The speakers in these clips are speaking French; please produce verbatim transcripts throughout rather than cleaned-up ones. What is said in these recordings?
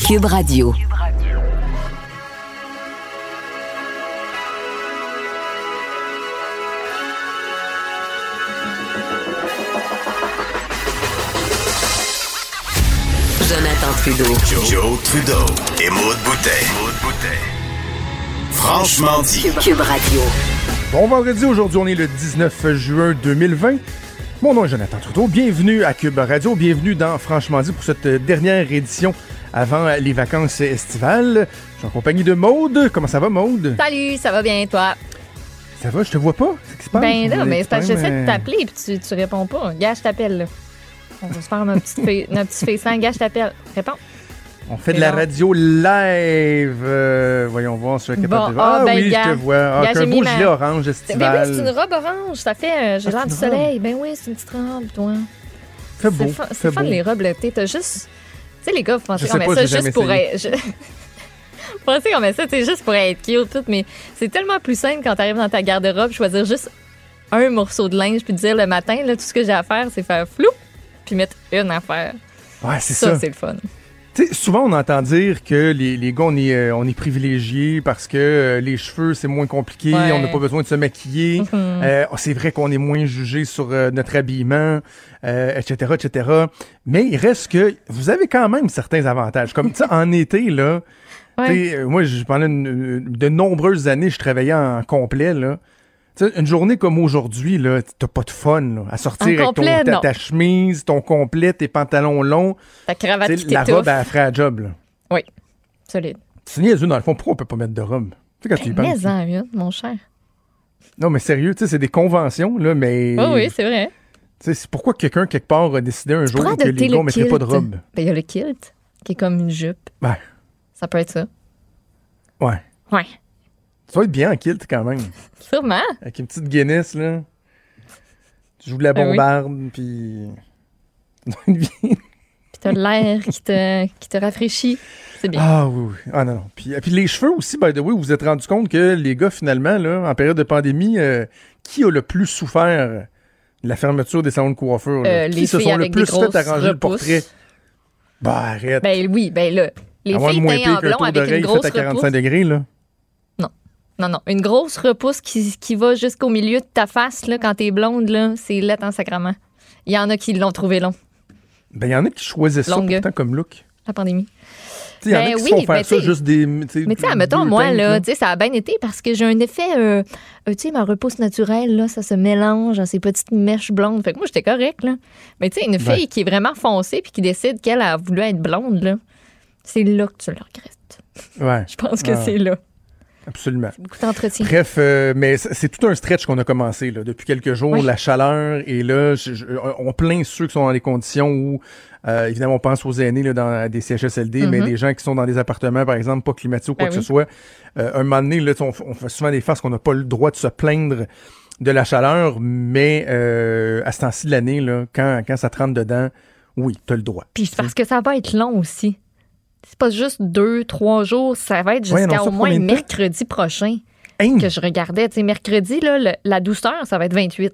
Cube Radio. Jonathan Trudeau. Joe, Joe Trudeau et Maude Boutet. Franchement dit. Cube, Cube Radio. Bon vendredi, aujourd'hui on est le dix-neuf juin deux mille vingt. Mon nom est Jonathan Trudeau, bienvenue à Cube Radio, bienvenue dans Franchement dit pour cette dernière édition avant les vacances estivales. Je suis en compagnie de Maude. Comment ça va, Maude? Salut, ça va bien, toi? Ça va, je te vois pas? C'est ce qui se passe? Ben là, mais c'est parce que j'essaie euh... de t'appeler et tu, tu réponds pas. Gars, je t'appelle, là. On va se faire notre petite feuille, notre petit feuilleton. Gars, je t'appelle. Réponds. On fait de C'est la bon. radio live. Euh, voyons voir sur la capable Bon, de... Ah ah, ben, oui, gars. je te vois. Ah, Gars, qu'un j'ai beau mis gilet ma- orange Ben estival. oui, c'est une robe orange. Ça fait. euh, j'ai Ah, l'air c'est du une robe. soleil. Ben oui, c'est une petite robe, toi. Fait beau, C'est fun, fait c'est fun beau. les robes l'été. T'as juste. Tu sais, les gars, vous pensez Je qu'on sais met pas, ça j'ai jamais juste pour essayé. être. Je... Vous pensez qu'on met ça, tu sais, juste pour être cute, tout. Mais c'est tellement plus simple quand t'arrives dans ta garde-robe, choisir juste un morceau de linge, puis te dire le matin, là, tout ce que j'ai à faire, c'est faire flou, puis mettre une affaire. Ouais, c'est Ça, ça. c'est le fun. Tu sais, souvent, on entend dire que les, les gars, on est, euh, on est privilégiés parce que euh, les cheveux, c'est moins compliqué, Ouais. on n'a pas besoin de se maquiller. Mhm. Euh, c'est vrai qu'on est moins jugé sur euh, notre habillement, euh, et cetera, et cetera. Mais il reste que vous avez quand même certains avantages. Comme, tu sais, en été, là, Ouais. tu sais, euh, moi, je- pendant une- de nombreuses années, je travaillais en complet, là. Tu sais, une journée comme aujourd'hui, là, t'as pas de fun, là, à sortir En avec ton, complet, ta, non. ta chemise, ton complet, tes pantalons longs. Ta cravate Tu qui sais, la t'étouffe. robe, elle ferait la job, là. Oui, solide. C'est niaiseux, dans le fond, pourquoi on peut pas mettre de robe? Tu sais, quand tu y penses. Mais en une, mon cher. Non, mais sérieux, tu sais, c'est des conventions, là, mais... Oh oui, c'est vrai. Tu sais, c'est pourquoi quelqu'un, quelque part, a décidé un jour pourrais que les adopter gars le mettraient pas de kilt. robe? Ben, il y a le kilt, qui est comme une jupe. Ben, Ça peut être ça. ouais. Ouais. Tu vas être bien en kilt, quand même. Sûrement. Avec une petite Guinness, là. Tu joues de la Ben oui. bombarde, puis... Puis t'as l'air qui te, qui te rafraîchit. C'est bien. Ah oui, oui. Ah non, non. Puis, puis les cheveux aussi, by the way, vous vous êtes rendu compte que les gars, finalement, là, en période de pandémie, euh, qui a le plus souffert de la fermeture des salons de coiffure? Là? Euh, qui les se filles sont le avec plus des grosses fait arranger le repousses. portrait? Bah, arrête. Ben oui, ben là. Les Avoir filles moins teintes pire en qu'un blond tour avec une d'oreille grosse fait à quarante-cinq repousse. degrés, là. Non, non. Une grosse repousse qui, qui va jusqu'au milieu de ta face, là, quand t'es blonde, là, c'est laid en sacrament. Il y en a qui l'ont trouvé long, Ben, il y en a qui choisissent Longue. ça pourtant comme look. la pandémie. Tu sais, il y en a Ben qui se oui, font faire ben ça t'sais- juste des. Mais tu sais, admettons, moi, là, tu sais, ça a bien été parce que j'ai un effet, euh, euh, tu sais, ma repousse naturelle, là, ça se mélange dans ces petites mèches blondes. Fait que moi, j'étais correcte, là. Mais tu sais, une fille Ouais. qui est vraiment foncée puis qui décide qu'elle a voulu être blonde, là, c'est là que tu le regrettes. Ouais, Je pense que Ah. c'est là. absolument. Beaucoup d'entretien. Bref, euh, mais c'est c'est tout un stretch qu'on a commencé là, depuis quelques jours, Oui. la chaleur, et là, je- je- on plaint ceux qui sont dans des conditions où, euh, évidemment, on pense aux aînés là, dans des C H S L D, mais Mhm. des gens qui sont dans des appartements, par exemple, pas climatisés ou quoi Ben que oui. ce soit. Euh, un moment donné, là, on, on fait souvent des farces qu'on n'a pas le droit de se plaindre de la chaleur, mais euh, à ce temps-ci de l'année, là, quand, quand ça te rentre dedans, oui, t'as le droit. Puis c'est parce que ça va être long aussi. C'est pas juste deux, trois jours, ça va être Ouais, jusqu'à non, ça, au moins combien de temps? mercredi prochain Hein? que je regardais. Tu sais, mercredi, là, le- la douceur, ça va être vingt-huit.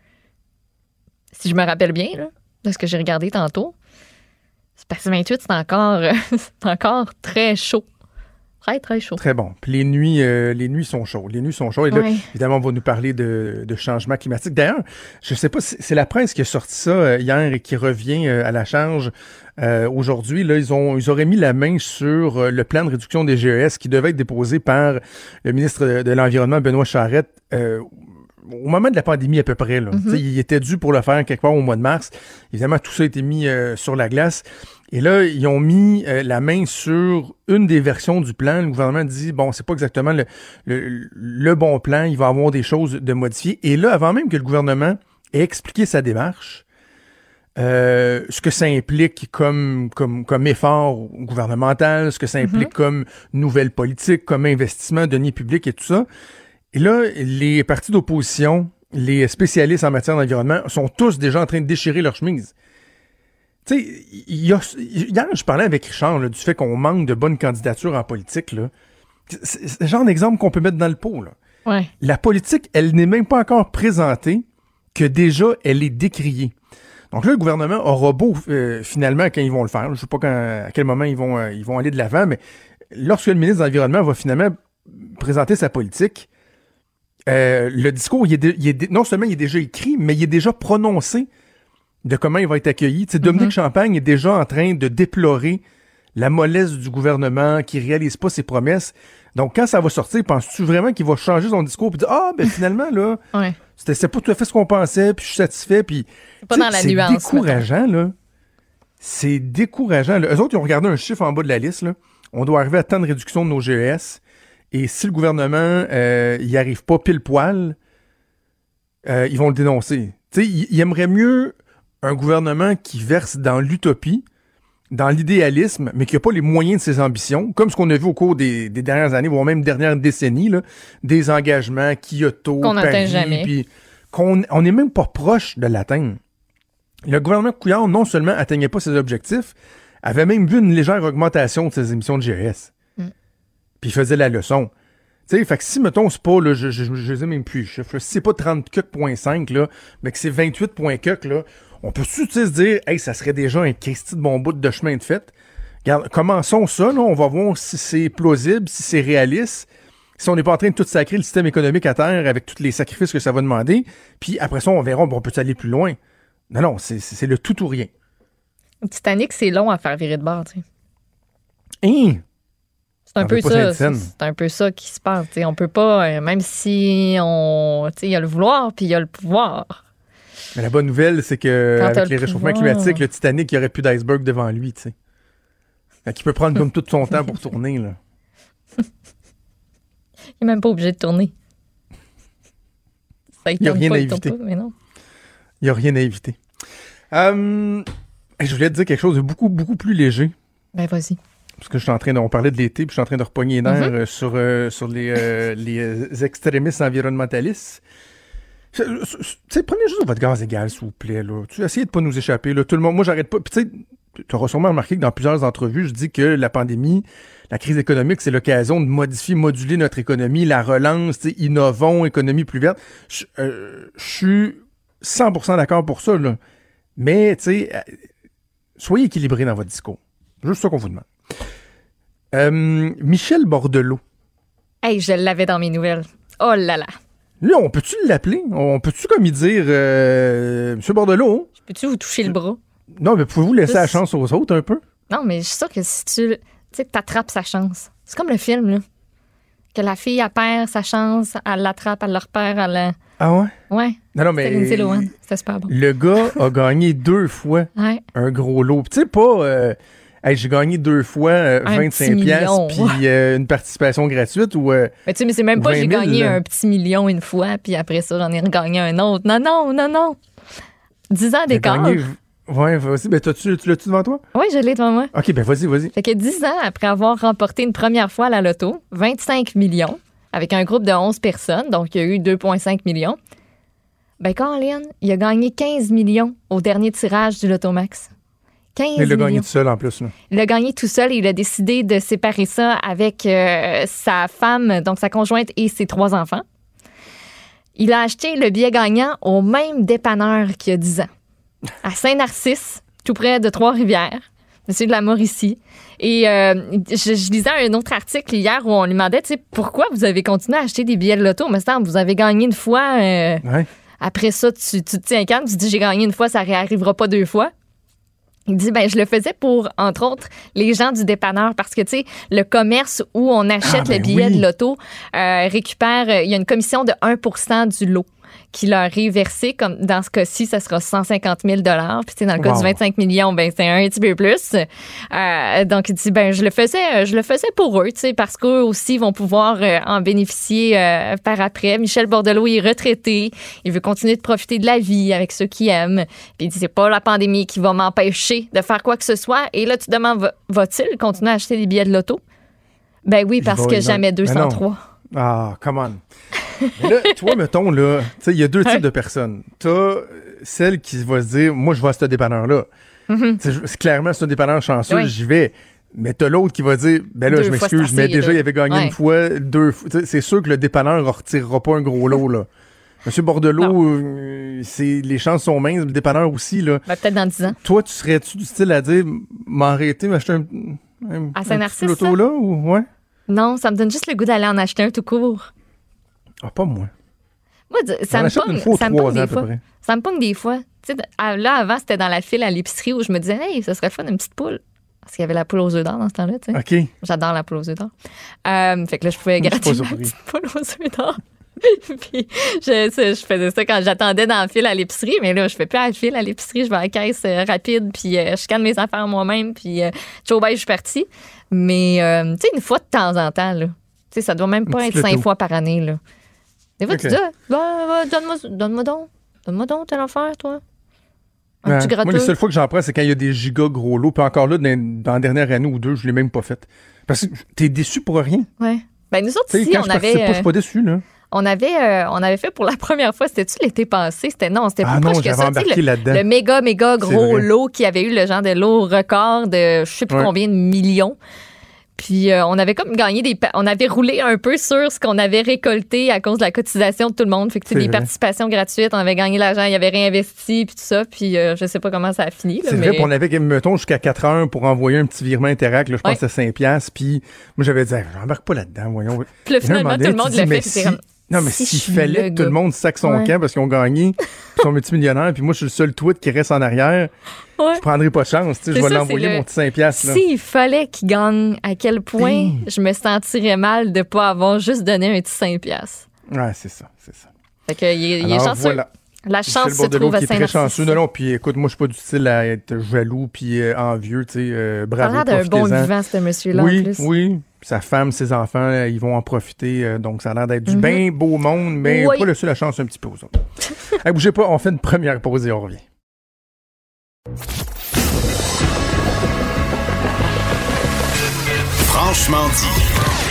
Si je me rappelle bien, là, de ce que j'ai regardé tantôt. C'est parce que vingt-huit, c'est encore, euh, c'est encore très chaud. Très, très chaud. Très bon. Puis les nuits, euh, les nuits sont chaudes. Les nuits sont chaudes. Et là, Ouais. évidemment, on va nous parler de, de changement climatique. D'ailleurs, je sais pas, si c'est la presse qui a sorti ça euh, hier et qui revient euh, à la charge euh, aujourd'hui. Là, ils ont, ils auraient mis la main sur euh, le plan de réduction des G E S qui devait être déposé par le ministre de, de l'Environnement, Benoît Charette, euh, au moment de la pandémie à peu près. Là. Mm-hmm. Tu sais, il était dû pour le faire quelque part au mois de mars. Évidemment, tout ça a été mis euh, sur la glace. Et là, ils ont mis euh, la main sur une des versions du plan. Le gouvernement dit, bon, c'est pas exactement le, le, le bon plan, il va y avoir des choses de modifiées. Et là, avant même que le gouvernement ait expliqué sa démarche, euh, ce que ça implique comme, comme, comme effort gouvernemental, ce que ça implique Mm-hmm. comme nouvelle politique, comme investissement, deniers publics et tout ça. Et là, les partis d'opposition, les spécialistes en matière d'environnement sont tous déjà en train de déchirer leur chemise. Tu sais, il y a, hier, je parlais avec Richard là, du fait qu'on manque de bonnes candidatures en politique. Là. C'est, c'est le genre d'exemple qu'on peut mettre dans le pot. Là. Ouais. La politique, elle n'est même pas encore présentée que déjà, elle est décriée. Donc là, le gouvernement aura beau, euh, finalement, quand ils vont le faire, je ne sais pas quand, à quel moment ils vont, euh, ils vont aller de l'avant, mais lorsque le ministre de l'Environnement va finalement présenter sa politique, euh, le discours, il est, de, il est de, non seulement il est déjà écrit, mais il est déjà prononcé de comment il va être accueilli. Tu sais, Dominique mm-hmm. Champagne est déjà en train de déplorer la mollesse du gouvernement qui ne réalise pas ses promesses. Donc, quand ça va sortir, penses-tu vraiment qu'il va changer son discours et dire « Ah, ben finalement, là, ouais. c'était, c'était pas tout à fait ce qu'on pensait, puis je suis satisfait. » Puis c'est pas dans la c'est nuance. C'est décourageant, là. C'est décourageant. Là. Eux autres, ils ont regardé un chiffre en bas de la liste. Là. On doit arriver à tant de réduction de nos G E S. Et si le gouvernement euh, y arrive pas pile poil, euh, ils vont le dénoncer. Tu sais, ils, ils aimeraient mieux un gouvernement qui verse dans l'utopie, dans l'idéalisme, mais qui n'a pas les moyens de ses ambitions, comme ce qu'on a vu au cours des, des dernières années, voire même dernières décennies, là, des engagements, Kyoto, qu'on n'atteint Paris, jamais. Puis qu'on on n'est même pas proche de l'atteindre. Le gouvernement Couillard, non seulement atteignait pas ses objectifs, avait même vu une légère augmentation de ses émissions de G E S. Mm. Puis il faisait la leçon. Tu sais, fait que si, mettons, c'est pas, là, je, je, je, je sais même plus les chiffres, là, si c'est pas trente virgule cinq, là, mais que c'est vingt-huit, là, on peut-tu se dire, hey, ça serait déjà un Christy de bon bout de chemin de fait? Regarde, commençons ça, là, on va voir si c'est plausible, si c'est réaliste, si on n'est pas en train de tout sacrer le système économique à terre avec tous les sacrifices que ça va demander, puis après ça, on verra, bon, on peut aller plus loin. Non, non, c'est, c'est, c'est le tout ou rien. Titanic, c'est long à faire virer de bord, tu sais. Hein? C'est un peu ça, c'est, c'est un peu ça qui se passe, tu sais. On peut pas, euh, même si on, tu sais, il y a le vouloir, puis il y a le pouvoir. Mais la bonne nouvelle, c'est que Quand avec les réchauffements climatiques, le Titanic, il n'y aurait plus d'iceberg devant lui, tu sais. Fait qu'il peut prendre comme tout son temps pour tourner, là. Il n'est même pas obligé de tourner. Ça, il n'y a rien pas, à éviter. Pas, mais non. Il n'y a rien à éviter. Euh, je voulais te dire quelque chose de beaucoup, beaucoup plus léger. Ben, vas-y. Parce que je suis en train de, on parlait de l'été, puis je suis en train de repogner les nerfs mm-hmm. sur, euh, sur les, euh, les extrémistes environnementalistes. Tu sais, prenez juste votre gaz égal, s'il vous plaît. Là. Tu essayez de pas nous échapper. Là. Tout le monde, moi, j'arrête pas. Puis tu sais, tu auras sûrement remarqué que dans plusieurs entrevues, je dis que la pandémie, la crise économique, c'est l'occasion de modifier, moduler notre économie, la relance, tu sais, innovons, économie plus verte. Je euh, suis cent pour cent d'accord pour ça, là. Mais, tu sais, euh, soyez équilibrés dans votre discours. Juste ça qu'on vous demande. Euh, Michel Bordelot. Hey, je l'avais dans mes nouvelles. Oh là là. Là, on peut-tu l'appeler? On peut-tu comme y dire euh, Monsieur Bordelot? Peux-tu vous toucher le bras? Non, mais pouvez-vous laisser Plus... la chance aux autres un peu? Non, mais je suis sûre que si tu tu sais, t'attrapes sa chance. C'est comme le film, là. Que la fille, elle perd sa chance, elle l'attrape, elle le repère, elle la... Ah ouais? Ouais. Non, non, mais... C'était Lindsay Lohan. C'était super bon. Le gars a gagné deux fois ouais. un gros lot. Tu sais, pas... Euh, hey, j'ai gagné deux fois euh, vingt-cinq piastres puis euh, une participation gratuite ou euh, mais tu sais, mais c'est même pas j'ai gagné là. Un petit million une fois puis après ça, j'en ai regagné un autre. Non, non, non, non. dix ans d'écart. Gagné... Ouais, vas-y. Ben, t'as-tu, tu l'as-tu devant toi? Oui, je l'ai devant moi. OK, ben vas-y, vas-y. Fait que dix ans après avoir remporté une première fois la loto, vingt-cinq millions, avec un groupe de onze personnes, donc il y a eu deux virgule cinq millions, ben Colin, il a gagné quinze millions au dernier tirage du Lotomax. quinze il l'a gagné tout seul en plus. Là. Il l'a gagné tout seul et il a décidé de séparer ça avec euh, sa femme, donc sa conjointe et ses trois enfants. Il a acheté le billet gagnant au même dépanneur qu'il y a dix ans, à Saint-Narcisse, tout près de Trois-Rivières, monsieur de la Mauricie. Et euh, je, je lisais un autre article hier où on lui demandait, tu sais, pourquoi vous avez continué à acheter des billets de loto? Mais c'est vous avez gagné une fois. Euh, ouais. Après ça, tu, tu te tiens calme, tu te dis j'ai gagné une fois, ça réarrivera pas deux fois. Il dit, ben je le faisais pour, entre autres, les gens du dépanneur parce que, tu sais, le commerce où on achète ah, ben le billet oui. de loto euh, récupère, il y a une commission de un pour cent du lot qui leur est versé, comme dans ce cas-ci, ça sera cent cinquante mille dollars. Puis, tu sais, dans le cas wow. du vingt-cinq millions, ben c'est un petit peu plus. Euh, donc, il dit, ben je le faisais, je le faisais pour eux, tu sais, parce qu'eux aussi vont pouvoir euh, en bénéficier euh, par après. Michel Bordelot est retraité. Il veut continuer de profiter de la vie avec ceux qui aiment. Puis, il dit, c'est pas la pandémie qui va m'empêcher de faire quoi que ce soit. Et là, tu te demandes, va, va-t-il continuer à acheter des billets de loto? Ben oui, parce que jamais deux cent trois. Ah, come on. Mais là, toi, mettons, là, tu sais, il y a deux types de personnes. T'as celle qui va se dire, moi, je vais à ce dépanneur-là. Mm-hmm. C'est clairement, c'est un dépanneur chanceux, oui. j'y vais. Mais t'as l'autre qui va dire, ben là, deux je m'excuse, mais déjà, deux. il avait gagné ouais. une fois, deux fois. C'est sûr que le dépanneur ne retirera pas un gros lot, là. Monsieur Bordelot, euh, c'est, les chances sont minces, le dépanneur aussi, là. Ben, peut-être dans dix ans. Toi, tu serais-tu du style à dire, m'arrêter, m'acheter un, un, À un Saint-Narcisse, petit auto là, ou, ouais? Non, ça me donne juste le goût d'aller en acheter un tout court. Ah, pas moi. Moi, ça On me achète pogne une fois ou ça me trois pogne ans, à des peu fois. près. Ça me pogne des fois. Tu sais, à- là, avant, c'était dans la file à l'épicerie où je me disais, hey, ce serait le fun, une petite poule. Parce qu'il y avait la poule aux œufs d'or dans ce temps-là, tu sais. OK. J'adore la poule aux œufs d'or. Euh, fait que là, je pouvais Je suis pas gratter ma surpris. petite poule aux œufs d'or. Puis, je, ça, je faisais ça quand j'attendais dans le fil à l'épicerie, mais là, je fais plus à la file à l'épicerie, je vais à la caisse euh, rapide, puis euh, je scanne mes affaires moi-même, puis euh, ciao, bye, je suis partie. Mais, euh, tu sais, une fois de temps en temps, là. Tu sais, ça doit même pas Un être petit cinq loto. fois par année, là. Des fois, Ok. tu dis, ah, bah, bah, donne-moi, donne-moi donc. Donne-moi donc telle affaire, toi. Un Ouais. petit Moi, gratteux. les seules fois que j'en prends, c'est quand il y a des gigas gros lots. Puis encore là, dans, dans la dernière année ou deux, je l'ai même pas fait. Parce que t'es déçu pour rien. Ouais. Ben, nous autres, Tu sais, ici, quand on je participe avait, pas, je suis pas déçu, là. on, avait, euh, on avait fait pour la première fois, c'était-tu l'été passé? C'était non, c'était plus Ah non, proche que j'avais ça. Tu sais, embarqué le, là-dedans. le méga, méga C'est gros vrai. lot qui avait eu le genre de lot record de je sais plus Ouais. combien de millions. Puis euh, on avait comme gagné des... pa- On avait roulé un peu sur ce qu'on avait récolté à cause de la cotisation de tout le monde. Fait que tu sais, C'est des vrai. participations gratuites, on avait gagné l'argent, il avait réinvesti, puis tout ça. Puis euh, je sais pas comment ça a fini. Là, C'est mais... vrai, puis on avait, mettons, jusqu'à quatre heures pour envoyer un petit virement Interact. Là, je pense Ouais. que c'était cinq piastres. Puis moi, j'avais dit, hey, j'embarque pas là-dedans, voyons. Puis là, Et là, un finalement, moment tout le donné, monde tu l'a dis, fait. mais puis t'es si- comme, Non, mais si s'il je suis fallait le que tout le gars. monde sac son Ouais. camp parce qu'ils ont gagné, puis ils sont multimillionnaires, puis moi, je suis le seul tweet qui reste en arrière, Ouais. je prendrai pas de chance. Tu sais, C'est je vais ça, l'envoyer, c'est le- mon petit cinq piastres. Là. S'il fallait qu'il gagne, à quel point Hey. je me sentirais mal de pas avoir juste donné un petit cinq piastres. Ouais, c'est ça, c'est ça. Fait que il est, il est Alors, chanceux. voilà. La Michel chance se Bordelot trouve à qui est très Saint-Narcisse. chanceux. Non, non, puis écoute, moi, je suis pas du style à être jaloux puis euh, envieux, tu sais, euh, Ça a bravo, l'air d'un bon profitez-en. vivant, ce monsieur-là, Oui, en plus. oui. Sa femme, ses enfants, là, ils vont en profiter. euh, donc, ça a l'air d'être du Mhm. bien beau monde, mais Oui. pas laisser la chance un petit peu aux autres. Hey, bougez pas, on fait une première pause et on revient. Franchement dit.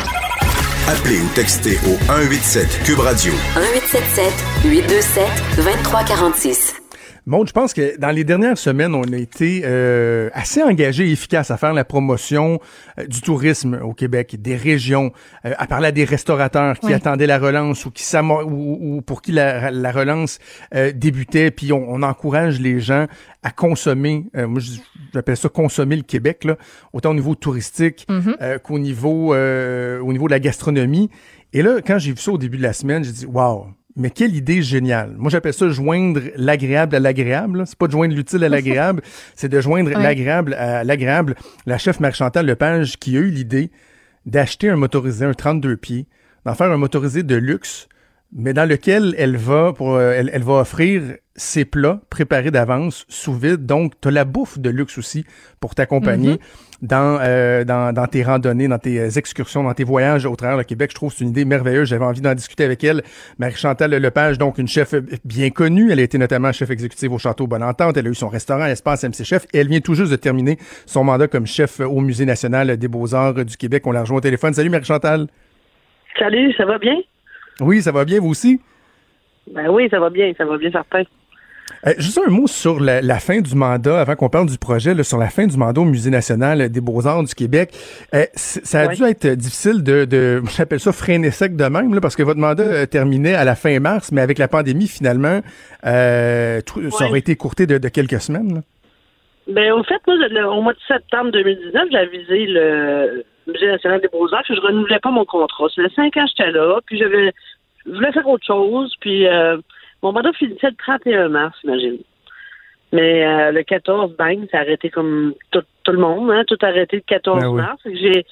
Appelez ou textez au un huit sept Cube Radio. un huit sept sept huit deux sept deux trois quatre six. Maud, je pense que dans les dernières semaines, on a été euh, assez engagés et efficaces à faire la promotion euh, du tourisme au Québec, des régions, euh, à parler à des restaurateurs qui Oui. attendaient la relance ou qui s'amo- ou, ou pour qui la, la relance euh, débutait. Puis on, on encourage les gens à consommer, euh, moi je- j'appelle ça consommer le Québec, là, autant au niveau touristique Mhm. euh, qu'au niveau, euh, au niveau de la gastronomie. Et là, quand j'ai vu ça au début de la semaine, j'ai dit « Wow! » Mais quelle idée géniale. Moi, j'appelle ça joindre l'agréable à l'agréable. là. C'est pas de joindre l'utile à l'agréable, c'est de joindre Ouais. l'agréable à l'agréable. La chef Marie-Chantal Lepage qui a eu l'idée d'acheter un motorisé, un trente-deux pieds, d'en faire un motorisé de luxe, mais dans lequel elle va pour euh, elle, elle va offrir ses plats préparés d'avance sous vide. Donc, tu as la bouffe de luxe aussi pour t'accompagner dans, euh, dans, dans tes randonnées, dans tes euh, excursions, dans tes voyages au travers le Québec. Je trouve que c'est une idée merveilleuse. J'avais envie d'en discuter avec elle. Marie-Chantal Lepage, donc une chef bien connue. Elle a été notamment chef exécutive au Château Bonne-Entente. Elle a eu son restaurant Espace M C Chef. Et elle vient tout juste de terminer son mandat comme chef au Musée national des beaux-arts du Québec. On la rejoint au téléphone. Salut Marie-Chantal. Salut, ça va bien? Oui, ça va bien, vous aussi? Ben oui, ça va bien, ça va bien, certain. Euh, juste un mot sur la, la fin du mandat, avant qu'on parle du projet, là, sur la fin du mandat au Musée national des beaux-arts du Québec. Euh, c- ça a Ouais. dû être difficile de, de j'appelle ça freiner sec de même, là, parce que votre mandat euh, terminait à la fin mars, mais avec la pandémie, finalement, euh, tout- ça Ouais. aurait été écourté de, de quelques semaines. là. Ben au fait, moi, le- au mois de septembre deux mille dix-neuf, j'ai avisé le Musée national des beaux-arts que je renouvelais pas mon contrat. Ça fait cinq ans que j'étais là, puis j'avais je voulais faire autre chose, puis euh, mon mandat finissait le trente et un mars, imagine. Mais euh, le quatorze, bang, ça a arrêté comme tout, tout le monde, hein, tout a arrêté le quatorze Ben oui. mars. Fait que J'ai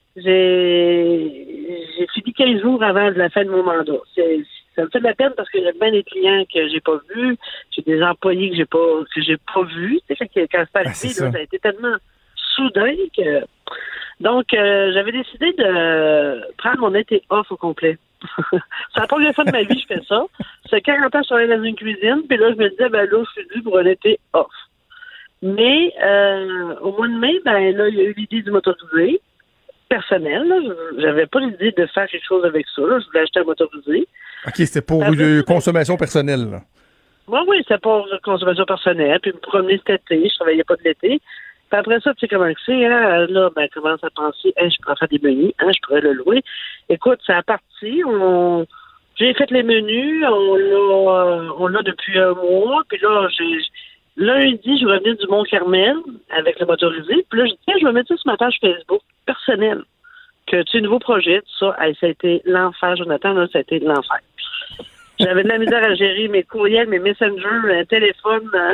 j'ai j'ai fini quinze jours avant la fin de mon mandat. C'est, ça me fait de la peine parce que j'ai bien des clients que j'ai pas vus, j'ai des employés que j'ai pas que j'ai pas vus. Tu sais, fait que quand c'est arrivé, c'est là, ça. ça a été tellement soudain que donc euh, j'avais décidé de prendre mon été off au complet. C'est la première fois de ma vie que je fais ça. C'est quarante ans que je travaille dans une cuisine, puis là je me disais ben là je suis due pour un été off. Mais euh, au mois de mai, ben là il y a eu l'idée du motorisé personnel. Là. J'avais pas l'idée de faire quelque chose avec ça. Là. Je voulais acheter un motorisé. OK, c'était pour Ça une veut- consommation personnelle. là. Moi, oui, c'était pour consommation personnelle, puis me promener cet été, je travaillais pas de l'été. Puis après ça, tu sais comment c'est, hein, là, ben, commence à penser, hein, je pourrais faire des menus, hein, je pourrais le louer. Écoute, ça a parti, on, j'ai fait les menus, on l'a, euh, on l'a depuis un mois, puis là, j'ai, lundi, je revenais du Mont-Carmel avec le motorisé, puis là, je dis, tiens, je vais mettre ça sur ma page Facebook personnelle, que tu sais, nouveau projet, tout ça, hey, ça a été l'enfer, Jonathan, là, ça a été l'enfer. J'avais de la misère à gérer mes courriels, mes messengers, un téléphone. Euh,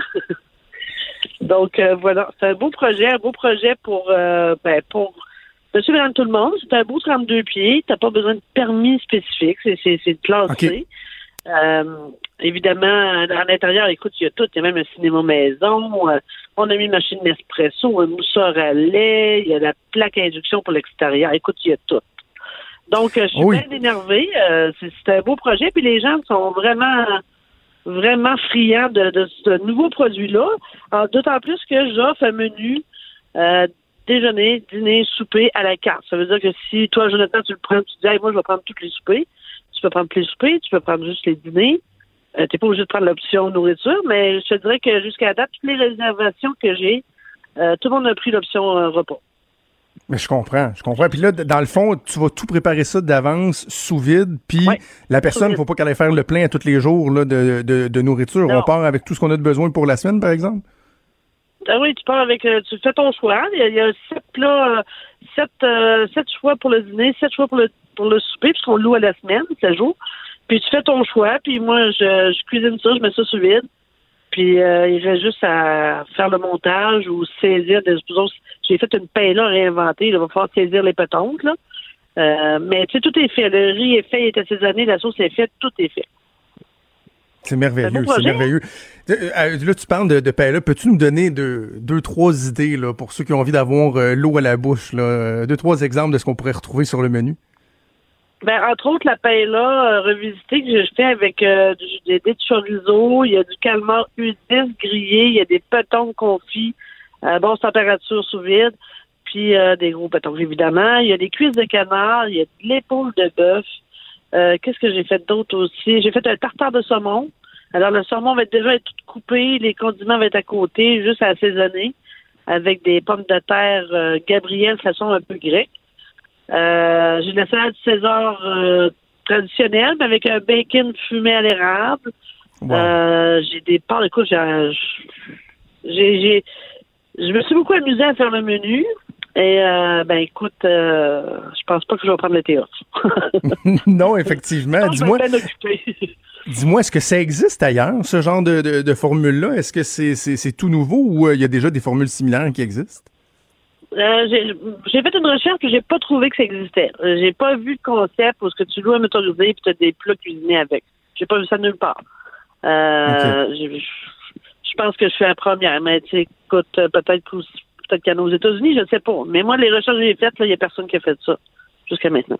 Donc, euh, voilà, c'est un beau projet, un beau projet pour, euh, ben, pour monsieur, madame, tout le monde. C'est un beau trente-deux pieds. T'as pas besoin de permis spécifique. C'est, c'est, c'est classé. Okay. Euh, évidemment, à l'intérieur, écoute, il y a tout. Il y a même un cinéma maison. Euh, on a mis une machine Nespresso, un mousseur à lait. Il y a la plaque à induction pour l'extérieur. Écoute, il y a tout. Donc, euh, je suis oui. bien énervée. Euh, c'est, c'est un beau projet. Puis les gens sont vraiment... vraiment friand de, de ce nouveau produit-là. Alors, d'autant plus que j'offre un menu euh, déjeuner, dîner, souper à la carte. Ça veut dire que si toi, Jonathan, tu le prends, tu te dis hey, moi, je vais prendre tous les soupers. Tu peux prendre tous les soupers, tu peux prendre juste les dîners. Euh, tu n'es pas obligé de prendre l'option nourriture, mais je te dirais que jusqu'à date, toutes les réservations que j'ai, euh, tout le monde a pris l'option euh, repas. Mais je comprends, je comprends. Puis là, dans le fond, tu vas tout préparer ça d'avance, sous vide, puis ouais, la personne, il ne faut pas qu'elle aille faire le plein à tous les jours là, de, de, de nourriture. Non. On part avec tout ce qu'on a de besoin pour la semaine, par exemple? Ah oui, tu pars avec, euh, tu fais ton choix. Il y a, il y a sept plats, euh, sept, euh, sept choix pour le dîner, sept choix pour le, pour le souper, puisqu'on loue à la semaine, sept jours. Puis tu fais ton choix, puis moi, je, je cuisine ça, je mets ça sous vide. Puis euh, il reste juste à faire le montage ou saisir des choses. J'ai fait une paella réinventée. Il va falloir saisir les pétanques, là. Euh, mais tu sais, tout est fait. Le riz est fait, il est assaisonné, la sauce est faite, tout est fait. C'est merveilleux, c'est, c'est merveilleux. Là, tu parles de, de paella. Peux-tu nous donner deux, deux, trois idées là, pour ceux qui ont envie d'avoir euh, l'eau à la bouche? Là? Deux, trois exemples de ce qu'on pourrait retrouver sur le menu? Ben, entre autres, la paella euh, revisitée que je fais avec euh, du, des, des chorizo, il y a du calmar U dix grillé, il y a des pétons confits à basse température sous vide, puis euh, des gros pétons, évidemment. Il y a des cuisses de canard, il y a de l'épaule de bœuf. Euh, qu'est-ce que j'ai fait d'autre aussi? J'ai fait un tartare de saumon. Alors, le saumon va déjà être tout coupé, les condiments vont être à côté, juste à assaisonner, avec des pommes de terre euh, Gabriel façon un peu grecque. Euh, j'ai de la salade César euh, traditionnelle, mais avec un bacon fumé à l'érable. Wow. Euh, j'ai des pâtes. Écoute, j'ai, j'ai, j'ai, je me suis beaucoup amusée à faire le menu. Et, euh, ben, écoute, euh, je pense pas que je vais prendre le thé off. Non, effectivement. Non, dis-moi, dis-moi, est-ce que ça existe ailleurs, ce genre de, de, de formule-là? Est-ce que c'est, c'est, c'est tout nouveau ou il euh, y a déjà des formules similaires qui existent? Euh, j'ai, j'ai fait une recherche et j'ai pas trouvé que ça existait. Euh, j'ai pas vu le concept où ce que tu loues un motorisé et tu as des plats cuisinés avec. J'ai pas vu ça nulle part. Euh, okay. Je pense que je suis la première, mais tu écoute, peut-être peut-être qu'il y en a aux États-Unis, je ne sais pas. Mais moi, les recherches que j'ai faites, il n'y a personne qui a fait ça jusqu'à maintenant.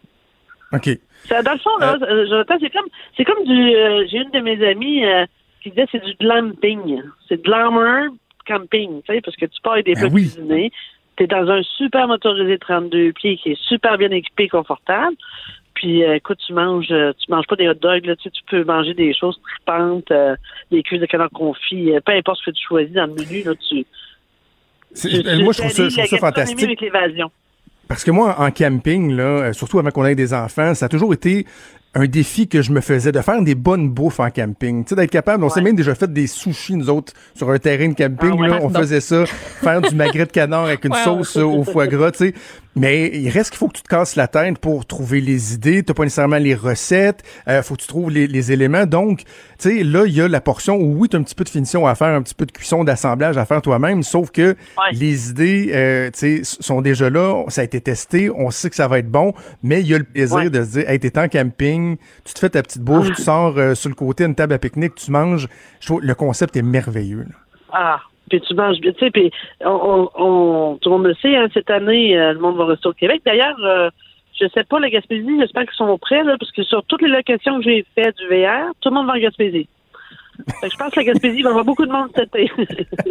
OK. C'est, dans le fond, là, euh, Jonathan, c'est comme c'est comme du euh, j'ai une de mes amies euh, qui disait c'est du glamping. C'est glamour camping, tu sais, parce que tu pars avec des plats ben oui. cuisinés. T'es dans un super motorisé trente-deux pieds qui est super bien équipé et confortable. Puis, euh, écoute, tu manges euh, tu manges pas des hot dogs, là, tu sais, tu peux manger des choses tripantes, euh, des cuisses de canard confit, euh, peu importe ce que tu choisis dans le menu, là, tu... C'est, tu, tu moi, je trouve ça, je trouve ça fantastique. Avec l'évasion. Parce que moi, en camping, là, surtout avant qu'on ait des enfants, ça a toujours été un défi que je me faisais de faire des bonnes bouffes en camping. Tu sais, d'être capable, on ouais. s'est même déjà fait des sushis, nous autres, sur un terrain de camping, ah, ouais, là, on faisait ça, faire du magret de canard avec une ouais, sauce ouais. au foie gras, tu sais. Mais il reste qu'il faut que tu te casses la tête pour trouver les idées. T'as pas nécessairement les recettes. Euh, faut que tu trouves les, les éléments. Donc, tu sais, là, il y a la portion où, oui, t'as un petit peu de finition à faire, un petit peu de cuisson, d'assemblage à faire toi-même, sauf que ouais. les idées, euh, tu sais, sont déjà là. Ça a été testé. On sait que ça va être bon. Mais il y a le plaisir ouais. de se dire, hey, t'es en camping, tu te fais ta petite bouffe, mmh. tu sors euh, sur le côté d'une table à pique-nique, tu manges. Je trouve le concept est merveilleux, là. Ah! Puis tu manges bien, tu sais, puis on, on, tout le monde le sait, hein, cette année, euh, le monde va rester au Québec. D'ailleurs, euh, je sais pas, la Gaspésie, j'espère qu'ils sont prêts, là, parce que sur toutes les locations que j'ai faites du V R, tout le monde va en Gaspésie. Fait que je pense que la Gaspésie va avoir beaucoup de monde cet été.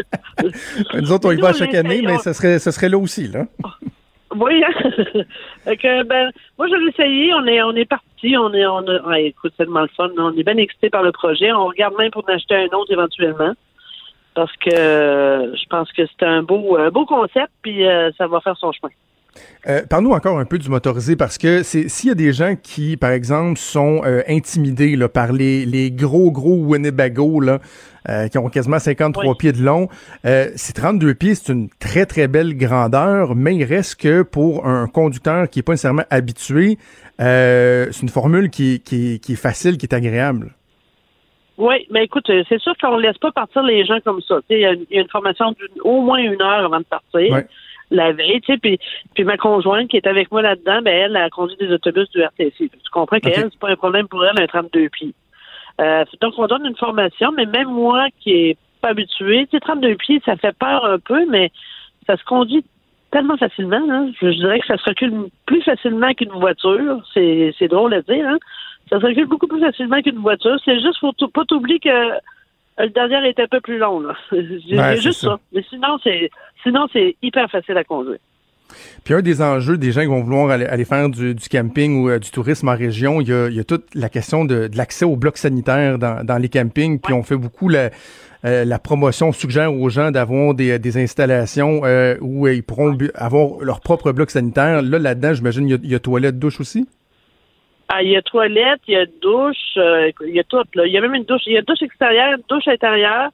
Nous autres, on y va chaque année, mais ça serait, ça serait là aussi, là. Oui, hein? Fait que, ben, moi, je l'ai essayé, on est, on est parti, on est, on a, ouais, écoute, c'est tellement le fun, on est bien excités par le projet, on regarde même pour en acheter un autre éventuellement. Parce que euh, je pense que c'est un beau, un beau concept, puis euh, ça va faire son chemin. Euh, parle-nous encore un peu du motorisé, parce que c'est s'il y a des gens qui, par exemple, sont euh, intimidés là, par les, les gros, gros Winnebago là, euh, qui ont quasiment cinquante-trois oui. pieds de long, euh, c'est trente-deux pieds, c'est une très, très belle grandeur, mais il reste que pour un conducteur qui n'est pas nécessairement habitué, euh, c'est une formule qui, qui, qui est facile, qui est agréable. Oui, mais écoute, c'est sûr qu'on ne laisse pas partir les gens comme ça. Il y, y a une formation d'au moins une heure avant de partir. Oui. La veille, tu sais, puis, puis ma conjointe qui est avec moi là-dedans, ben elle, elle a conduit des autobus du R T C. Tu comprends qu'elle, okay. c'est pas un problème pour elle, un trente-deux pieds. Euh, donc, on donne une formation, mais même moi qui est pas habitué, tu sais, trente-deux pieds, ça fait peur un peu, mais ça se conduit tellement facilement, hein. Je, je dirais que ça se recule plus facilement qu'une voiture. C'est, c'est drôle à dire, hein. Ça se recule beaucoup plus facilement qu'une voiture. C'est juste, faut t- pas t'oublier que le derrière est un peu plus long, là. C'est ouais, juste ça. ça. Mais sinon, c'est sinon c'est hyper facile à conduire. Puis un des enjeux des gens qui vont vouloir aller, aller faire du, du camping ou euh, du tourisme en région, il y a, il y a toute la question de, de l'accès aux blocs sanitaires dans, dans les campings. Puis ouais. on fait beaucoup la, euh, la promotion, on suggère aux gens d'avoir des, des installations euh, où ils pourront ouais. avoir leur propre bloc sanitaire. Là, là-dedans, j'imagine, il y a, il y a toilette, douche aussi? Ah, il y a toilette, il y a douche, euh, il y a tout, là. Il y a même une douche, il y a douche extérieure, une douche intérieure.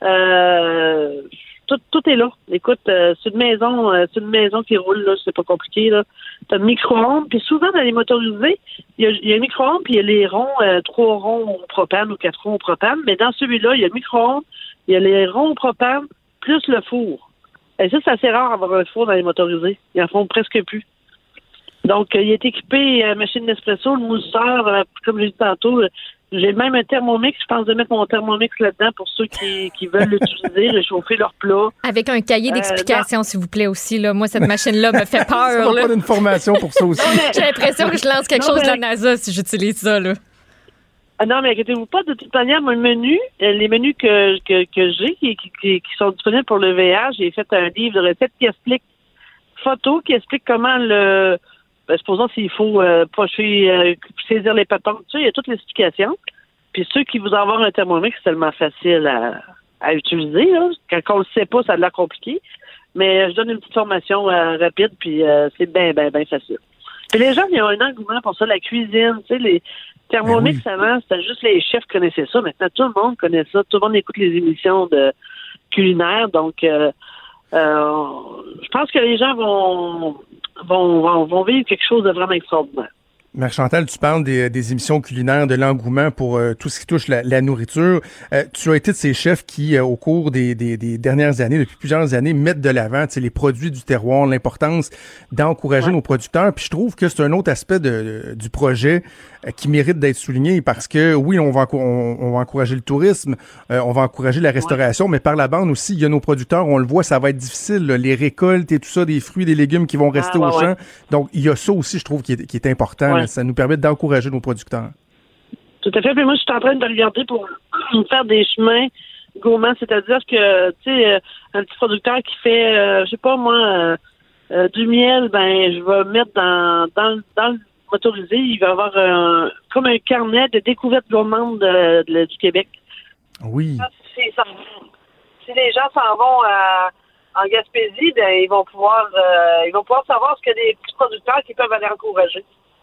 Euh, tout, tout est là. Écoute, euh, c'est une maison, euh, c'est une maison qui roule, là, c'est pas compliqué, là. T'as un micro-ondes, puis souvent dans les motorisés, il y a, il y a un micro-ondes, puis il y a les ronds, euh, trois ronds au propane ou quatre ronds au propane, mais dans celui-là, il y a le micro-ondes, il y a les ronds au propane, plus le four. Et ça, c'est assez rare d'avoir un four dans les motorisés. Ils en font presque plus. Donc, euh, il est équipé euh, machine d'espresso, le mousseur, euh, comme j'ai dit tantôt, euh, j'ai même un thermomix. Je pense de mettre mon thermomix là-dedans pour ceux qui, qui veulent l'utiliser, réchauffer leur plat. Avec un cahier d'explication, euh, s'il vous plaît, aussi. Là. Moi, cette machine-là me fait peur. Ça va pas d'une formation pour ça aussi. J'ai l'impression que je lance quelque non, chose mais... de la NASA si j'utilise ça. Là. Ah non, mais inquiétez-vous pas, de toute manière, mon menu, les menus que, que, que j'ai qui, qui, qui sont disponibles pour le V R, j'ai fait un livre de recettes qui explique photo, qui explique comment le... Ben, supposons s'il faut euh, pocher, euh, saisir les patentes, tu sais, il y a toutes les explications. Puis ceux qui vous envoient un thermomix, c'est tellement facile à, à utiliser. Là. Quand on le sait pas, ça a l'air compliqué. Mais je donne une petite formation euh, rapide, puis euh, c'est bien, bien, bien facile. Puis les gens, ils ont un engouement pour ça, la cuisine, tu sais, les thermomix ben oui. avant, c'était juste les chefs qui connaissaient ça. Maintenant, tout le monde connaît ça. Tout le monde écoute les émissions de culinaires. Donc, euh, euh, je pense que les gens vont... Vont, vont, vont vivre quelque chose de vraiment extraordinaire. Marie-Chantal, tu parles des, des émissions culinaires, de l'engouement pour euh, tout ce qui touche la, la nourriture. Euh, tu as été de ces chefs qui, euh, au cours des, des, des dernières années, depuis plusieurs années, mettent de l'avant les produits du terroir, l'importance d'encourager ouais. nos producteurs. Puis je trouve que c'est un autre aspect de, de, du projet euh, qui mérite d'être souligné parce que, oui, on va, on, on va encourager le tourisme, euh, on va encourager la restauration, ouais. mais par la bande aussi, il y a nos producteurs, on le voit, ça va être difficile, là, les récoltes et tout ça, des fruits, des légumes qui vont rester ah, ouais, au champ. Ouais. Donc, il y a ça aussi, je trouve, qui est, qui est important. Ouais. Là, ça nous permet d'encourager nos producteurs. Tout à fait. Puis moi, je suis en train de regarder pour faire des chemins gourmands, c'est-à-dire que, tu sais, un petit producteur qui fait, euh, je sais pas moi, euh, euh, du miel, ben, je vais mettre dans, dans, dans le motorisé, il va avoir un, comme un carnet de découvertes gourmandes de, de, du Québec. Oui. Si, si les gens s'en vont à, en Gaspésie, ben, ils vont pouvoir, euh, ils vont pouvoir savoir ce qu'il y a des petits producteurs qui peuvent aller encourager.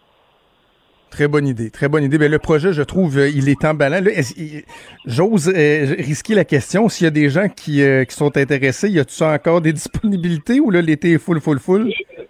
Très bonne idée, très bonne idée. Ben, le projet, je trouve, euh, il est emballant. Là, il, j'ose euh, risquer la question. S'il y a des gens qui, euh, qui sont intéressés, y a-tu encore des disponibilités ou là, l'été est full, full, full?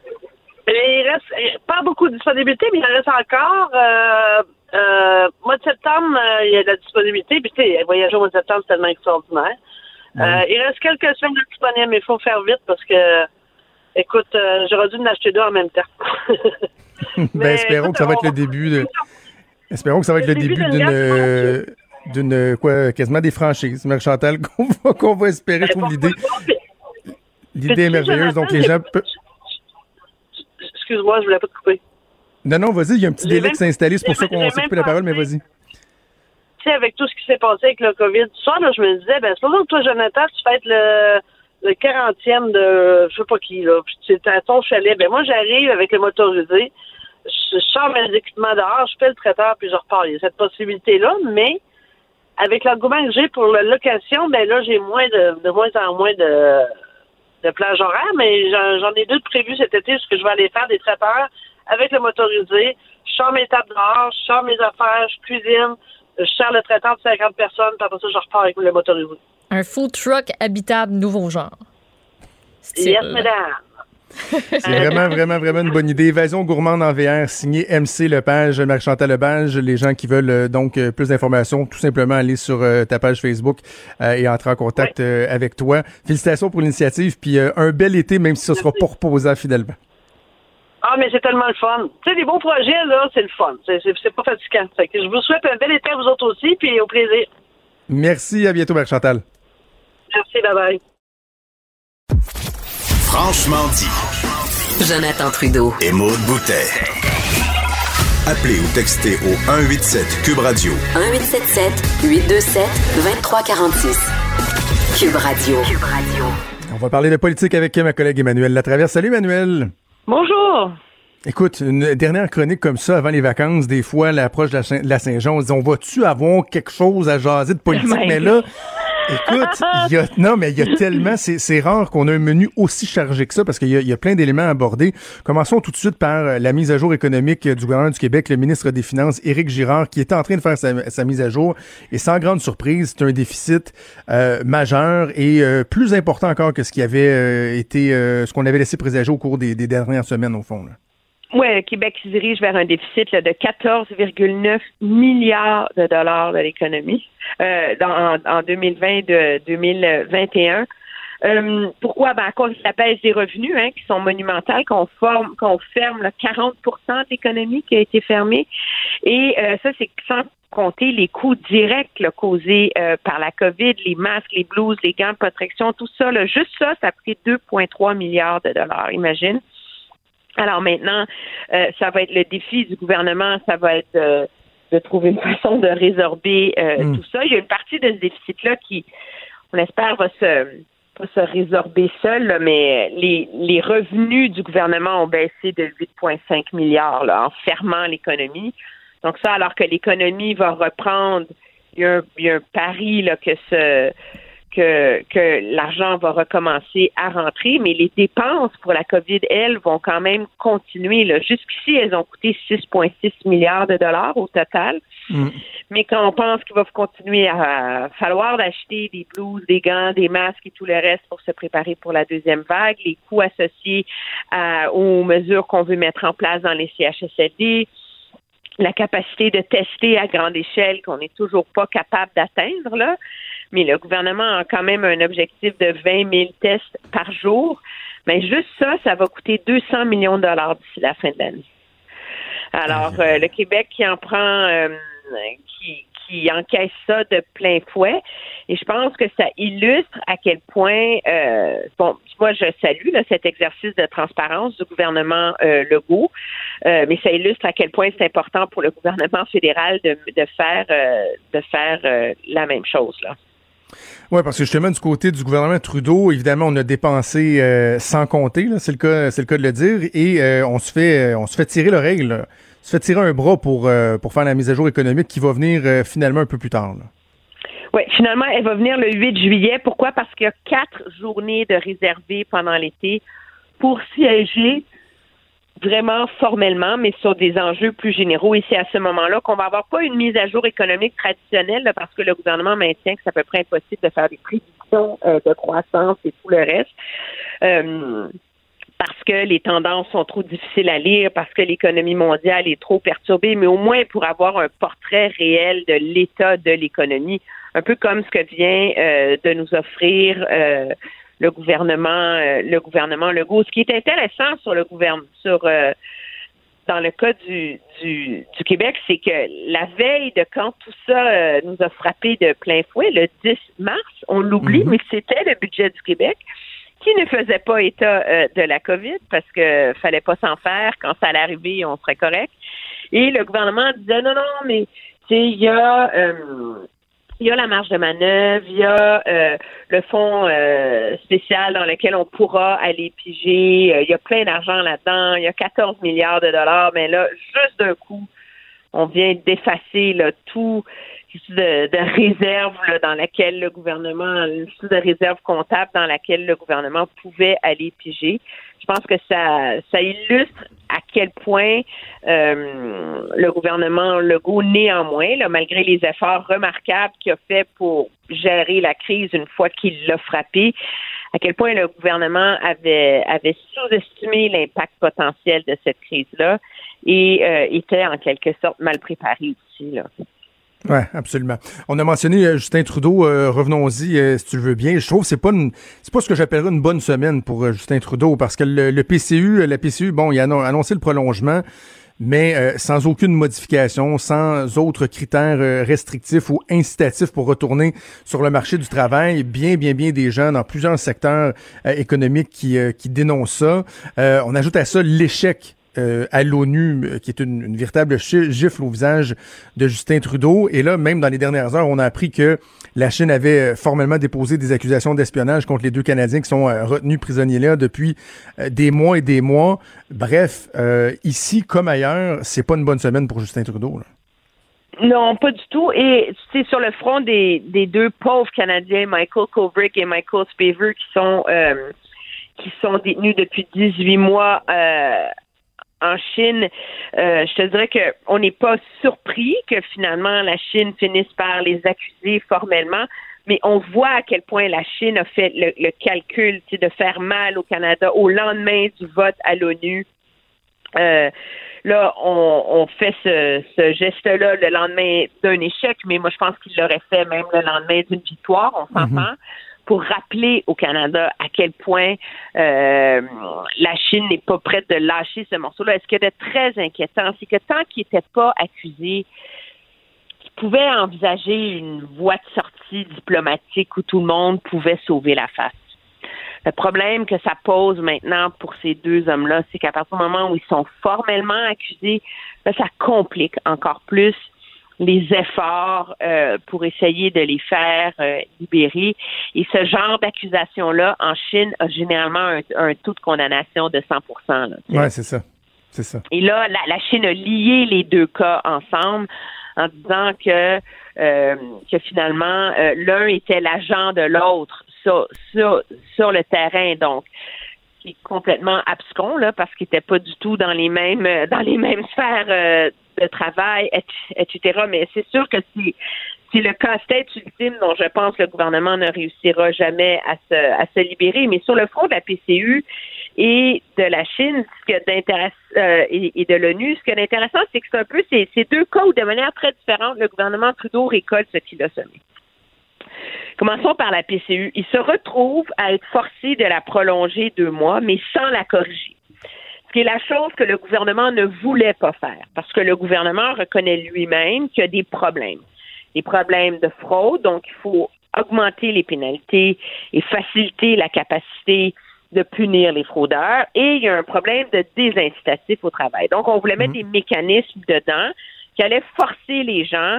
Il reste pas beaucoup de disponibilité, mais il en reste encore. Euh, euh, mois de septembre, euh, il y a de la disponibilité. Puis, tu sais, voyager au mois de septembre, c'est tellement extraordinaire. Mmh. Euh, il reste quelques semaines de disponibles, mais il faut faire vite parce que, écoute, euh, j'aurais dû en acheter deux en même temps. ben, mais, espérons écoute, que ça va être on... le début de... Espérons que ça va être le, le début, début d'une... Euh, d'une, quoi, quasiment des franchises, Marie-Chantal, qu'on va, qu'on va espérer. Je trouve l'idée... L'idée est merveilleuse, donc les gens peuvent... Excuse-moi, je voulais pas te couper. Non, non, vas-y, il y a un petit délai qui s'est installé, c'est pour ça qu'on s'est coupé la parole, mais vas-y. Tu sais, avec tout ce qui s'est passé avec le COVID, tout ça, là, je me disais, ben, c'est pas que toi, Jonathan, tu fais être le... le quarantième de je sais pas qui, là, puis c'est à ton chalet. Ben moi, j'arrive avec le motorisé, je sors mes équipements dehors, je fais le traiteur, puis je repars. Il y a cette possibilité-là, mais avec l'engouement que j'ai pour la location, ben là, j'ai moins de, de moins en moins de, de plage horaire, mais j'en, j'en ai deux de prévus cet été, parce que je vais aller faire des traiteurs avec le motorisé. Je sors mes tables dehors, je sors mes affaires, je cuisine, je sers le traiteur de cinquante personnes, puis après ça, je repars avec le motorisé. Un food truck habitable nouveau genre. Style. Yes, mesdames. C'est vraiment, vraiment, vraiment une bonne idée. Évasion gourmande en V R, signé M C Lepage, Marie-Chantal Lepage. Les gens qui veulent euh, donc euh, plus d'informations, tout simplement aller sur euh, ta page Facebook euh, et entrer en contact oui. euh, avec toi. Félicitations pour l'initiative, puis euh, un bel été, même si ce sera pas reposant fidèlement. Ah, mais c'est tellement le fun. Tu sais, les beaux projets, là, c'est le fun. C'est, c'est, c'est pas fatigant. Fait que je vous souhaite un bel été à vous autres aussi, puis au plaisir. Merci, à bientôt, Marie-Chantal. Merci, bye-bye. Franchement dit. Jonathan Trudeau. Et Maude Boutet. Appelez ou textez au un huit sept Cube Radio. un huit sept sept huit deux sept deux trois quatre six. Cube Radio. Cube Radio. On va parler de politique avec ma collègue Emmanuelle Latraverse. Salut, Emmanuelle. Bonjour. Écoute, une dernière chronique comme ça avant les vacances, des fois, à l'approche de la, Saint- de la Saint-Jean, on se dit, on va-tu avoir quelque chose à jaser de politique? Mais là, écoute, il y a, non, mais il y a tellement, c'est, c'est rare qu'on a un menu aussi chargé que ça parce qu'il y a, il y a plein d'éléments à aborder. Commençons tout de suite par la mise à jour économique du gouvernement du Québec, le ministre des Finances, Éric Girard, qui était en train de faire sa, sa mise à jour. Et sans grande surprise, c'est un déficit euh, majeur et euh, plus important encore que ce qui avait euh, été, euh, ce qu'on avait laissé présager au cours des, des dernières semaines, au fond, là. Oui, le Québec se dirige vers un déficit là, de quatorze virgule neuf milliards de dollars de l'économie euh, dans, en, en deux mille vingt de deux mille vingt et un. Euh, pourquoi? Ben, à cause de la baisse des revenus hein, qui sont monumentales, qu'on forme, qu'on ferme là, quarante pour cent de l'économie qui a été fermée. Et euh, ça, c'est sans compter les coûts directs là, causés euh, par la COVID, les masques, les blouses, les gants de protection, tout ça. Là, juste ça, ça a coûté deux virgule trois milliards de dollars, imagine. Alors maintenant, euh, ça va être le défi du gouvernement, ça va être euh, de trouver une façon de résorber euh, mmh. tout ça. Il y a une partie de ce déficit-là qui, on espère, va se, va se résorber seul, là, mais les, les revenus du gouvernement ont baissé de huit virgule cinq milliards là, en fermant l'économie. Donc ça, alors que l'économie va reprendre, il y a un, il y a un pari là, que ce... Que, que l'argent va recommencer à rentrer, mais les dépenses pour la COVID, elles, vont quand même continuer. Là. Jusqu'ici, elles ont coûté six virgule six milliards de dollars au total. Mm. Mais quand on pense qu'il va continuer à falloir d'acheter des blouses, des gants, des masques et tout le reste pour se préparer pour la deuxième vague, les coûts associés à, aux mesures qu'on veut mettre en place dans les C H S L D, la capacité de tester à grande échelle qu'on n'est toujours pas capable d'atteindre, là. Mais le gouvernement a quand même un objectif de vingt mille tests par jour. Mais juste ça, ça va coûter deux cents millions de dollars d'ici la fin de l'année. Alors, euh, le Québec qui en prend, euh, qui, qui encaisse ça de plein fouet. Et je pense que ça illustre à quel point, euh, bon, moi, je salue là, cet exercice de transparence du gouvernement euh, Legault, euh, mais ça illustre à quel point c'est important pour le gouvernement fédéral de, de faire, euh, de faire euh, la même chose, là. Oui, parce que justement, du côté du gouvernement Trudeau, évidemment, on a dépensé euh, sans compter, là, c'est le cas, c'est le cas de le dire, et euh, on se fait, on se fait tirer l'oreille, là. On se fait tirer un bras pour euh, pour faire la mise à jour économique qui va venir euh, finalement un peu plus tard, là. Oui, finalement, elle va venir le huit juillet. Pourquoi? Parce qu'il y a quatre journées de réservées pendant l'été pour siéger vraiment formellement, mais sur des enjeux plus généraux. Et c'est à ce moment-là qu'on va avoir pas une mise à jour économique traditionnelle, là, parce que le gouvernement maintient que c'est à peu près impossible de faire des prédictions euh, de croissance et tout le reste. Euh, parce que les tendances sont trop difficiles à lire, parce que l'économie mondiale est trop perturbée, mais au moins pour avoir un portrait réel de l'état de l'économie, un peu comme ce que vient euh, de nous offrir euh, le gouvernement euh, le gouvernement Legault. Ce qui est intéressant sur le gouvernement, sur euh, dans le cas du, du, du Québec, c'est que la veille de quand tout ça euh, nous a frappé de plein fouet, le dix mars, on l'oublie, mm-hmm. mais c'était le budget du Québec qui ne faisait pas état euh, de la COVID parce que fallait pas s'en faire. Quand ça allait arriver, on serait correct. Et le gouvernement disait non, non, mais tu sais, il y a euh, il y a la marge de manœuvre, il y a euh, le fonds euh, spécial dans lequel on pourra aller piger, euh, il y a plein d'argent là-dedans, il y a quatorze milliards de dollars, mais là, juste d'un coup, on vient d'effacer là, tout de, de réserve là, dans laquelle le gouvernement, une sorte de réserve comptable dans laquelle le gouvernement pouvait aller piger. Je pense que ça, ça illustre à quel point euh, le gouvernement Legault, néanmoins, là, malgré les efforts remarquables qu'il a fait pour gérer la crise une fois qu'il l'a frappée, à quel point le gouvernement avait, avait sous-estimé l'impact potentiel de cette crise-là et euh, était en quelque sorte mal préparé aussi, là. Oui, absolument. On a mentionné euh, Justin Trudeau, euh, revenons-y euh, si tu le veux bien. Je trouve que c'est pas une, c'est pas ce que j'appellerais une bonne semaine pour euh, Justin Trudeau, parce que le, le P C U, la P C U, bon, il a annoncé le prolongement, mais euh, sans aucune modification, sans autres critères euh, restrictifs ou incitatifs pour retourner sur le marché du travail. Bien, bien, bien des gens dans plusieurs secteurs euh, économiques qui, euh, qui dénoncent ça. Euh, on ajoute à ça l'échec Euh, à l'ONU, euh, qui est une, une véritable gifle au visage de Justin Trudeau. Et là, même dans les dernières heures, on a appris que la Chine avait formellement déposé des accusations d'espionnage contre les deux Canadiens qui sont euh, retenus prisonniers là depuis euh, des mois et des mois. Bref, euh, ici comme ailleurs, c'est pas une bonne semaine pour Justin Trudeau, là. Non, pas du tout. Et c'est sur le front des, des deux pauvres Canadiens, Michael Kovrig et Michael Spavor, qui sont euh, qui sont détenus depuis dix-huit mois euh, en Chine. Euh, je te dirais qu'on n'est pas surpris que finalement la Chine finisse par les accuser formellement, mais on voit à quel point la Chine a fait le, le calcul de faire mal au Canada au lendemain du vote à l'ONU. Euh, là, on, on fait ce, ce geste-là le lendemain d'un échec, mais moi je pense qu'il l'aurait fait même le lendemain d'une victoire, on s'entend. Mm-hmm. Pour rappeler au Canada à quel point euh, la Chine n'est pas prête de lâcher ce morceau-là. Et ce qui est très inquiétant, c'est que tant qu'il n'était pas accusé, il pouvait envisager une voie de sortie diplomatique où tout le monde pouvait sauver la face. Le problème que ça pose maintenant pour ces deux hommes-là, c'est qu'à partir du moment où ils sont formellement accusés, là, ça complique encore plus les efforts euh, pour essayer de les faire euh, libérer. Et ce genre d'accusation-là, en Chine, a généralement un, un taux de condamnation de cent pour cent. Oui, c'est ça. C'est ça. Et là, la, la Chine a lié les deux cas ensemble en disant que, euh, que finalement, euh, l'un était l'agent de l'autre sur, sur, sur le terrain. Donc, c'est complètement abscon, là, parce qu'il n'était pas du tout dans les mêmes dans les mêmes sphères euh, de travail, et cetera. Mais c'est sûr que c'est, c'est le casse-tête ultime dont je pense que le gouvernement ne réussira jamais à se, à se libérer. Mais sur le front de la P C U et de la Chine, ce que d'intéressant euh, et, et de l'ONU, ce qui est intéressant, c'est que c'est un peu ces, ces deux cas où, de manière très différente, le gouvernement Trudeau récolte ce qu'il a semé. Commençons par la P C U. Il se retrouve à être forcé de la prolonger deux mois, mais sans la corriger. Ce qui est la chose que le gouvernement ne voulait pas faire, parce que le gouvernement reconnaît lui-même qu'il y a des problèmes. Des problèmes de fraude, donc il faut augmenter les pénalités et faciliter la capacité de punir les fraudeurs. Et il y a un problème de désincitatif au travail. Donc, on voulait mettre des mécanismes dedans qui allaient forcer les gens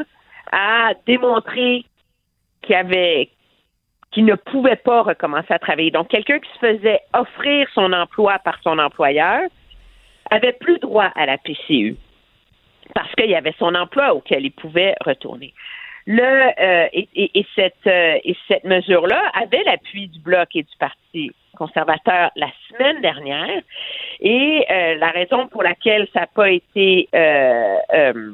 à démontrer qui avait, qui ne pouvait pas recommencer à travailler. Donc, quelqu'un qui se faisait offrir son emploi par son employeur avait plus droit à la P C U parce qu'il y avait son emploi auquel il pouvait retourner. Le euh, et, et, et cette euh, et cette mesure-là avait l'appui du Bloc et du Parti conservateur la semaine dernière. Et euh, la raison pour laquelle ça n'a pas été euh, euh,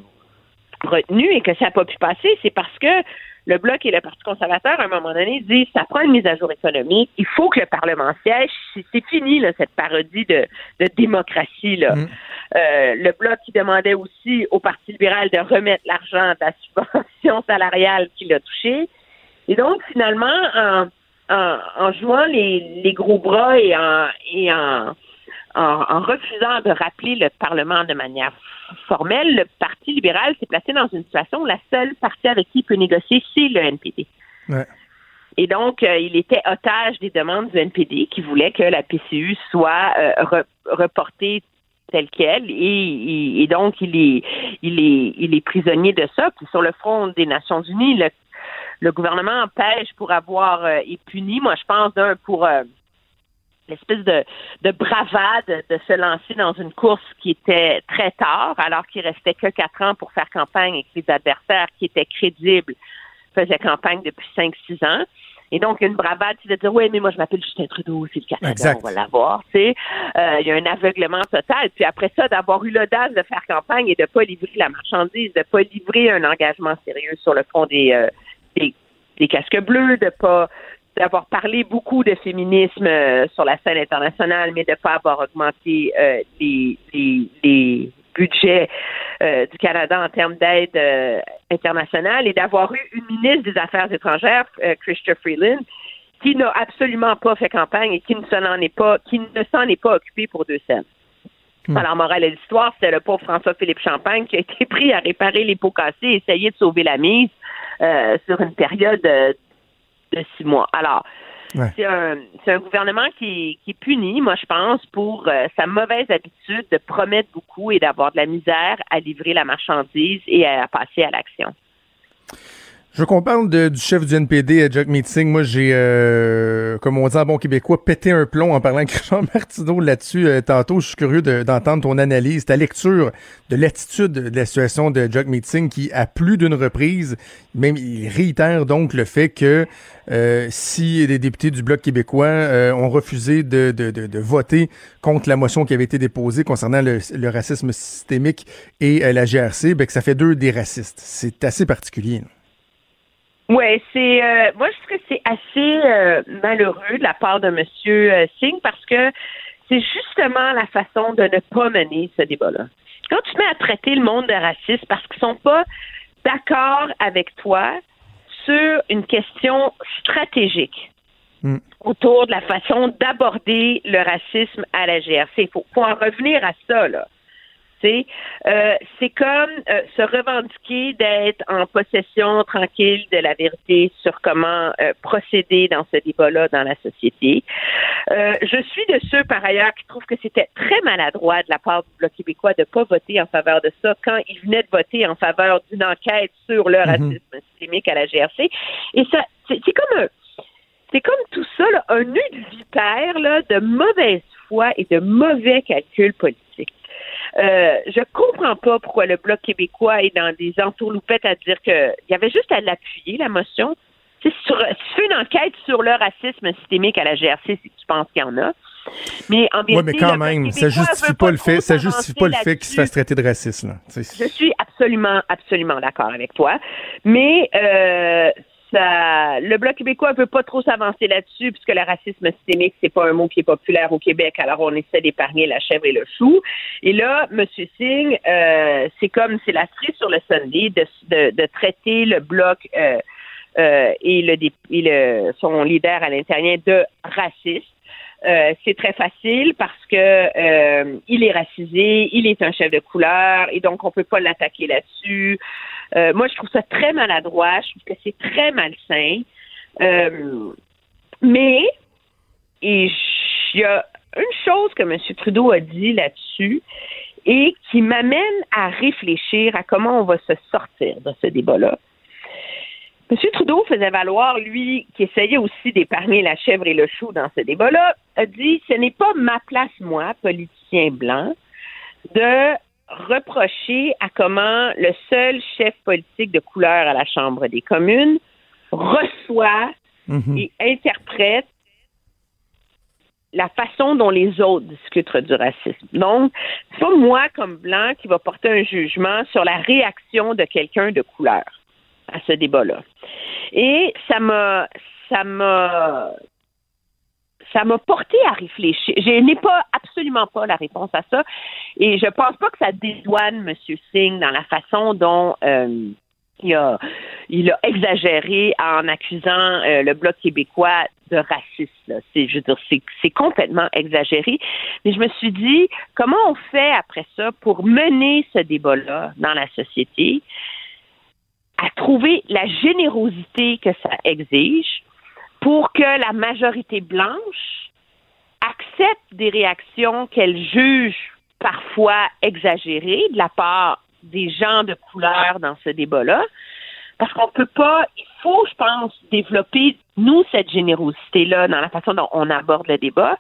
retenu et que ça n'a pas pu passer, c'est parce que le Bloc et le Parti conservateur, à un moment donné, disent ça prend une mise à jour économique, il faut que le Parlement siège. C'est, c'est fini, là, cette parodie de, de démocratie. Là. Mmh. Euh, le Bloc qui demandait aussi au Parti libéral de remettre l'argent de la subvention salariale qu'il a touché. Et donc, finalement, en, en, en jouant les, les gros bras et en, et en, en, en refusant de rappeler le Parlement de manière formelle, le Parti libéral s'est placé dans une situation où la seule partie avec qui il peut négocier, c'est le N P D. Ouais. Et donc, euh, il était otage des demandes du N P D qui voulait que la P C U soit euh, re- reportée telle qu'elle. Et, et, et donc, il est, il est, il est prisonnier de ça. Puis sur le front des Nations unies, le, le gouvernement pêche pour avoir euh, est puni. Moi, je pense d'un pour... Euh, l'espèce de, de bravade de se lancer dans une course qui était très tard, alors qu'il restait que quatre ans pour faire campagne et que les adversaires qui étaient crédibles faisaient campagne depuis cinq six ans. Et donc, une bravade, c'est de dire, oui, mais moi, je m'appelle Justin Trudeau, c'est le Canada, exact. On va l'avoir, tu sais. Euh, il y a un aveuglement total. Puis après ça, d'avoir eu l'audace de faire campagne et de pas livrer la marchandise, de pas livrer un engagement sérieux sur le front des, euh, des, des casques bleus, de pas d'avoir parlé beaucoup de féminisme euh, sur la scène internationale, mais de pas avoir augmenté euh, les, les, les budgets euh, du Canada en termes d'aide euh, internationale, et d'avoir eu une ministre des Affaires étrangères, euh, Chrystia Freeland, qui n'a absolument pas fait campagne et qui ne s'en est pas, qui ne s'en est pas occupée pour deux cents. Mmh. Alors, morale de l'histoire, c'était le pauvre François-Philippe Champagne qui a été pris à réparer les pots cassés et essayer de sauver la mise euh, sur une période de, de six mois. Alors, ouais. c'est, un, c'est un gouvernement qui, qui est puni, moi, je pense, pour euh, sa mauvaise habitude de promettre beaucoup et d'avoir de la misère à livrer la marchandise et à, à passer à l'action. Je veux qu'on parle de, du chef du N P D, Jagmeet Singh. Moi, j'ai, euh, comme on dit en bon québécois, pété un plomb en parlant avec Jean Martineau là-dessus euh, tantôt. Je suis curieux de, d'entendre ton analyse, ta lecture de l'attitude de la situation de Jagmeet Singh qui, à plus d'une reprise, même il réitère donc le fait que euh, si les députés du Bloc québécois euh, ont refusé de, de, de, de voter contre la motion qui avait été déposée concernant le, le racisme systémique et euh, la G R C, ben, que ça fait d'eux des racistes. C'est assez particulier, là. Oui, c'est euh, moi je trouve que c'est assez euh, malheureux de la part de M. Euh, Singh, parce que c'est justement la façon de ne pas mener ce débat-là. Quand tu mets à traiter le monde de raciste parce qu'ils sont pas d'accord avec toi sur une question stratégique mm. autour de la façon d'aborder le racisme à la G R C, il faut, faut en revenir à ça, là. Euh, c'est comme euh, se revendiquer d'être en possession tranquille de la vérité sur comment euh, procéder dans ce débat-là dans la société. Euh, je suis de ceux, par ailleurs, qui trouvent que c'était très maladroit de la part du Bloc québécois de ne pas voter en faveur de ça quand ils venaient de voter en faveur d'une enquête sur le racisme mm-hmm. systémique à la G R C. Et ça, c'est, c'est comme un, c'est comme tout ça, là, un nœud de vipère là, de mauvaise foi et de mauvais calculs politiques. Euh, je comprends pas pourquoi le Bloc québécois est dans des entourloupettes à dire que il y avait juste à l'appuyer, la motion. C'est sur, si tu fais une enquête sur le racisme systémique à la G R C, c'est que tu penses qu'il y en a. Mais en vérité, ouais, mais quand même, ça justifie pas, pas le fait, ça justifie pas le fait qu'il se fasse traiter de raciste, là. Je suis absolument, absolument d'accord avec toi. Mais euh, ça, le Bloc québécois veut pas trop s'avancer là-dessus, puisque le racisme systémique, c'est pas un mot qui est populaire au Québec, alors on essaie d'épargner la chèvre et le chou. Et là, M. Singh, euh, c'est comme, c'est la cerise sur le sundae de, de, de traiter le Bloc euh, euh, et, le, et le, son leader à l'intérieur de raciste. Euh, c'est très facile parce que euh, il est racisé, il est un chef de couleur et donc on peut pas l'attaquer là-dessus. Euh, moi, je trouve ça très maladroit, je trouve que c'est très malsain. Euh, mais il y a une chose que M. Trudeau a dit là-dessus et qui m'amène à réfléchir à comment on va se sortir de ce débat-là. M. Trudeau faisait valoir, lui, qui essayait aussi d'épargner la chèvre et le chou dans ce débat-là, a dit « Ce n'est pas ma place, moi, politicien blanc, de reprocher à comment le seul chef politique de couleur à la Chambre des communes reçoit mm-hmm. et interprète la façon dont les autres discutent du racisme. Donc, c'est pas moi, comme blanc, qui va porter un jugement sur la réaction de quelqu'un de couleur à ce débat-là. Et ça m'a, ça m'a, ça m'a porté à réfléchir. Je n'ai pas, absolument pas la réponse à ça. Et je pense pas que ça dédouane M. Singh dans la façon dont euh, il a, il a exagéré en accusant euh, le Bloc québécois de racisme. Là. C'est, je veux dire, c'est, c'est complètement exagéré. Mais je me suis dit, comment on fait après ça pour mener ce débat-là dans la société, à trouver la générosité que ça exige pour que la majorité blanche accepte des réactions qu'elle juge parfois exagérées de la part des gens de couleur dans ce débat-là. Parce qu'on peut pas, il faut, je pense, développer, nous, cette générosité-là dans la façon dont on aborde le débat.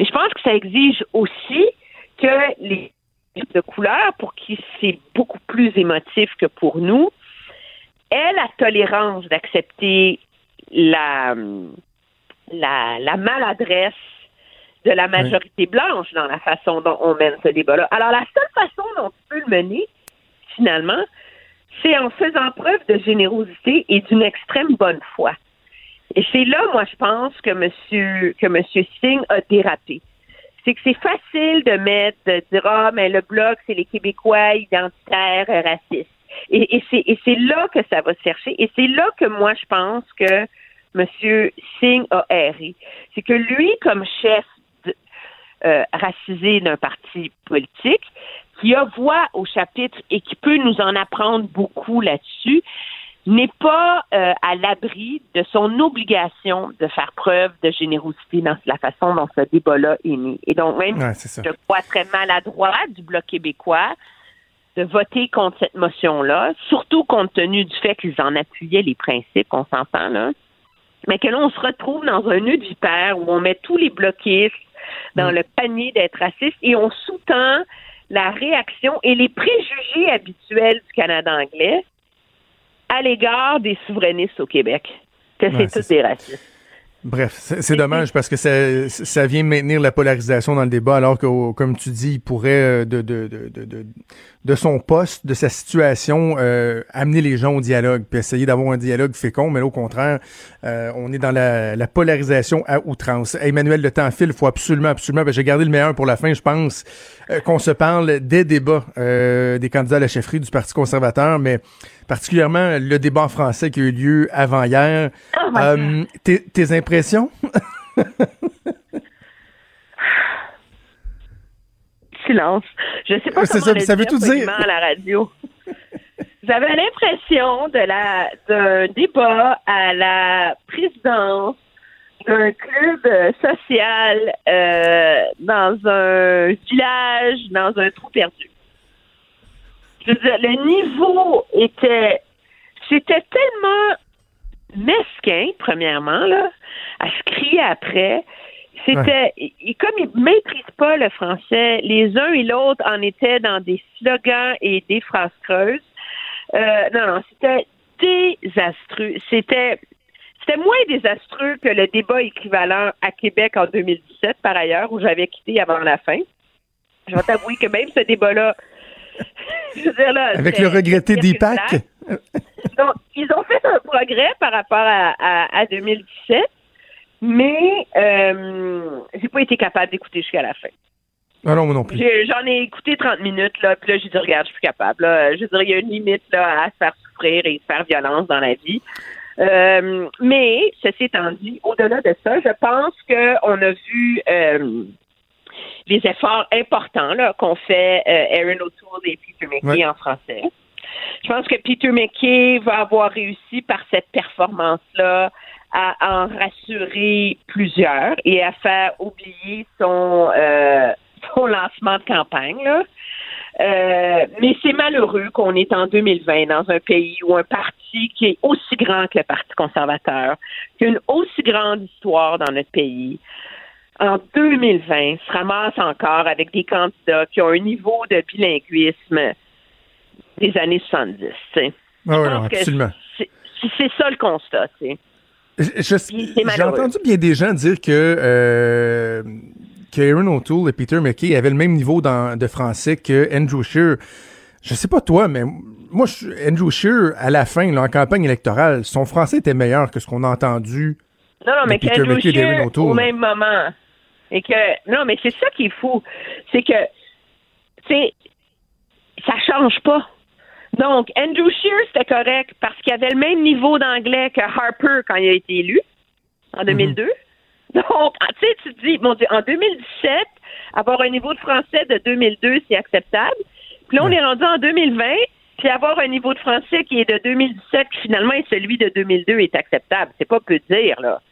Mais je pense que ça exige aussi que les de couleur, pour qui c'est beaucoup plus émotif que pour nous, aient la tolérance d'accepter la, la, la maladresse de la majorité oui. blanche dans la façon dont on mène ce débat-là. Alors, la seule façon dont tu peux le mener, finalement, c'est en faisant preuve de générosité et d'une extrême bonne foi. Et c'est là, moi, je pense que monsieur, que monsieur Singh a dérapé. C'est que c'est facile de mettre, de dire, ah, mais le Bloc, c'est les Québécois identitaires, racistes. Et, et, c'est, et c'est là que ça va se chercher. Et c'est là que moi, je pense que M. Singh a erré. C'est que lui, comme chef de, euh, racisé d'un parti politique, qui a voix au chapitre et qui peut nous en apprendre beaucoup là-dessus, n'est pas euh, à l'abri de son obligation de faire preuve de générosité dans la façon dont ce débat-là est né. Et donc, même, ouais, je crois très maladroit du Bloc québécois de voter contre cette motion-là, surtout compte tenu du fait qu'ils en appuyaient les principes, on s'entend là, mais que là, on se retrouve dans un nœud de vipère où on met tous les bloquistes dans mmh. le panier d'être racistes et on sous-tend la réaction et les préjugés habituels du Canada anglais à l'égard des souverainistes au Québec, que c'est ouais, tous c'est des racistes. Bref, c'est, c'est dommage parce que ça, ça vient maintenir la polarisation dans le débat alors que, comme tu dis, il pourrait, de, de, de, de, de, de son poste, de sa situation, euh, amener les gens au dialogue puis essayer d'avoir un dialogue fécond, mais là, au contraire, euh, on est dans la, la polarisation à outrance. Emmanuel, le temps file, il faut absolument, absolument, ben, j'ai gardé le meilleur pour la fin, je pense, euh, qu'on se parle des débats euh, des candidats à la chefferie du Parti conservateur, mais particulièrement le débat en français qui a eu lieu avant hier. Oh euh, tes, tes impressions? Silence. Je sais pas c'est comment ça, ça veut tout dire à la radio. J'avais l'impression de la d'un débat à la présidence d'un club social euh, dans un village, dans un trou perdu. Je veux dire, le niveau était... C'était tellement mesquin, premièrement, là, à se crier après. C'était... Ouais. Et comme ils ne maîtrisent pas le français, les uns et l'autre en étaient dans des slogans et des phrases creuses. Euh, non, non, c'était désastreux. C'était... C'était moins désastreux que le débat équivalent à Québec en deux mille dix-sept, par ailleurs, où j'avais quitté avant la fin. Je vais t'avouer que même ce débat-là... Je veux dire, là, avec le regretté d'I P A C. Donc, ils ont fait un progrès par rapport à, à, à deux mille dix-sept, mais euh, j'ai pas été capable d'écouter jusqu'à la fin. Ah non, moi non plus. J'ai, j'en ai écouté trente minutes, là, puis là, j'ai dit, regarde, je suis plus capable. Là. Je veux dire, il y a une limite là, à se faire souffrir et se faire violence dans la vie. Euh, mais, ceci étant dit, au-delà de ça, je pense qu'on a vu... Euh, les efforts importants là, qu'ont fait euh, Erin O'Toole et Peter MacKay ouais. en français. Je pense que Peter MacKay va avoir réussi par cette performance-là à en rassurer plusieurs et à faire oublier son, euh, son lancement de campagne. Là. Euh, mais c'est malheureux qu'on est en deux mille vingt dans un pays où un parti qui est aussi grand que le Parti conservateur, qui a une aussi grande histoire dans notre pays, en deux mille vingt, se ramasse encore avec des candidats qui ont un niveau de bilinguisme des années soixante-dix. T'sais. Ah oui, non, absolument. C'est, c'est, c'est ça le constat. T'sais. Je, je, j'ai entendu bien des gens dire que, euh, que Erin O'Toole et Peter MacKay avaient le même niveau dans, de français que Andrew Scheer. Je sais pas toi, mais moi, je, Andrew Scheer, à la fin, là, en campagne électorale, son français était meilleur que ce qu'on a entendu. Non, non, mais qu'Andrew Scheer, au même moment... Et que, non, mais c'est ça qui est fou. C'est que, tu sais, ça change pas. Donc, Andrew Scheer, c'était correct parce qu'il avait le même niveau d'anglais que Harper quand il a été élu, en deux mille deux. Mm-hmm. Donc, tu sais, tu te dis, mon Dieu, en deux mille dix-sept, avoir un niveau de français de deux mille deux, c'est acceptable. Puis là, on ouais. est rendu en deux mille vingt, puis avoir un niveau de français qui est de deux mille dix-sept, qui finalement est celui de deux mille deux, est acceptable. C'est pas peu dire, là.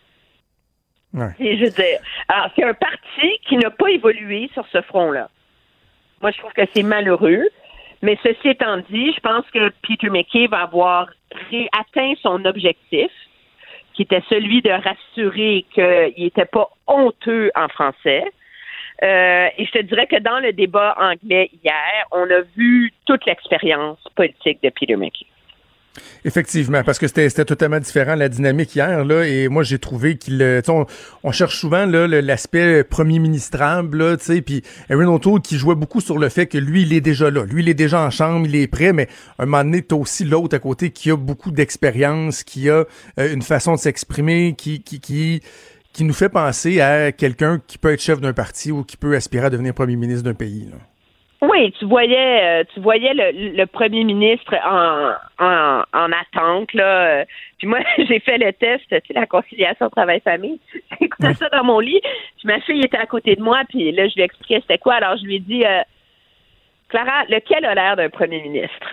Ouais. Et je veux dire, alors c'est un parti qui n'a pas évolué sur ce front-là. Moi, je trouve que c'est malheureux. Mais ceci étant dit, je pense que Peter MacKay va avoir ré- atteint son objectif. qui était celui de rassurer qu'il n'était pas honteux en français. Euh, et je te dirais que dans le débat anglais hier, on a vu toute l'expérience politique de Peter MacKay. Effectivement, parce que c'était, c'était totalement différent la dynamique hier, là, et moi j'ai trouvé qu'il, tu sais, on, on cherche souvent là le, l'aspect premier ministrable, là, tu sais, puis Erin O'Toole qui jouait beaucoup sur le fait que lui il est déjà là, lui il est déjà en chambre, il est prêt, mais à un moment donné t'as aussi l'autre à côté qui a beaucoup d'expérience, qui a euh, une façon de s'exprimer, qui qui qui qui nous fait penser à quelqu'un qui peut être chef d'un parti ou qui peut aspirer à devenir premier ministre d'un pays, là. Oui, tu voyais, tu voyais le, le premier ministre en, en, en attente, là. Puis moi, j'ai fait le test, tu sais, la conciliation travail-famille. J'ai écouté oui. ça dans mon lit. Puis ma fille était à côté de moi, puis là, je lui expliquais c'était quoi. Alors, je lui ai dit, euh, Clara, lequel a l'air d'un premier ministre?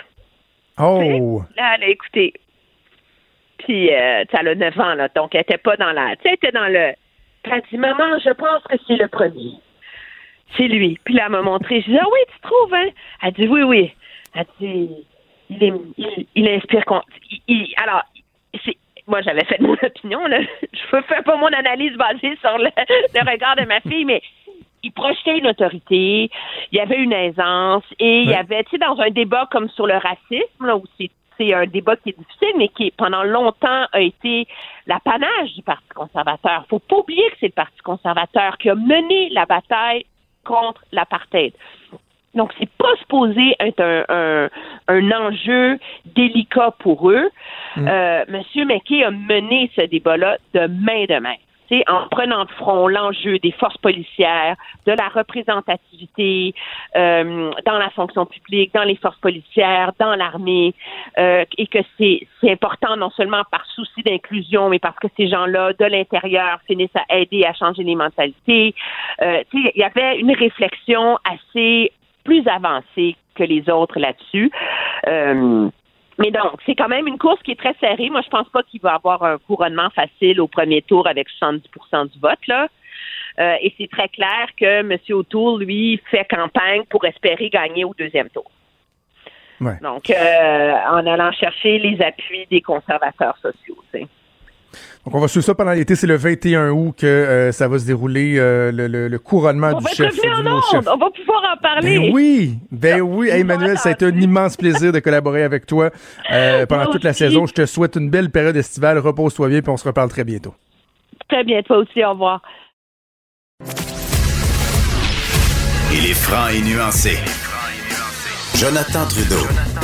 Oh! T'sais, là, elle a écouté. Puis, euh, tu sais, elle a neuf ans, là. Donc, elle était pas dans la... Tu sais, elle était dans le... Elle a dit, maman, je pense que c'est le premier. C'est lui. Puis là, elle m'a montré. Je dis, ah oui, tu trouves, hein? Elle dit, oui, oui. Elle dit, il, est, il, il inspire... Il, il, alors, c'est, moi, j'avais fait mon opinion, là. Je ne fais pas mon analyse basée sur le, le regard de ma fille, mais il projetait une autorité, il y avait une aisance, et il y avait, tu sais, dans un débat comme sur le racisme, là, où c'est, c'est un débat qui est difficile, mais qui, pendant longtemps, a été l'apanage du Parti conservateur. Faut pas oublier que c'est le Parti conservateur qui a mené la bataille contre l'apartheid. Donc, c'est pas supposé être un, un, un enjeu délicat pour eux. Mm. Euh, Monsieur MacKay a mené ce débat-là de main de main. C'est en prenant de front l'enjeu des forces policières, de la représentativité euh, dans la fonction publique, dans les forces policières, dans l'armée, euh, et que c'est, c'est important non seulement par souci d'inclusion, mais parce que ces gens-là, de l'intérieur, finissent à aider à changer les mentalités. Euh, tu sais, il y avait une réflexion assez plus avancée que les autres là-dessus. Euh, Mais donc, c'est quand même une course qui est très serrée. Moi, je pense pas qu'il va avoir un couronnement facile au premier tour avec soixante-dix pour cent du vote, là. Euh, et c'est très clair que M. O'Toole, lui, fait campagne pour espérer gagner au deuxième tour. Ouais. Donc, euh, en allant chercher les appuis des conservateurs sociaux, tu sais. Donc, on va suivre ça pendant l'été. C'est le vingt et un août que euh, ça va se dérouler, euh, le, le, le couronnement on du chef. Du nouveau chef. On va pouvoir en parler. Ben oui, ben oui. Hey, Emmanuel, ça a été un immense plaisir de collaborer avec toi euh, pendant toute la saison. Je te souhaite une belle période estivale. Repose-toi bien, puis on se reparle très bientôt. Très bien, toi aussi. Au revoir. Il est franc et nuancé. Jonathan Trudeau.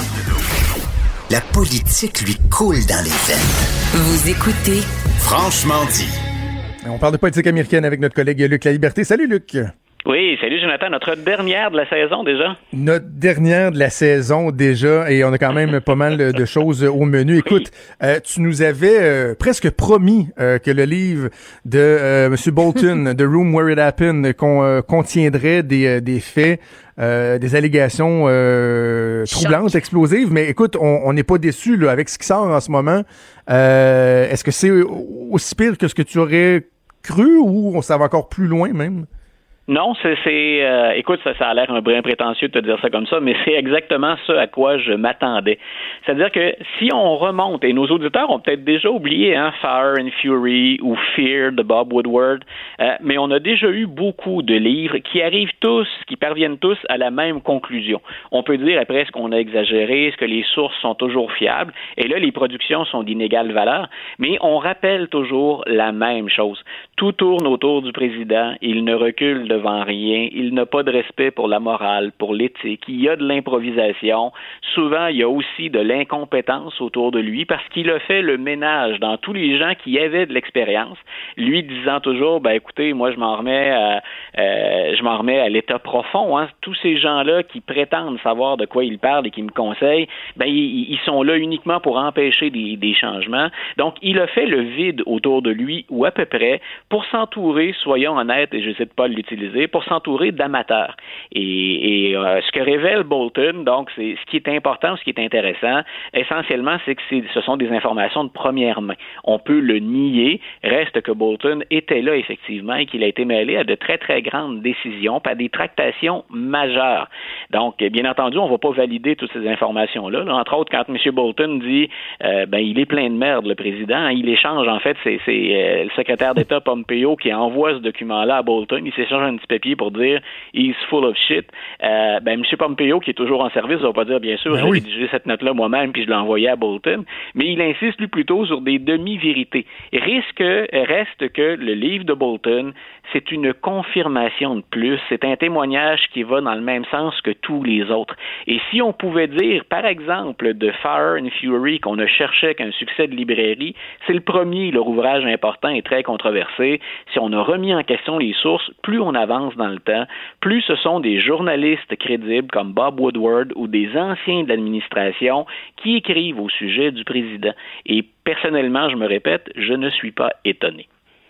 La politique lui coule dans les veines. Vous écoutez Franchement dit. On parle de politique américaine avec notre collègue Luc Laliberté. Salut Luc. Oui, salut Jonathan. Notre dernière de la saison déjà. Notre dernière de la saison déjà, et on a quand même pas mal de choses au menu. Écoute, oui. euh, tu nous avais euh, presque promis euh, que le livre de euh, M. Bolton, The Room Where It Happened, con, euh, contiendrait des, euh, des faits, euh, des allégations euh, troublantes, explosives. Mais écoute, on n'est pas déçus là, avec ce qui sort en ce moment. Euh, est-ce que c'est aussi pire que ce que tu aurais cru ou ça va encore plus loin même? Non, c'est, c'est euh, écoute, ça, ça a l'air un brin prétentieux de te dire ça comme ça, mais c'est exactement ce à quoi je m'attendais. C'est-à-dire que si on remonte, et nos auditeurs ont peut-être déjà oublié hein, Fire and Fury ou Fear de Bob Woodward, euh, mais on a déjà eu beaucoup de livres qui arrivent tous, qui parviennent tous à la même conclusion. On peut dire après ce qu'on a exagéré, est-ce que les sources sont toujours fiables, et là les productions sont d'inégale valeur, mais on rappelle toujours la même chose. Tout tourne autour du président, il ne recule de devant rien, il n'a pas de respect pour la morale, pour l'éthique, il y a de l'improvisation, souvent il y a aussi de l'incompétence autour de lui parce qu'il a fait le ménage dans tous les gens qui avaient de l'expérience, lui disant toujours, ben écoutez, moi je m'en remets à, euh, je m'en remets à l'état profond, hein. Tous ces gens-là qui prétendent savoir de quoi ils parlent et qui me conseillent, ben ils, ils sont là uniquement pour empêcher des, des changements, donc il a fait le vide autour de lui, ou à peu près, pour s'entourer, soyons honnêtes, et je n'hésite pas à l'utiliser, pour s'entourer d'amateurs. Et, et euh, ce que révèle Bolton, donc, c'est ce qui est important, ce qui est intéressant, essentiellement, c'est que c'est, ce sont des informations de première main. On peut le nier, reste que Bolton était là, effectivement, et qu'il a été mêlé à de très, très grandes décisions, pas des tractations majeures. Donc, bien entendu, on ne va pas valider toutes ces informations-là. Là, entre autres, quand M. Bolton dit euh, ben il est plein de merde, le président, hein, il échange, en fait, c'est, c'est euh, le secrétaire d'État Pompeo qui envoie ce document-là à Bolton. Il s'échange un petit papier pour dire « he's full of shit euh, ». Ben, M. Pompeo, qui est toujours en service, ne va pas dire « bien sûr, ben j'ai oui. rédigé cette note-là moi-même puis je l'ai envoyée à Bolton », mais il insiste lui plutôt sur des demi-vérités. Et risque, reste que le livre de Bolton, c'est une confirmation de plus, c'est un témoignage qui va dans le même sens que tous les autres. Et si on pouvait dire, par exemple, de Fire and Fury, qu'on ne cherchait qu'un succès de librairie, c'est le premier, leur ouvrage important et très controversé. Si on a remis en question les sources, plus on avance dans le temps, plus ce sont des journalistes crédibles comme Bob Woodward ou des anciens de l'administration qui écrivent au sujet du président. Et personnellement, je me répète, je ne suis pas étonné.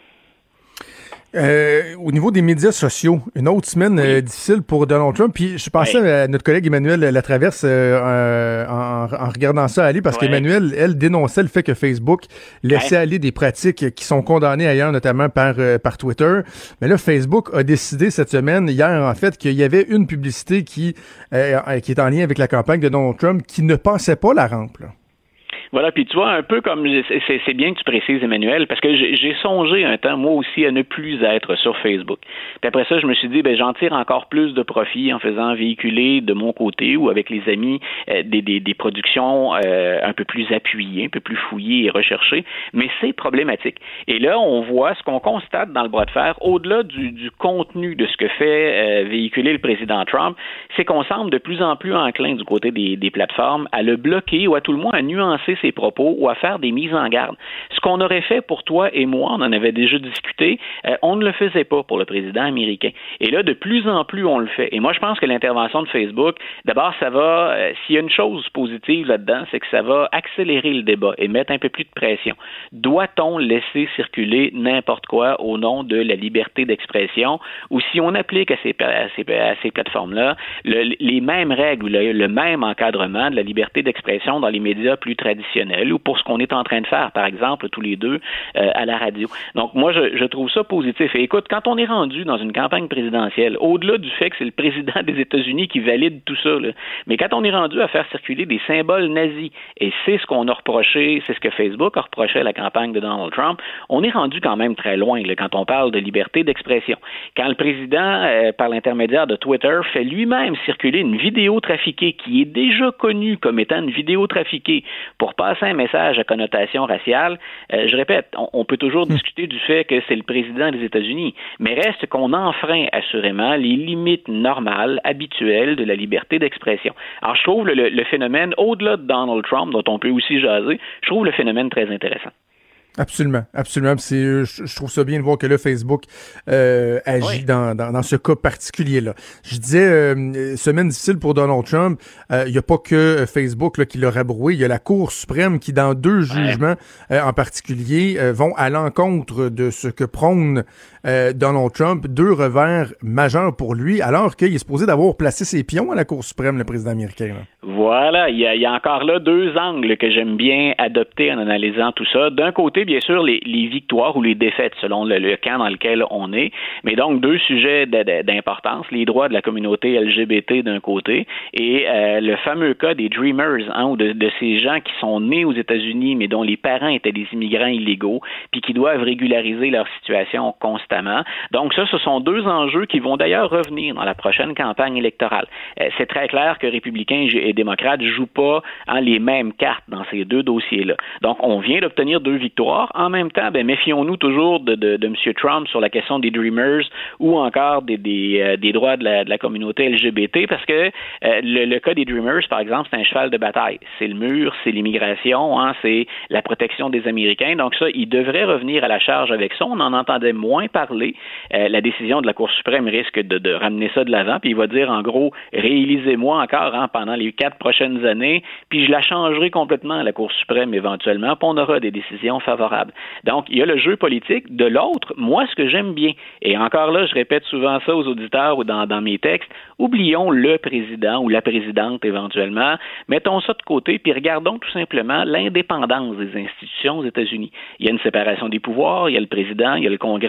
Euh, au niveau des médias sociaux, une autre semaine oui. euh, difficile pour Donald Trump. Puis je pensais oui. à notre collègue Emmanuel Latraverse euh, en, en regardant ça aller, parce oui. qu'Emmanuel, elle, dénonçait le fait que Facebook laissait oui. aller des pratiques qui sont condamnées ailleurs, notamment par, euh, par Twitter. Mais là, Facebook a décidé cette semaine, hier en fait, qu'il y avait une publicité qui, euh, qui est en lien avec la campagne de Donald Trump qui ne passait pas la rampe, là. Voilà, puis tu vois, un peu comme, c'est, c'est bien que tu précises, Emmanuel, parce que j'ai, j'ai songé un temps, moi aussi, à ne plus être sur Facebook. Puis après ça, je me suis dit, ben j'en tire encore plus de profit en faisant véhiculer de mon côté ou avec les amis euh, des, des, des productions euh, un peu plus appuyées, un peu plus fouillées et recherchées, mais c'est problématique. Et là, on voit ce qu'on constate dans le bras de fer, au-delà du, du contenu de ce que fait euh, véhiculer le président Trump, c'est qu'on semble de plus en plus enclin du côté des, des plateformes à le bloquer ou à tout le moins à nuancer ses propos ou à faire des mises en garde. Ce qu'on aurait fait pour toi et moi, on en avait déjà discuté, euh, on ne le faisait pas pour le président américain. Et là, de plus en plus, on le fait. Et moi, je pense que l'intervention de Facebook, d'abord, ça va, euh, s'il y a une chose positive là-dedans, c'est que ça va accélérer le débat et mettre un peu plus de pression. Doit-on laisser circuler n'importe quoi au nom de la liberté d'expression, ou si on applique à ces, à ces, à ces plateformes-là le, les mêmes règles ou le, le même encadrement de la liberté d'expression dans les médias plus traditionnels ou pour ce qu'on est en train de faire, par exemple, tous les deux euh, à la radio. Donc, moi, je, je trouve ça positif. Et écoute, quand on est rendu dans une campagne présidentielle, au-delà du fait que c'est le président des États-Unis qui valide tout ça, là, mais quand on est rendu à faire circuler des symboles nazis, et c'est ce qu'on a reproché, c'est ce que Facebook a reproché à la campagne de Donald Trump, on est rendu quand même très loin là, quand on parle de liberté d'expression. Quand le président, euh, par l'intermédiaire de Twitter, fait lui-même circuler une vidéo trafiquée qui est déjà connue comme étant une vidéo trafiquée pour passer un message à connotation raciale, euh, je répète, on, on peut toujours mmh. discuter du fait que c'est le président des États-Unis, mais reste qu'on enfreint assurément les limites normales, habituelles de la liberté d'expression. Alors, je trouve le, le, le phénomène, au-delà de Donald Trump, dont on peut aussi jaser, je trouve le phénomène très intéressant. Absolument, absolument. C'est, je, je trouve ça bien de voir que là, Facebook euh, agit oui. dans, dans, dans ce cas particulier-là. Je disais, euh, semaine difficile pour Donald Trump. Il euh, n'y a pas que Facebook là, qui l'a rabroué. Il y a la Cour suprême qui, dans deux jugements ouais. euh, en particulier, euh, vont à l'encontre de ce que prône euh, Donald Trump. Deux revers majeurs pour lui, alors qu'il est supposé d'avoir placé ses pions à la Cour suprême, le président américain. Là. Voilà, il y, a, il y a encore là deux angles que j'aime bien adopter en analysant tout ça. D'un côté, bien sûr, les, les victoires ou les défaites selon le, le camp dans lequel on est, mais donc deux sujets de, de, d'importance, les droits de la communauté L G B T d'un côté et euh, le fameux cas des Dreamers, hein, ou de, de ces gens qui sont nés aux États-Unis mais dont les parents étaient des immigrants illégaux puis qui doivent régulariser leur situation constamment. Donc ça, ce sont deux enjeux qui vont d'ailleurs revenir dans la prochaine campagne électorale. Euh, c'est très clair que républicains et démocrates ne jouent pas hein, les mêmes cartes dans ces deux dossiers-là. Donc on vient d'obtenir deux victoires. En même temps, ben, méfions-nous toujours de, de, de M. Trump sur la question des Dreamers ou encore des, des, euh, des droits de la, de la communauté L G B T parce que euh, le, le cas des Dreamers, par exemple, c'est un cheval de bataille. C'est le mur, c'est l'immigration, hein, c'est la protection des Américains. Donc ça, il devrait revenir à la charge avec ça. On en entendait moins parler. Euh, la décision de la Cour suprême risque de, de ramener ça de l'avant, puis il va dire en gros, réélisez-moi encore hein, pendant les quatre prochaines années, puis je la changerai complètement à la Cour suprême éventuellement, puis on aura des décisions favorables. Donc, il y a le jeu politique. De l'autre, moi, ce que j'aime bien, et encore là, je répète souvent ça aux auditeurs ou dans, dans mes textes, oublions le président ou la présidente éventuellement, mettons ça de côté, puis regardons tout simplement l'indépendance des institutions aux États-Unis. Il y a une séparation des pouvoirs, il y a le président, il y a le Congrès, il y a la Cour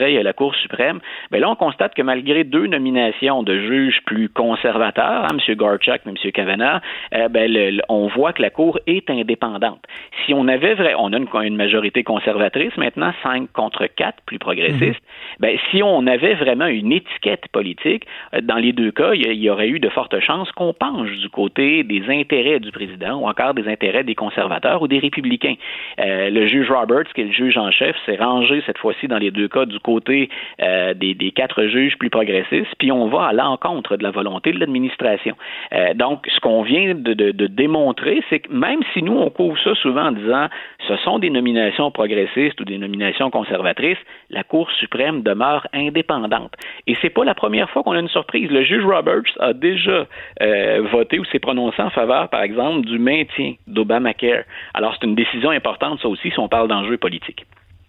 Cour suprême, bien là, on constate que malgré deux nominations de juges plus conservateurs, hein, M. Gorsuch et M. Kavanaugh, euh, ben, le, le, on voit que la Cour est indépendante. Si on avait vrai, on a une, une majorité conservatrice maintenant, cinq contre quatre, plus progressiste, mmh. ben, si on avait vraiment une étiquette politique, euh, dans les deux cas, il y, y aurait eu de fortes chances qu'on penche du côté des intérêts du président ou encore des intérêts des conservateurs ou des républicains. Euh, le juge Roberts, qui est le juge en chef, s'est rangé cette fois-ci dans les deux cas du côté euh, des, des quatre juges plus progressistes, puis on va à l'encontre de la volonté de l'administration. Euh, donc, ce qu'on vient de, de, de démontrer, c'est que même si nous, on couvre ça souvent en disant ce sont des nominations progressistes ou des nominations conservatrices, la Cour suprême demeure indépendante. Et c'est pas la première fois qu'on a une surprise. Le juge Roberts a déjà euh, voté ou s'est prononcé en faveur, par exemple, du maintien d'Obamacare. Alors, c'est une décision importante, ça aussi, si on parle d'enjeux politiques.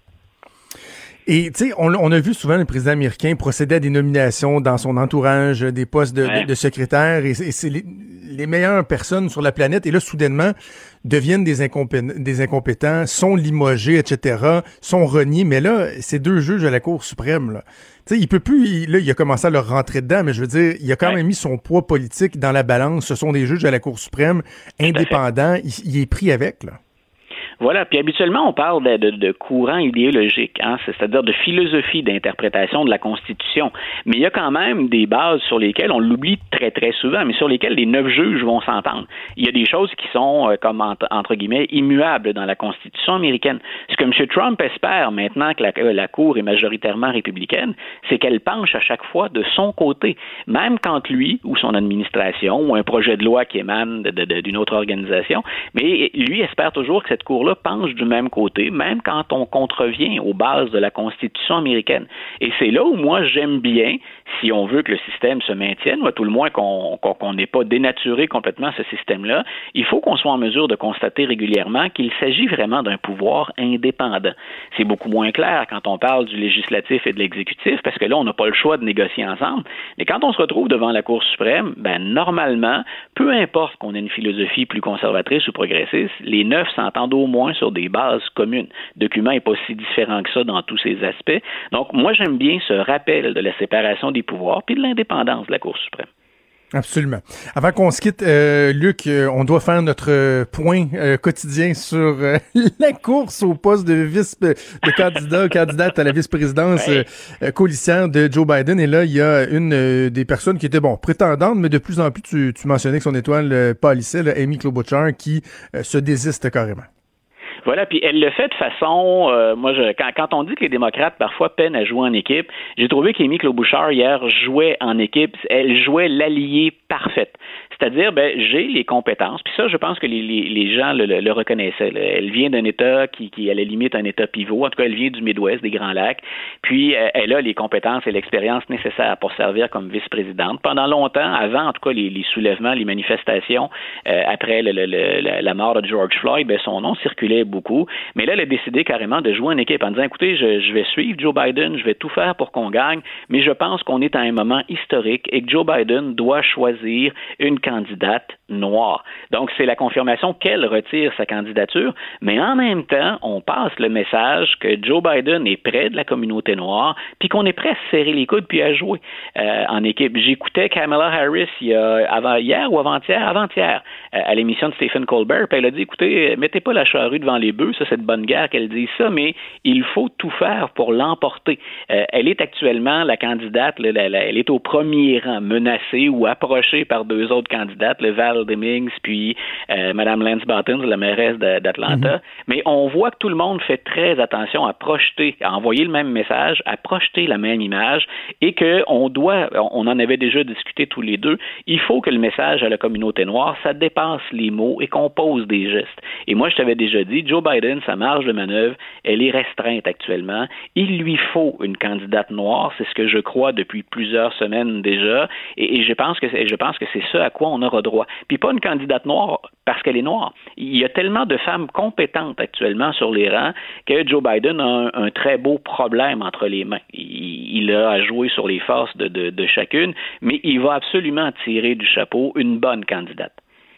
Et tu sais, on, on a vu souvent le président américain procéder à des nominations dans son entourage, des postes de, ouais. de, de secrétaire, et, et c'est les, les meilleures personnes sur la planète, et là, soudainement, deviennent des, incompé- des incompétents, sont limogés, et cetera, sont reniés, mais là, ces deux juges à la Cour suprême, là, tu sais, il peut plus, il, là, il a commencé à leur rentrer dedans, mais je veux dire, il a quand ouais. même mis son poids politique dans la balance, ce sont des juges à la Cour suprême, indépendants, il, il est pris avec, là. Voilà, puis habituellement, on parle de, de, de courant idéologique, hein, c'est-à-dire de philosophie d'interprétation de la Constitution. Mais il y a quand même des bases sur lesquelles, on l'oublie très, très souvent, mais sur lesquelles les neuf juges vont s'entendre. Il y a des choses qui sont, euh, comme entre, entre guillemets, immuables dans la Constitution américaine. Ce que M. Trump espère maintenant que la, la Cour est majoritairement républicaine, c'est qu'elle penche à chaque fois de son côté, même quand lui ou son administration ou un projet de loi qui émane de, de, de, d'une autre organisation, mais lui espère toujours que cette Cour-là penche du même côté, même quand on contrevient aux bases de la Constitution américaine. Et c'est là où moi j'aime bien, si on veut que le système se maintienne, ou à tout le moins qu'on qu'on, qu'on n'ait pas dénaturé complètement ce système-là, il faut qu'on soit en mesure de constater régulièrement qu'il s'agit vraiment d'un pouvoir indépendant. C'est beaucoup moins clair quand on parle du législatif et de l'exécutif, parce que là, on n'a pas le choix de négocier ensemble. Mais quand on se retrouve devant la Cour suprême, ben normalement, peu importe qu'on ait une philosophie plus conservatrice ou progressiste, les neuf s'entendent au moins sur des bases communes. Le document n'est pas si différent que ça dans tous ses aspects. Donc, moi, j'aime bien ce rappel de la séparation des pouvoirs puis de l'indépendance de la Cour suprême. Absolument. Avant qu'on se quitte, euh, Luc, euh, on doit faire notre euh, point euh, quotidien sur euh, la course au poste de vice de candidat candidate à la vice-présidence ouais. euh, colissière de Joe Biden. Et là, il y a une euh, des personnes qui était bon prétendante, mais de plus en plus, tu, tu mentionnais que son étoile euh, pâlissait, là, Amy Klobuchar, qui euh, se désiste carrément. Voilà, puis elle le fait de façon, euh, moi, je, quand, quand on dit que les démocrates parfois peinent à jouer en équipe, j'ai trouvé qu'Amy Klobuchar hier jouait en équipe, elle jouait l'alliée parfaite. C'est-à-dire, ben, j'ai les compétences, puis ça, je pense que les, les, les gens le, le, le reconnaissaient. Là. Elle vient d'un État qui, qui, à la limite, un État pivot, en tout cas, elle vient du Midwest, des Grands Lacs, puis euh, elle a les compétences et l'expérience nécessaires pour servir comme vice-présidente. Pendant longtemps, avant, en tout cas, les, les soulèvements, les manifestations, euh, après le, le, le, la, la mort de George Floyd, ben, son nom circulait beaucoup, mais là, elle a décidé carrément de jouer en équipe en disant, écoutez, je, je vais suivre Joe Biden, je vais tout faire pour qu'on gagne, mais je pense qu'on est à un moment historique et que Joe Biden doit choisir une candidate noire. Donc, c'est la confirmation qu'elle retire sa candidature, mais en même temps, on passe le message que Joe Biden est près de la communauté noire, puis qu'on est prêt à se serrer les coudes puis à jouer euh, en équipe. J'écoutais Kamala Harris il y a, avant, hier ou avant-hier, avant-hier, euh, à l'émission de Stephen Colbert, puis elle a dit, écoutez, mettez pas la charrue devant les bœufs, ça c'est de bonne guerre qu'elle dise ça, mais il faut tout faire pour l'emporter. Euh, elle est actuellement la candidate, là, la, la, elle est au premier rang, menacée ou approchée par deux autres candidates, le Val Demings, puis euh, Mme Lance Buttons, la mairesse de, d'Atlanta. Mm-hmm. Mais on voit que tout le monde fait très attention à projeter, à envoyer le même message, à projeter la même image, et qu'on doit, on en avait déjà discuté tous les deux, il faut que le message à la communauté noire, ça dépasse les mots et qu'on pose des gestes. Et moi, je t'avais déjà dit, Joe Biden, sa marge de manœuvre, elle est restreinte actuellement. Il lui faut une candidate noire, c'est ce que je crois depuis plusieurs semaines déjà, et, et je pense que je pense que c'est ce à quoi on aura droit. Puis pas une candidate noire parce qu'elle est noire. Il y a tellement de femmes compétentes actuellement sur les rangs que Joe Biden a un, un très beau problème entre les mains. Il, il a à jouer sur les forces de, de, de chacune, mais il va absolument tirer du chapeau une bonne candidate.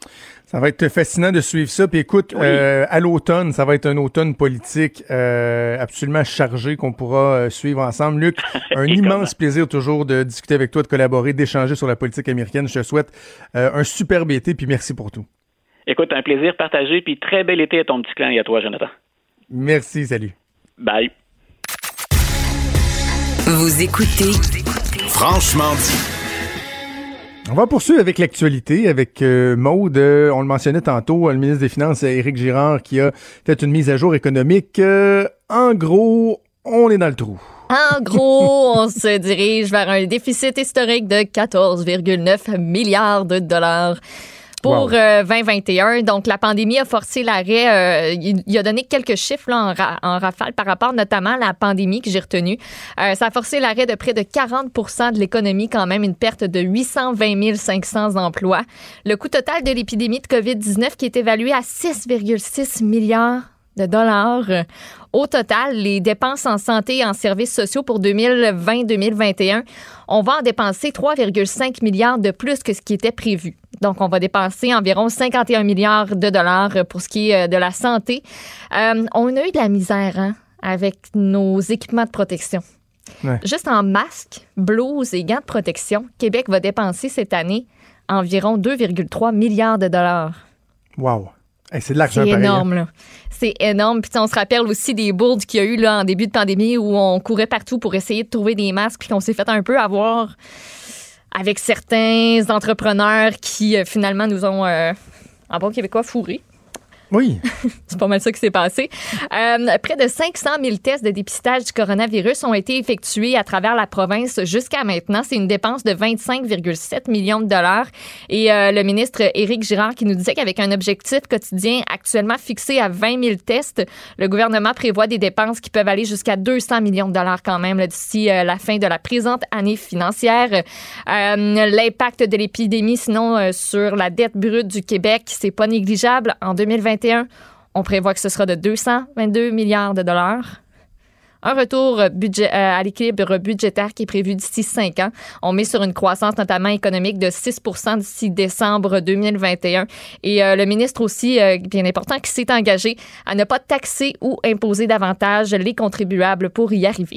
Ça va être fascinant de suivre ça. Puis écoute, oui. euh, à l'automne, ça va être un automne politique euh, absolument chargé qu'on pourra euh, suivre ensemble. Luc, un immense plaisir toujours de discuter avec toi, de collaborer, d'échanger sur la politique américaine. Je te souhaite euh, un superbe été, puis merci pour tout. Écoute, un plaisir partagé, puis très bel été à ton petit clan et à toi, Jonathan. Merci, salut. Bye. Vous écoutez Franchement dit. On va poursuivre avec l'actualité, avec euh, Maude. Euh, on le mentionnait tantôt, le ministre des Finances, Éric Girard, qui a fait une mise à jour économique. Euh, en gros, on est dans le trou. En gros, on se dirige vers un déficit historique de quatorze virgule neuf milliards de dollars. Pour wow. euh, vingt vingt et un. Donc, la pandémie a forcé l'arrêt. Euh, il, il a donné quelques chiffres là, en, ra- en rafale par rapport notamment à la pandémie que j'ai retenue. Euh, ça a forcé l'arrêt de près de quarante pour cent de l'économie, quand même, une perte de huit cent vingt mille cinq cents emplois. Le coût total de l'épidémie de covid dix-neuf qui est évalué à six virgule six milliards de dollars. Au total, les dépenses en santé et en services sociaux pour deux mille vingt deux mille vingt et un, on va en dépenser trois virgule cinq milliards de plus que ce qui était prévu. Donc, on va dépenser environ cinquante et un milliards de dollars pour ce qui est de la santé. Euh, on a eu de la misère hein, avec nos équipements de protection. Ouais. Juste en masques, blouses et gants de protection, Québec va dépenser cette année environ deux virgule trois milliards de dollars. Wow! Hey, c'est de l'argent C'est pareil, énorme, hein? là. C'est énorme. Puis on se rappelle aussi des bourdes qu'il y a eu là, en début de pandémie où on courait partout pour essayer de trouver des masques puis qu'on s'est fait un peu avoir avec certains entrepreneurs qui euh, finalement nous ont, euh, en bon québécois, fourrés. Oui. C'est pas mal ça qui s'est passé. Euh, près de cinq cent mille tests de dépistage du coronavirus ont été effectués à travers la province jusqu'à maintenant. C'est une dépense de vingt-cinq virgule sept millions de dollars. Et euh, le ministre Éric Girard qui nous disait qu'avec un objectif quotidien actuellement fixé à vingt mille tests, le gouvernement prévoit des dépenses qui peuvent aller jusqu'à deux cents millions de dollars quand même là, d'ici euh, la fin de la présente année financière. Euh, l'impact de l'épidémie, sinon, euh, sur la dette brute du Québec, c'est pas négligeable. En deux mille vingt et un, on prévoit que ce sera de deux cent vingt-deux milliards de dollars. Un retour budget, euh, à l'équilibre budgétaire qui est prévu d'ici cinq ans. On met sur une croissance notamment économique de six pour cent d'ici décembre deux mille vingt et un. Et euh, le ministre aussi, euh, bien important, qui s'est engagé à ne pas taxer ou imposer davantage les contribuables pour y arriver.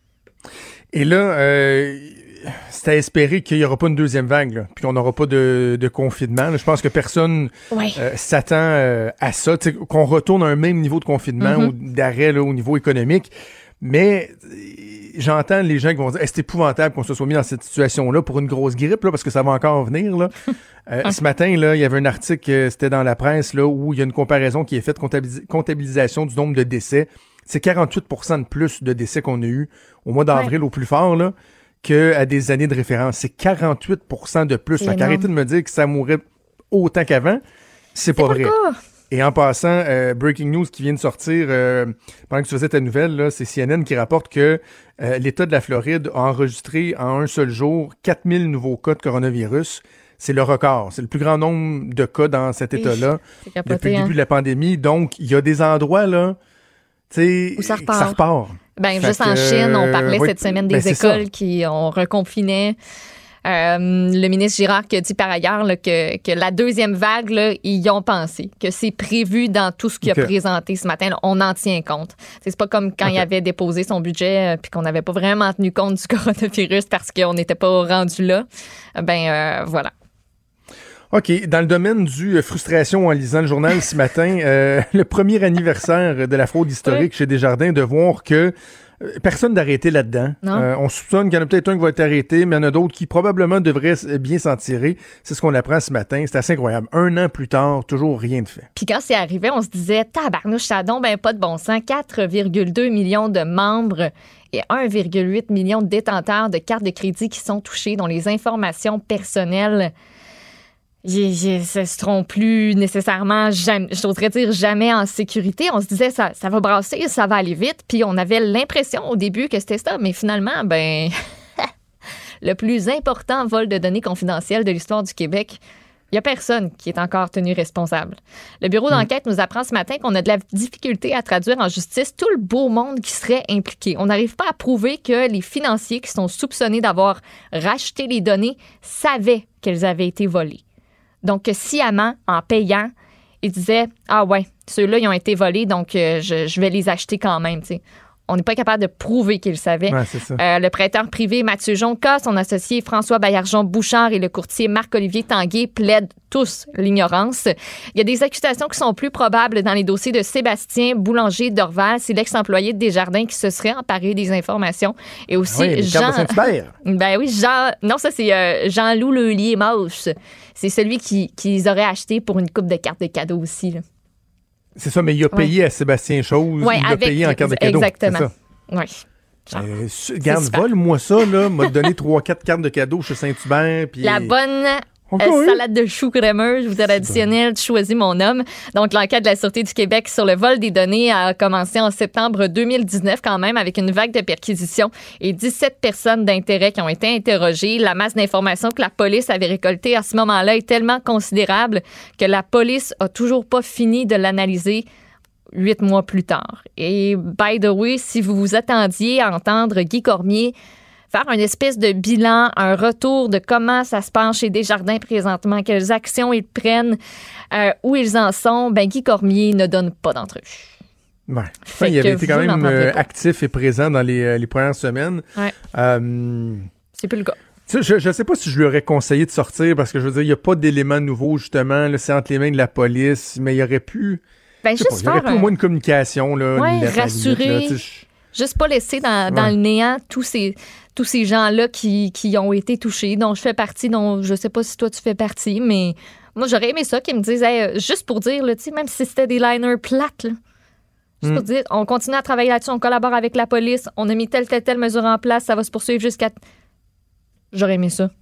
Et là, euh, c'est à espérer qu'il n'y aura pas une deuxième vague, là, puis qu'on n'aura pas de, de confinement. Là. Je pense que personne ouais. euh, s'attend euh, à ça, qu'on retourne à un même niveau de confinement mm-hmm. ou d'arrêt là, au niveau économique. Mais j'entends les gens qui vont dire hey, c'est épouvantable qu'on se soit mis dans cette situation-là pour une grosse grippe, là, parce que ça va encore venir. Là. Euh, ah. Ce matin, là, il y avait un article, c'était dans la presse, là, où il y a une comparaison qui est faite, comptabilis- comptabilisation du nombre de décès. C'est quarante-huit pour cent de plus de décès qu'on a eu au mois d'avril ouais. au plus fort, là, qu'à des années de référence. C'est quarante-huit pour cent de plus. Fait qu'arrêtez de me dire que ça mourrait autant qu'avant. C'est, c'est pas vrai. Pas Et en passant, euh, breaking news qui vient de sortir, euh, pendant que tu faisais ta nouvelle, là, c'est C N N qui rapporte que euh, l'État de la Floride a enregistré en un seul jour quatre mille nouveaux cas de coronavirus. C'est le record. C'est le plus grand nombre de cas dans cet État-là oui, capoté, depuis le début hein. de la pandémie. Donc, il y a des endroits, là, tu sais, où ça repart. Ça repart. Ben, fait juste que, en Chine, on parlait euh, cette semaine des ben, écoles qui ont reconfiné. Euh, le ministre Girard qui a dit par ailleurs là, que, que la deuxième vague, là, ils y ont pensé, que c'est prévu dans tout ce qu'il okay. a présenté ce matin. Là, on en tient compte. C'est pas comme quand okay. il avait déposé son budget euh, puis qu'on n'avait pas vraiment tenu compte du coronavirus parce qu'on n'était pas rendu là. Ben euh, voilà. OK. Dans le domaine du euh, frustration en lisant le journal ce matin, euh, le premier anniversaire de la fraude historique oui. chez Desjardins, de voir que euh, personne d'arrêté là-dedans. Euh, on soupçonne qu'il y en a peut-être un qui va être arrêté, mais il y en a d'autres qui probablement devraient bien s'en tirer. C'est ce qu'on apprend ce matin. C'est assez incroyable. Un an plus tard, toujours rien de fait. Puis quand c'est arrivé, on se disait, tabarnouche, ça donne ben pas de bon sens. quatre virgule deux millions de membres et un virgule huit million de détenteurs de cartes de crédit qui sont touchés, dont les informations personnelles ne seront plus nécessairement, jamais, j'oserais dire, jamais en sécurité. On se disait, ça, ça va brasser, ça va aller vite. Puis on avait l'impression au début que c'était ça. Mais finalement, ben, le plus important vol de données confidentielles de l'histoire du Québec, il n'y a personne qui est encore tenu responsable. Le bureau d'enquête nous apprend ce matin qu'on a de la difficulté à traduire en justice tout le beau monde qui serait impliqué. On n'arrive pas à prouver que les financiers qui sont soupçonnés d'avoir racheté les données savaient qu'elles avaient été volées. Donc, sciemment, en payant, ils disaient « Ah ouais, ceux-là, ils ont été volés, donc euh, je, je vais les acheter quand même. » T'sais. On n'est pas capable de prouver qu'ils savaient. Ouais, c'est ça. Euh, le prêteur privé Mathieu Jonca, son associé François Baillargeon-Bouchard et le courtier Marc-Olivier Tanguay plaident tous l'ignorance. Il y a des accusations qui sont plus probables dans les dossiers de Sébastien Boulanger d'Orval. C'est l'ex-employé de Desjardins qui se serait emparé des informations. Et aussi oui, Jean... Saint-Hubert. Ben oui, Jean... Non, ça, c'est euh, Jean-Loup Lelier-Mauche. C'est celui qui, qu'ils auraient acheté pour une coupe de cartes de cadeau aussi, là. C'est ça, mais il a payé ouais. à Sébastien Chose. Ouais, il l'a avec, payé en carte de cadeau. Exactement. C'est ça. Oui. Euh, regarde, vole-moi ça, là. M'a donné trois quatre cartes de cadeau chez Saint-Hubert. Puis... La bonne Okay. euh, salade de choux crémeuse ou traditionnelle, tu choisis mon homme. Donc, l'enquête de la Sûreté du Québec sur le vol des données a commencé en septembre deux mille dix-neuf quand même avec une vague de perquisitions et dix-sept personnes d'intérêt qui ont été interrogées. La masse d'informations que la police avait récoltée à ce moment-là est tellement considérable que la police a toujours pas fini de l'analyser huit mois plus tard. Et by the way, si vous vous attendiez à entendre Guy Cormier faire une espèce de bilan, un retour de comment ça se passe chez Desjardins présentement, quelles actions ils prennent, euh, où ils en sont, ben Guy Cormier ne donne pas d'entrevue. Ouais. Enfin, il avait été quand même euh, actif et présent dans les, euh, les premières semaines. Ouais. Euh, C'est plus le cas. Je ne sais pas si je lui aurais conseillé de sortir parce que je veux dire, il n'y a pas d'éléments nouveaux, justement. Là, c'est entre les mains de la police, mais il aurait pu. Ben, juste pas, il y aurait faire pu au moins une communication. Là, ouais, la, rassurer. la limite, là, juste pas laisser dans, dans ouais. le néant tous ces, tous ces gens-là qui, qui ont été touchés, dont je fais partie, dont je sais pas si toi tu fais partie, mais moi j'aurais aimé ça, qu'ils me disent, hey, juste pour dire, là, même si c'était des liners plates, là, juste mm. pour dire, on continue à travailler là-dessus, on collabore avec la police, on a mis telle, telle, telle mesure en place, ça va se poursuivre jusqu'à... J'aurais aimé ça.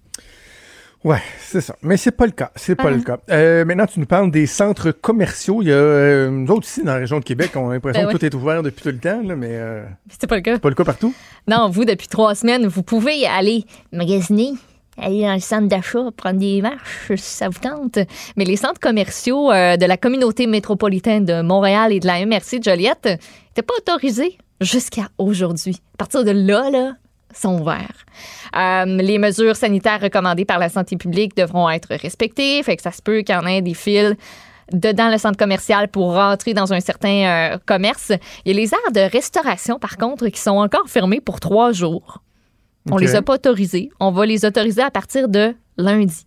Ouais, c'est ça. Mais c'est pas le cas. C'est pas ah. le cas. Euh, maintenant, tu nous parles des centres commerciaux. Il y a euh, nous autres ici dans la région de Québec, on a l'impression ben que oui. tout est ouvert depuis tout le temps, là, mais euh, c'est pas le cas. C'est pas le cas partout. Non, vous, depuis trois semaines, vous pouvez aller magasiner, aller dans le centre d'achat, prendre des marches, si ça vous tente. Mais les centres commerciaux euh, de la communauté métropolitaine de Montréal et de la M R C de Joliette n'étaient pas autorisés jusqu'à aujourd'hui. À partir de là, là, sont ouverts. Euh, les mesures sanitaires recommandées par la santé publique devront être respectées, fait que ça se peut qu'il y en ait des files dedans le centre commercial pour rentrer dans un certain euh, commerce. Il y a les aires de restauration, par contre, qui sont encore fermées pour trois jours. On okay. les a pas autorisées. On va les autoriser à partir de lundi.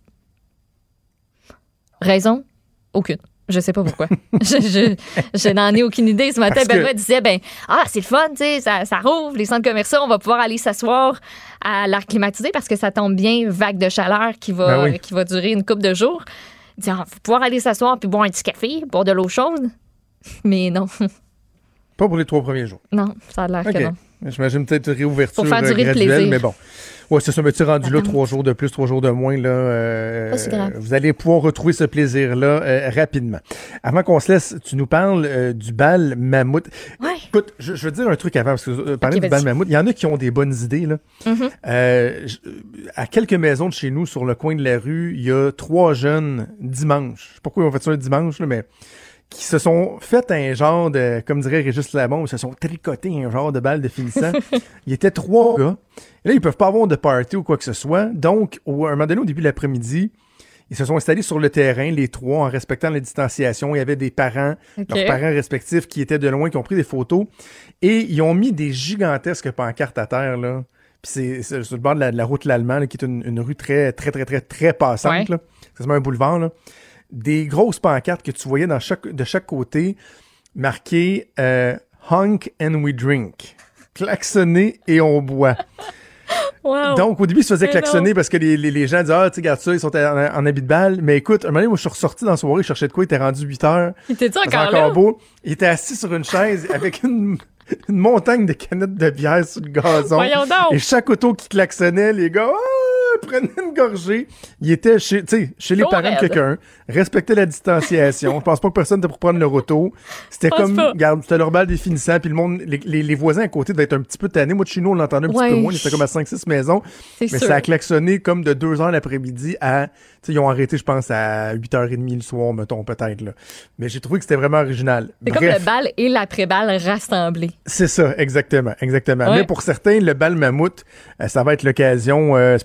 Raison? Aucune. Je sais pas pourquoi. je, je, je n'en ai aucune idée. Ce matin, Parce Benoît que... disait, ben, ah, c'est le fun, tu sais, ça, ça rouvre, les centres commerciaux, on va pouvoir aller s'asseoir à l'air climatisé parce que ça tombe bien, vague de chaleur qui va, ben oui. qui va durer une couple de jours. Il dit, ah, faut pouvoir aller s'asseoir puis boire un petit café, boire de l'eau chaude. Mais non. Pas pour les trois premiers jours. Non, ça a l'air okay. que non. J'imagine peut-être une réouverture pour faire durer graduelle, le plaisir. Mais bon. Ouais, c'est ça, mais tu es rendu Attends. là trois jours de plus, trois jours de moins. Là, euh, pas si grave. Vous allez pouvoir retrouver ce plaisir-là euh, rapidement. Avant qu'on se laisse, tu nous parles euh, du bal mammouth. Ouais. Écoute, je, je veux dire un truc avant, parce que euh, parler okay, du bal mammouth, il y en a qui ont des bonnes idées. Là. Mm-hmm. Euh, je, à quelques maisons de chez nous, sur le coin de la rue, il y a trois jeunes dimanche. Je sais pas pourquoi ils ont fait ça un dimanche, là, mais... qui se sont fait un genre de, comme dirait Régis Labombe, ils se sont tricotés un genre de balle de finissant. Il était trois gars. Et là, ils peuvent pas avoir de party ou quoi que ce soit. Donc, au, à un moment donné, au début de l'après-midi, ils se sont installés sur le terrain, les trois, en respectant la distanciation. Il y avait des parents, okay. leurs parents respectifs qui étaient de loin, qui ont pris des photos. Et ils ont mis des gigantesques pancartes à terre, là. Puis c'est, c'est sur le bord de la, de la route L'Allemand, là, qui est une, une rue très, très, très, très, très passante, ouais. là. C'est un boulevard, là. Des grosses pancartes que tu voyais dans chaque, de chaque côté, marquées euh, « Honk and we drink ». Klaxonner et on boit. Wow. Donc, au début, ils se faisaient klaxonner parce que les, les, les gens disaient « Ah, tu sais, regarde ça, ils sont en, en habit de balle. » Mais écoute, un moment donné, moi, je suis ressorti dans la soirée, je cherchais de quoi, il était rendu huit heures. Il était encore, encore là? Beau. Il était assis sur une chaise avec une... une montagne de canettes de bière sur le gazon. Voyons donc. Et chaque auto qui klaxonnait, les gars... Ah! Prenait une gorgée. Il était chez, chez les Trop parents de quelqu'un, respectait la distanciation. Je pense pas que personne n'était pour prendre le auto. C'était comme, regarde, c'était leur balle définissant, puis le monde, les, les, les voisins à côté devaient être un petit peu tannés. Moi, de chez nous, on l'entendait un ouais. petit peu moins. C'était comme à cinq six maisons. C'est mais sûr. Ça a klaxonné comme de deux heures l'après-midi à, tu sais, ils ont arrêté, je pense, à huit heures trente le soir, mettons, peut-être, là. Mais j'ai trouvé que c'était vraiment original. C'est Bref, comme le bal et l'après-bal rassemblés. C'est ça, exactement, exactement. Ouais. Mais pour certains, le bal mammouth, euh, ça va être l'occasion, euh, c'est pas parfait, mais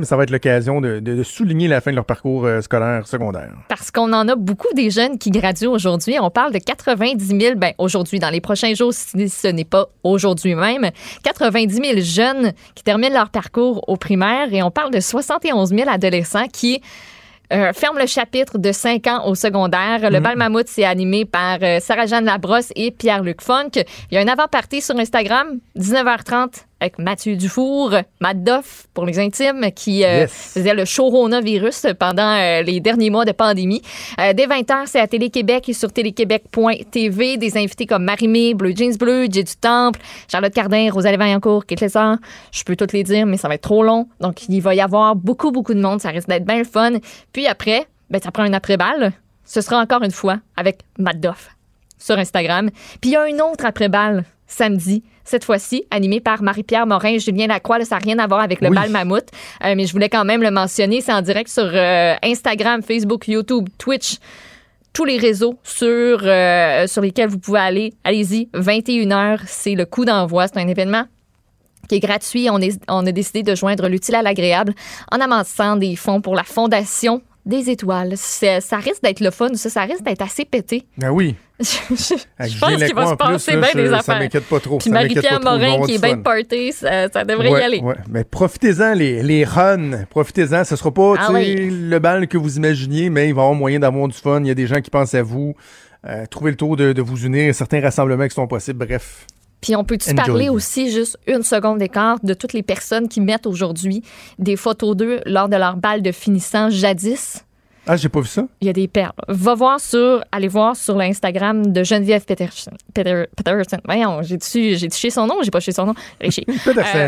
mais ça va être l'occasion de, de, de souligner la fin de leur parcours euh, scolaire secondaire. Parce qu'on en a beaucoup des jeunes qui graduent aujourd'hui. On parle de quatre-vingt-dix mille, ben aujourd'hui, dans les prochains jours, si ce n'est pas aujourd'hui même, quatre-vingt-dix mille jeunes qui terminent leur parcours au primaire et on parle de soixante et onze mille adolescents qui Euh, ferme le chapitre de cinq ans au secondaire. Le mmh. bal mammouth, c'est animé par euh, Sarah-Jeanne Labrosse et Pierre-Luc Funk. Il y a un avant-party sur Instagram, dix-neuf heures trente, avec Mathieu Dufour, Matt Doff, pour les intimes, qui euh, yes. faisait le coronavirus pendant euh, les derniers mois de pandémie. Euh, dès vingt heures, c'est à Télé-Québec et sur téléquébec point t v. Des invités comme Marie-Mé, Bleu Jeans Bleu, Jay du Temple, Charlotte Cardin, Rosalie Vaillancourt, Kate Lessard. Je peux toutes les dire, mais ça va être trop long. Donc, il va y avoir beaucoup, beaucoup de monde. Ça risque d'être bien le fun. Puis après, ben, ça prend un après-balle. Ce sera encore une fois avec Matt Doff sur Instagram. Puis il y a un autre après-balle samedi, cette fois-ci, animé par Marie-Pierre Morin et Julien Lacroix. Là, ça n'a rien à voir avec le oui. bal mammouth, euh, mais je voulais quand même le mentionner. C'est en direct sur euh, Instagram, Facebook, YouTube, Twitch, tous les réseaux sur, euh, sur lesquels vous pouvez aller. Allez-y, vingt et une heures, c'est le coup d'envoi. C'est un événement qui est gratuit. On, est, on a décidé de joindre l'utile à l'agréable en amassant des fonds pour la Fondation des étoiles. C'est, ça risque d'être le fun, ça, ça risque d'être assez pété. Ben oui. je je, je pense qu'il va se passer bien des affaires. Ça m'inquiète pas trop. Puis Marie-Pierre Morin, qui est bien de party, ça, ça devrait ouais, y aller. Ouais. Mais profitez-en, les, les runs. Profitez-en. Ce sera pas ah oui. le bal que vous imaginiez, mais il va y avoir moyen d'avoir du fun. Il y a des gens qui pensent à vous. Euh, trouvez le tour de, de vous unir. Certains rassemblements qui sont possibles. Bref. Puis on peut-tu Enjoy. parler aussi juste une seconde d'écart de toutes les personnes qui mettent aujourd'hui des photos d'eux lors de leur bal de finissant jadis? Ah, j'ai pas vu ça. Il y a des perles. Va voir sur, allez voir sur l'Instagram de Geneviève Peterson. Peter, Peterson. Voyons, j'ai touché, j'ai touché son nom, j'ai pas touché son nom. Peterson. Euh,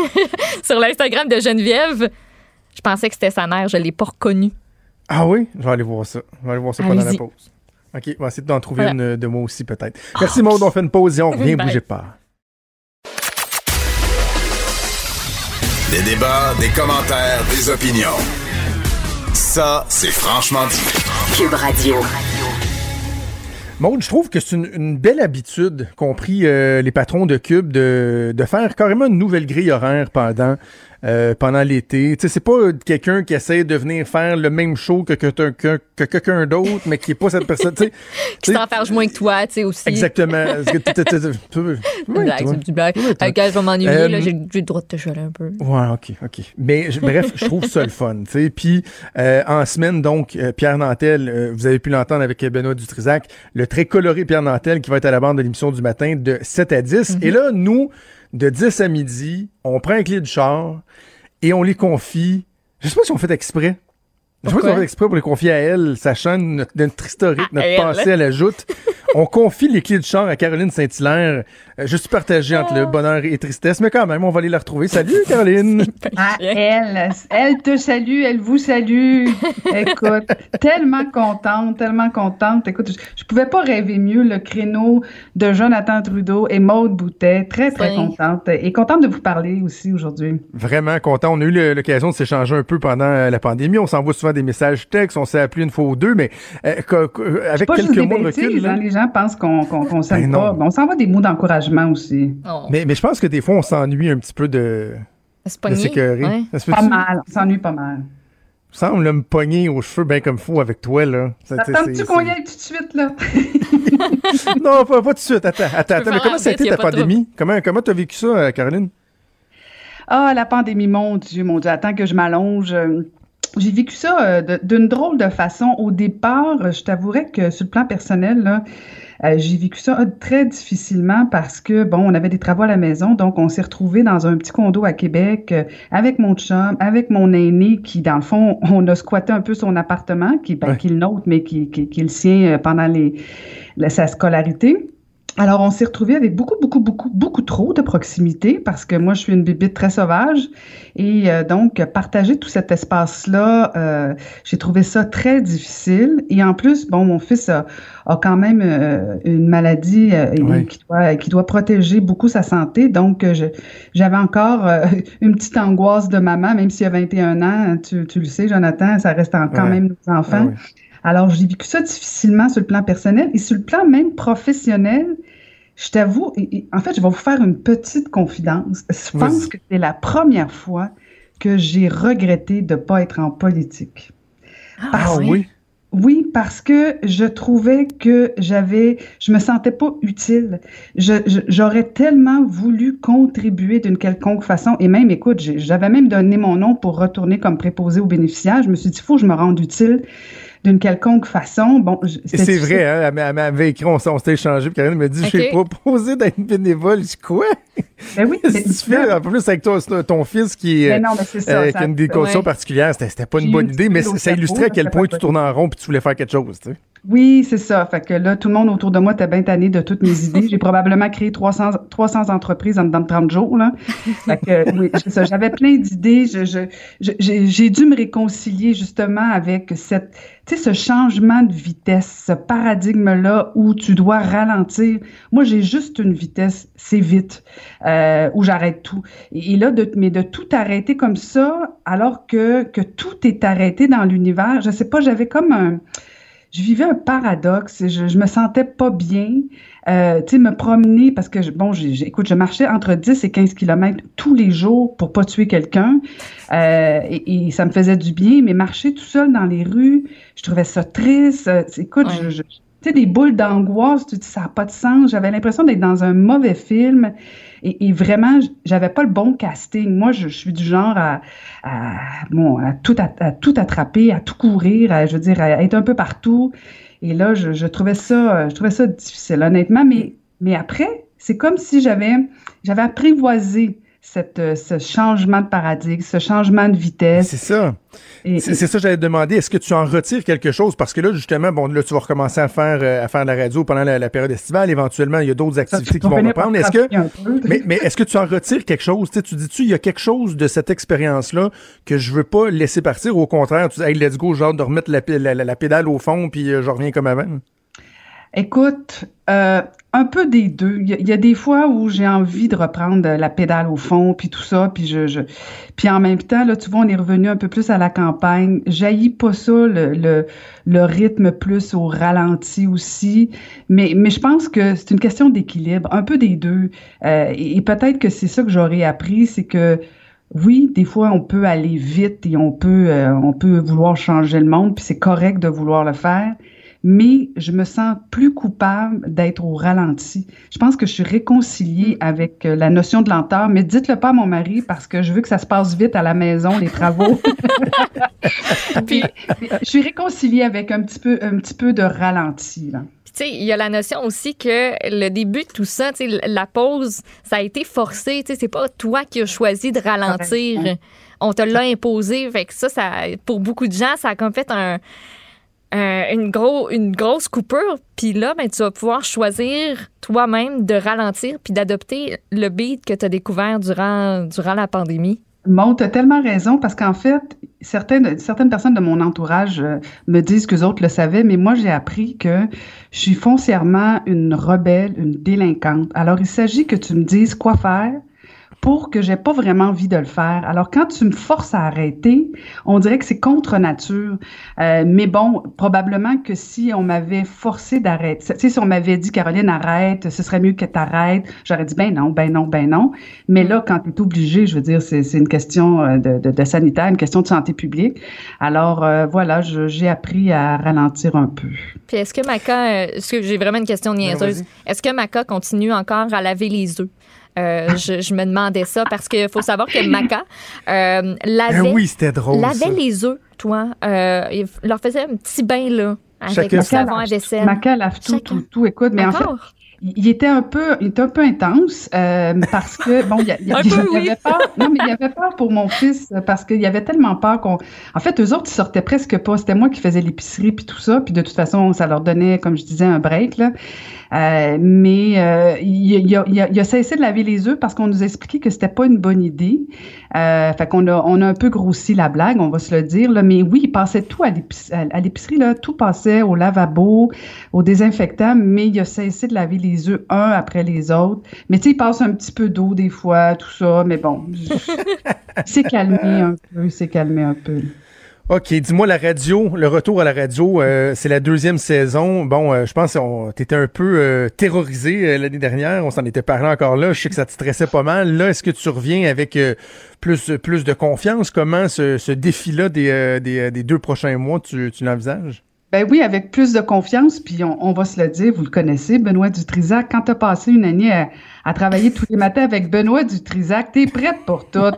sur l'Instagram de Geneviève, je pensais que c'était sa mère, je l'ai pas reconnue. Ah oui? Je vais aller voir ça. Je vais aller voir ça pendant la pause. OK, on va essayer d'en trouver voilà. une de moi aussi, peut-être. Merci, Maud. On fait une pause et on revient. Bougez pas. Des débats, des commentaires, des opinions. Ça, c'est franchement dit. Cube Radio. Maud, je trouve que c'est une, une belle habitude qu'ont pris euh, les patrons de Cube de, de faire carrément une nouvelle grille horaire pendant Euh, pendant l'été. Tu sais, c'est pas quelqu'un qui essaie de venir faire le même show que, que, que, que, que quelqu'un d'autre, mais qui est pas cette personne, tu sais. Qui s'enfarge moins que toi, tu sais, aussi. Exactement. Blague, c'est du blague. Quand je vais m'ennuyer, euh, là, j'ai, j'ai le droit de te chialer un peu. Ouais, OK, OK. Mais bref, je trouve ça le fun, tu sais. Puis, euh, en semaine, donc, euh, Pierre Nantel, euh, vous avez pu l'entendre avec Benoît Dutrisac, le très coloré Pierre Nantel qui va être à la bande de l'émission du matin de sept à dix. Mm-hmm. Et là, nous, de dix à midi, on prend un clé du char et on les confie. Je sais pas si on fait exprès. Je sais pas si on fait exprès pour les confier à elle, sachant notre, notre historique, notre ah, passé à la joute. On confie les clés du char à Caroline Saint-Hilaire. Euh, je suis partagé entre le bonheur et tristesse, mais quand même, on va aller la retrouver. Salut, Caroline! Ah, elle, elle te salue, elle vous salue. Écoute, tellement contente, tellement contente. Écoute, je, je pouvais pas rêver mieux le créneau de Jonathan Trudeau et Maude Boutet. Très, très oui. contente. Et contente de vous parler aussi aujourd'hui. Vraiment content. On a eu le, l'occasion de s'échanger un peu pendant la pandémie. On s'envoie souvent des messages textes. On s'est appelé une fois ou deux, mais euh, avec quelques mots de recul... Là, les gens pensent qu'on, qu'on, qu'on s'aime ben pas. On s'envoie des mots d'encouragement aussi. Oh. Mais, mais je pense que des fois, on s'ennuie un petit peu de, de s'écœurer. Ouais. Pas mal. On s'ennuie pas mal. Il me semble me pogner aux cheveux bien comme faut avec toi, là. Attends-tu qu'on y aille tout de suite, là? Non, pas, pas tout de suite. Attends, attends. attends. Mais comment ça a été ta pandémie? Comment, comment t'as vécu ça, Caroline? Ah, la pandémie, mon Dieu, mon Dieu. Attends que je m'allonge. J'ai vécu ça euh, de, d'une drôle de façon. Au départ, je t'avouerais que sur le plan personnel, là, euh, j'ai vécu ça euh, très difficilement parce que, bon, on avait des travaux à la maison, donc on s'est retrouvés dans un petit condo à Québec euh, avec mon chum, avec mon aîné qui, dans le fond, on a squatté un peu son appartement, qui, ben, ouais. qui est le nôtre, mais qui, qui, qui est le sien pendant les, la, sa scolarité. Alors, on s'est retrouvés avec beaucoup, beaucoup, beaucoup, beaucoup trop de proximité parce que moi, je suis une bébite très sauvage et euh, donc, partager tout cet espace-là, euh, j'ai trouvé ça très difficile. Et en plus, bon, mon fils a, a quand même euh, une maladie euh, oui. qui doit, qui doit protéger beaucoup sa santé. Donc, je, j'avais encore euh, une petite angoisse de maman, même s'il y a vingt et un ans, tu, tu le sais, Jonathan, ça reste quand ouais. même nos enfants. Ouais. Alors, j'ai vécu ça difficilement sur le plan personnel et sur le plan même professionnel. Je t'avoue, et, et, en fait, je vais vous faire une petite confidence. Je pense Vas-y. que c'est la première fois que j'ai regretté de ne pas être en politique. Ah oui? Oui, parce que je trouvais que j'avais, je me sentais pas utile. Je, je, j'aurais tellement voulu contribuer d'une quelconque façon. Et même, écoute, j'avais même donné mon nom pour retourner comme préposé aux bénéficiaires. Je me suis dit, il faut que je me rende utile d'une quelconque façon. Bon, c'est difficile. Vrai, hein? Elle m'avait écrit, on, on s'était échangé, puis Karine me dit, okay. Je suis proposé d'être bénévole. Je dis, quoi? Ben oui, c'est difficile. En plus, avec toi, ton fils qui, non, ça, euh, ça, qui a une condition ouais. particulière, c'était, c'était pas une bonne idée, mais ça illustrait à quel point tu tournes en rond puis tu voulais faire quelque chose, tu sais. Oui, c'est ça. Fait que là, tout le monde autour de moi était bien tanné de toutes mes idées. J'ai probablement créé trois cents, trois cents entreprises en dedans de trente jours, là. Fait que, oui, c'est ça. J'avais plein d'idées. Je, je, je, j'ai, j'ai dû me réconcilier, justement, avec cette, tu sais, ce changement de vitesse, ce paradigme-là où tu dois ralentir. Moi, j'ai juste une vitesse, c'est vite, euh, où j'arrête tout. Et, et là, de, mais de tout arrêter comme ça, alors que, que tout est arrêté dans l'univers, je sais pas, j'avais comme un... Je vivais un paradoxe, je, je me sentais pas bien, euh, tu sais, me promener, parce que, bon, j'ai, écoute, je marchais entre dix et quinze kilomètres tous les jours pour pas tuer quelqu'un, euh, et, et ça me faisait du bien, mais marcher tout seul dans les rues, je trouvais ça triste, écoute, ouais. je, je, tu sais, des boules d'angoisse, tu dis, ça n'a pas de sens, j'avais l'impression d'être dans un mauvais film, et, et vraiment, j'avais pas le bon casting. Moi, je, je suis du genre à, à, bon, à, tout, à, à tout attraper, à tout courir, à, je veux dire, à être un peu partout. Et là, je, je trouvais ça, je trouvais ça difficile, honnêtement. Mais, mais après, c'est comme si j'avais, j'avais apprivoisé cette, ce changement de paradigme, ce changement de vitesse. C'est ça. Et, c'est, et... c'est ça que j'allais te demander. Est-ce que tu en retires quelque chose? Parce que là, justement, bon, là, tu vas recommencer à faire, euh, à faire de la radio pendant la, la période estivale. Éventuellement, il y a d'autres activités ça, qui vont reprendre. Est-ce que, mais, mais est-ce que tu en retires quelque chose? Tu sais, tu dis-tu, il y a quelque chose de cette expérience-là que je veux pas laisser partir? Au contraire, tu dis, hey, let's go, genre de remettre la, la, la, la pédale au fond, puis euh, je reviens comme avant. Écoute, euh, un peu des deux. Il y, a, il y a des fois où j'ai envie de reprendre la pédale au fond, puis tout ça, puis je, je, puis en même temps, là, tu vois, on est revenu un peu plus à la campagne. J'haïs pas ça, le, le, le rythme plus au ralenti aussi, mais, mais je pense que c'est une question d'équilibre, un peu des deux. Euh, et, et peut-être que c'est ça que j'aurais appris, c'est que oui, des fois, on peut aller vite et on peut, euh, on peut vouloir changer le monde, puis c'est correct de vouloir le faire. Mais je me sens plus coupable d'être au ralenti. Je pense que je suis réconciliée avec la notion de lenteur, mais dites-le pas à mon mari parce que je veux que ça se passe vite à la maison, les travaux. Puis, je suis réconciliée avec un petit peu, un petit peu de ralenti, là. Tu sais, il y a la notion aussi que le début de tout ça, tu sais, la pause, ça a été forcé. Tu sais, c'est pas toi qui as choisi de ralentir. Ouais. On te l'a imposé. Fait que ça, ça, pour beaucoup de gens, ça a comme fait un... Euh, une, gros, une grosse coupure, puis là, ben, tu vas pouvoir choisir toi-même de ralentir puis d'adopter le beat que tu as découvert durant, durant la pandémie. Maud, tu as tellement raison parce qu'en fait, certaines, certaines personnes de mon entourage euh, me disent qu'eux autres le savaient, mais moi, j'ai appris que je suis foncièrement une rebelle, une délinquante. Alors, il s'agit que tu me dises quoi faire pour que j'ai pas vraiment envie de le faire. Alors, quand tu me forces à arrêter, on dirait que c'est contre nature. Euh, mais bon, probablement que si on m'avait forcé d'arrêter, tu sais, si on m'avait dit, Caroline, arrête, ce serait mieux que t'arrêtes, j'aurais dit, ben non, ben non, ben non. Mais là, quand t'es obligé, je veux dire, c'est, c'est une question de, de, de sanitaire, une question de santé publique. Alors, euh, voilà, je, j'ai appris à ralentir un peu. Puis est-ce que Maca, euh, est-ce que j'ai vraiment une question niaiseuse, est-ce que Maca continue encore à laver les œufs? Euh, je, je me demandais ça parce qu'il faut savoir que Maca euh, lavait, ben oui, c'était drôle, lavait ça. les œufs, toi. Euh, il leur faisait un petit bain, là, avec le savon à vaisselle. Maca lave tout, tout, tout. Écoute, mais Encore? en fait... Il était un peu, il était un peu intense euh, parce que bon, il y, y, y, y oui. avait peur. Non, mais il y avait peur pour mon fils parce qu'il y avait tellement peur qu'on. En fait, eux autres, ils sortaient presque pas. C'était moi qui faisais l'épicerie puis tout ça. Puis de toute façon, ça leur donnait, comme je disais, un break là. Euh, mais euh, il, il, a, il, a, il a cessé de laver les œufs parce qu'on nous a expliqué que c'était pas une bonne idée. Euh, fait qu'on a, on a un peu grossi la blague, on va se le dire là. Mais oui, il passait tout à l'épicerie, à l'épicerie là, tout passait au lavabo, au désinfectant. Mais il a cessé de laver les les œufs un après les autres. Mais tu sais, il passe un petit peu d'eau des fois, tout ça. Mais bon, il s'est calmé un peu, il s'est calmé un peu. OK, dis-moi, la radio, le retour à la radio, euh, c'est la deuxième saison. Bon, euh, je pense que t'étais un peu euh, terrorisé euh, l'année dernière. On s'en était parlé encore là. Je sais que ça te stressait pas mal. Là, est-ce que tu reviens avec euh, plus plus de confiance? Comment ce, ce défi-là des, euh, des, des deux prochains mois, tu, tu l'envisages? Ben oui, avec plus de confiance, puis on, on va se le dire, vous le connaissez, Benoît Dutrisac, quand tu as passé une année à, à travailler tous les matins avec Benoît Dutrisac, tu es prête pour tout.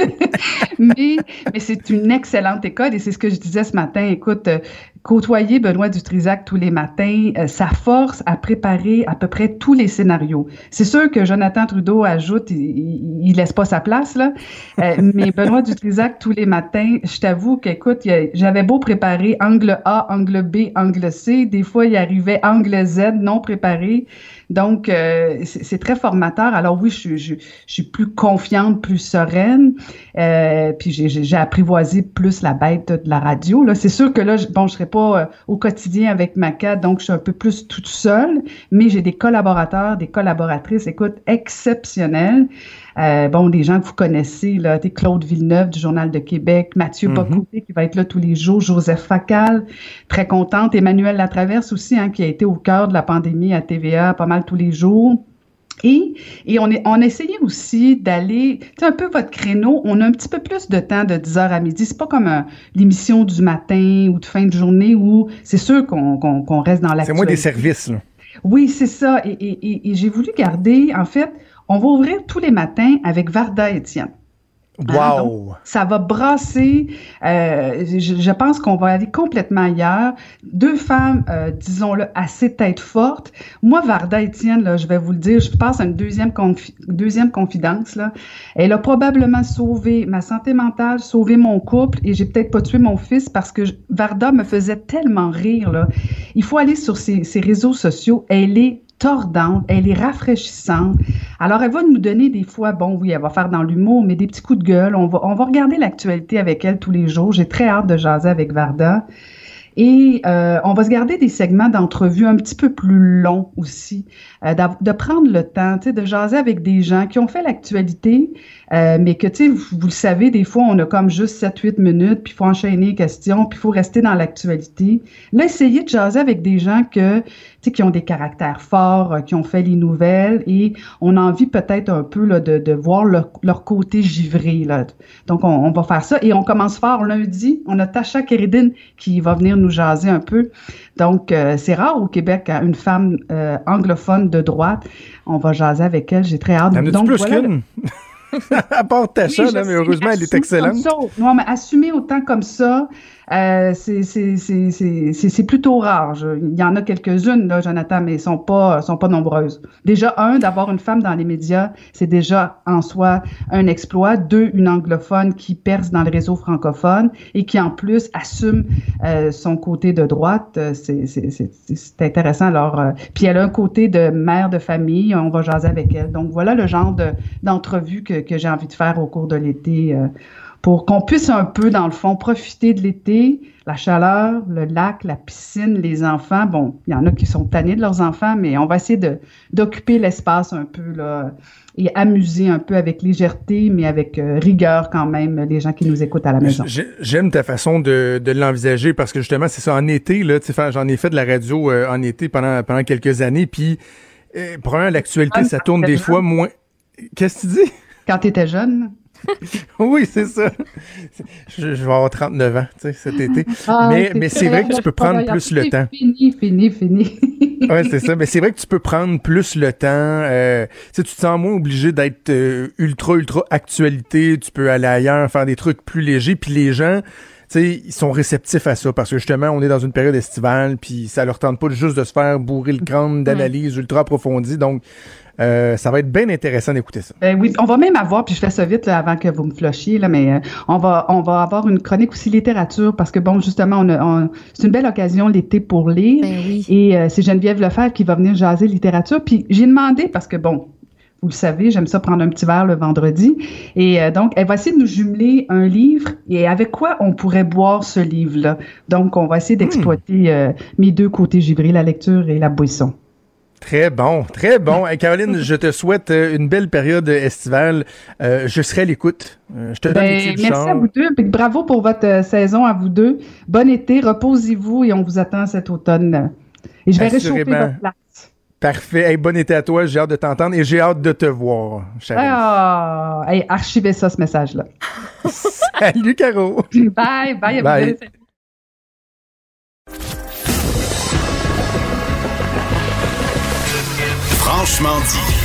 mais mais c'est une excellente école et c'est ce que je disais ce matin. Écoute, euh, côtoyer Benoît Dutrisac tous les matins, euh, ça force à préparer à peu près tous les scénarios. C'est sûr que Jonathan Trudeau ajoute, il, il, il laisse pas sa place, là, euh, mais Benoît Dutrisac tous les matins, je t'avoue qu'écoute, j'avais beau préparer angle A, angle B, angle C. Des fois, il arrivait angle Z non préparé. Donc, euh, c'est très formateur. Alors oui, je, je, je suis plus confiante, plus sereine. Euh, puis j'ai apprivoisé plus la bête de la radio. Là, c'est sûr que là, je, bon, je serai pas euh, au quotidien avec Maca, donc je suis un peu plus toute seule. Mais j'ai des collaborateurs, des collaboratrices, écoute, exceptionnels. Euh, bon, des gens que vous connaissez, là, t'es Claude Villeneuve du Journal de Québec, Mathieu mm-hmm. Bocoté qui va être là tous les jours, Joseph Facal, très contente, Emmanuel Latraverse aussi, hein, qui a été au cœur de la pandémie à T V A pas mal tous les jours. Et, et on, est, on a essayé aussi d'aller, tu sais, un peu votre créneau, on a un petit peu plus de temps de dix heures à midi. C'est pas comme euh, l'émission du matin ou de fin de journée où c'est sûr qu'on qu'on, qu'on reste dans l'actualité. C'est moins des services, là. Oui, c'est ça. Et, et, et, et j'ai voulu garder, en fait, on va ouvrir tous les matins avec Varda Étienne. Wow! Hein, donc, ça va brasser. Euh, je, je pense qu'on va aller complètement ailleurs. Deux femmes, euh, disons-le, assez tête forte. Moi, Varda Étienne, là, je vais vous le dire, je passe à une deuxième, confi deuxième confidence. Là. Elle a probablement sauvé ma santé mentale, sauvé mon couple, et j'ai peut-être pas tué mon fils parce que je, Varda me faisait tellement rire. Là. Il faut aller sur ses, ses réseaux sociaux. Elle est tordante, elle est rafraîchissante. Alors, elle va nous donner des fois, bon, oui, elle va faire dans l'humour, mais des petits coups de gueule. On va, on va regarder l'actualité avec elle tous les jours. J'ai très hâte de jaser avec Varda. Et euh, on va se garder des segments d'entrevue un petit peu plus longs aussi, euh, de prendre le temps, tu sais, de jaser avec des gens qui ont fait l'actualité, euh, mais que, tu sais, vous, vous le savez, des fois, on a comme juste sept huit minutes, puis il faut enchaîner les questions, puis il faut rester dans l'actualité. Là, essayez de jaser avec des gens que, tu sais, qui ont des caractères forts, euh, qui ont fait les nouvelles, et on a envie peut-être un peu là, de, de voir leur, leur côté givré. Là. Donc, on, on va faire ça. Et on commence fort lundi. On a Tasha Keridine qui va venir nous jaser un peu. Donc, euh, c'est rare au Québec, hein, une femme euh, anglophone de droite. On va jaser avec elle. J'ai très hâte. T'en as-tu plus voilà, qu'une? À part Tasha, oui, là, mais heureusement, elle est excellente. Non, mais assumer autant comme ça, euh, c'est plutôt rare. Je, il y en a quelques-unes, là, Jonathan, mais elles sont pas, sont pas nombreuses. Déjà, un, d'avoir une femme dans les médias, c'est déjà en soi un exploit. Deux, une anglophone qui perce dans le réseau francophone et qui, en plus, assume euh, son côté de droite. C'est intéressant. Alors, euh, puis elle a un côté de mère de famille. On va jaser avec elle. Donc, voilà le genre d'entrevue que, que j'ai envie de faire au cours de l'été. Euh, pour qu'on puisse un peu, dans le fond, profiter de l'été, la chaleur, le lac, la piscine, les enfants. Bon, il y en a qui sont tannés de leurs enfants, mais on va essayer de d'occuper l'espace un peu, là, et amuser un peu avec légèreté, mais avec euh, rigueur quand même, les gens qui nous écoutent à la maison. J'aime ta façon de, de l'envisager parce que justement, c'est ça, en été, là, tu sais, j'en ai fait de la radio euh, en été pendant, pendant quelques années, puis, euh, probablement, l'actualité, ça tourne des fois moins... Qu'est-ce que tu dis? Quand tu étais jeune? Oui, c'est ça. Je, je vais avoir trente-neuf ans, tu sais, cet été. Ah, mais mais c'est vrai que tu peux prendre plus le temps. Fini, fini, fini. Oui, c'est ça. Mais c'est vrai que tu peux prendre plus le temps. Euh, tu sais, tu te sens moins obligé d'être euh, ultra, ultra actualité. Tu peux aller ailleurs, faire des trucs plus légers. Puis les gens, tu sais, ils sont réceptifs à ça parce que justement, on est dans une période estivale, puis ça leur tente pas juste de se faire bourrer le crâne d'analyse ultra approfondie. Donc, Euh, ça va être bien intéressant d'écouter ça. Euh, oui, on va même avoir, puis je fais ça vite là, avant que vous me flushiez, là, mais euh, on va on va avoir une chronique aussi littérature parce que bon, justement, on, on c'est une belle occasion l'été pour lire. Ben oui. Et euh, c'est Geneviève Lefebvre qui va venir jaser littérature. Puis j'ai demandé parce que bon, vous le savez, j'aime ça prendre un petit verre le vendredi. Et euh, donc, elle va essayer de nous jumeler un livre et avec quoi on pourrait boire ce livre-là. Donc, on va essayer d'exploiter hmm. euh, mes deux côtés givrés, la lecture et la boisson. Très bon, très bon. Hey, Caroline, je te souhaite une belle période estivale. Euh, je serai à l'écoute. Euh, je te donne Ben, des merci à vous deux. Puis bravo pour votre euh, saison à vous deux. Bon été, reposez-vous et on vous attend cet automne. Et je vais réchauffer votre place. Parfait. Hey, bon été à toi. J'ai hâte de t'entendre et j'ai hâte de te voir. Ah, hey, archivez ça, ce message-là. Salut, Caro. Bye, bye. Bye. Vous. Franchement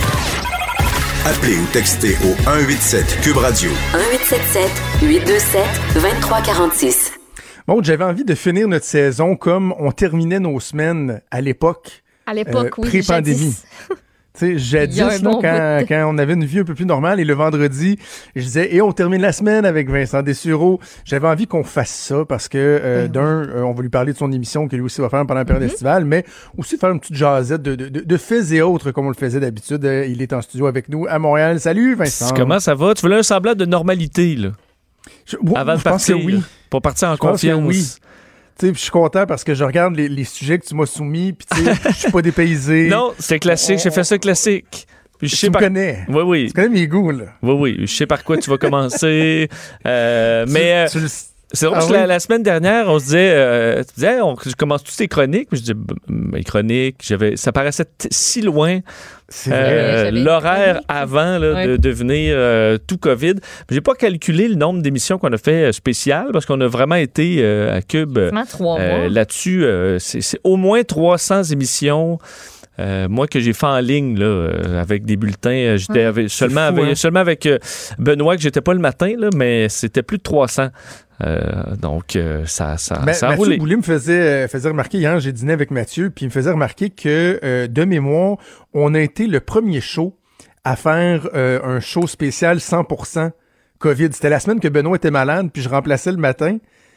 dit. Appelez ou textez au un huit sept Cube Radio. un huit sept sept huit deux sept deux trois quatre six. Bon, j'avais envie de finir notre saison comme on terminait nos semaines à l'époque. À l'époque, euh, oui. Pré-pandémie. Tu sais, jadis, là, bon quand, de... quand on avait une vie un peu plus normale, et le vendredi, je disais, et on termine la semaine avec Vincent Dessureau. J'avais envie qu'on fasse ça parce que, euh, ben d'un, oui. euh, on va lui parler de son émission qu'il lui aussi va faire pendant la période Mm-hmm. estivale, mais aussi faire une petite jasette de, de, de, de faits et autres comme on le faisait d'habitude. Euh, il est en studio avec nous à Montréal. Salut, Vincent. Comment ça va? Tu voulais un semblant de normalité, là? Je, ouais, Avant de je pense partir, que oui. là, pour partir en Je pense que confiance. oui. Tu sais, je suis content parce que je regarde les, les sujets que tu m'as soumis, puis tu sais, je suis pas dépaysé. Non, c'est classique. J'ai fait ça classique. Puis je tu sais me par... connais. Oui, oui. Tu connais mes goûts, là. Oui, oui. Je sais par quoi tu vas commencer. euh, mais euh, Tu, tu le... c'est drôle Ah parce que oui? la, la semaine dernière, on se disait, euh, tu disais, on, je commence toutes tes chroniques. Puis je disais, mes chroniques, j'avais, ça paraissait t- si loin. C'est vrai. Euh, J'avais l'horaire chronique. avant là, Ouais. de devenir euh, tout COVID. J'ai pas calculé le nombre d'émissions qu'on a fait euh, spéciales parce qu'on a vraiment été euh, à Cube euh, Quasiment trois euh, mois. là-dessus. Euh, c'est, c'est au moins trois cents émissions. Euh, moi que j'ai fait en ligne là, euh, avec des bulletins, euh, j'étais Ouais. avec, seulement, fou, avec, hein? seulement avec euh, Benoît que j'étais pas le matin, là, mais c'était plus de trois cents. Euh, donc euh, ça, ça, Ma- ça a Mathieu roulé. Boulay me faisait, euh, faisait remarquer, hier j'ai dîné avec Mathieu, puis il me faisait remarquer que euh, de mémoire, on a été le premier show à faire euh, un show spécial cent pour cent COVID. C'était la semaine que Benoît était malade, puis je remplaçais le matin.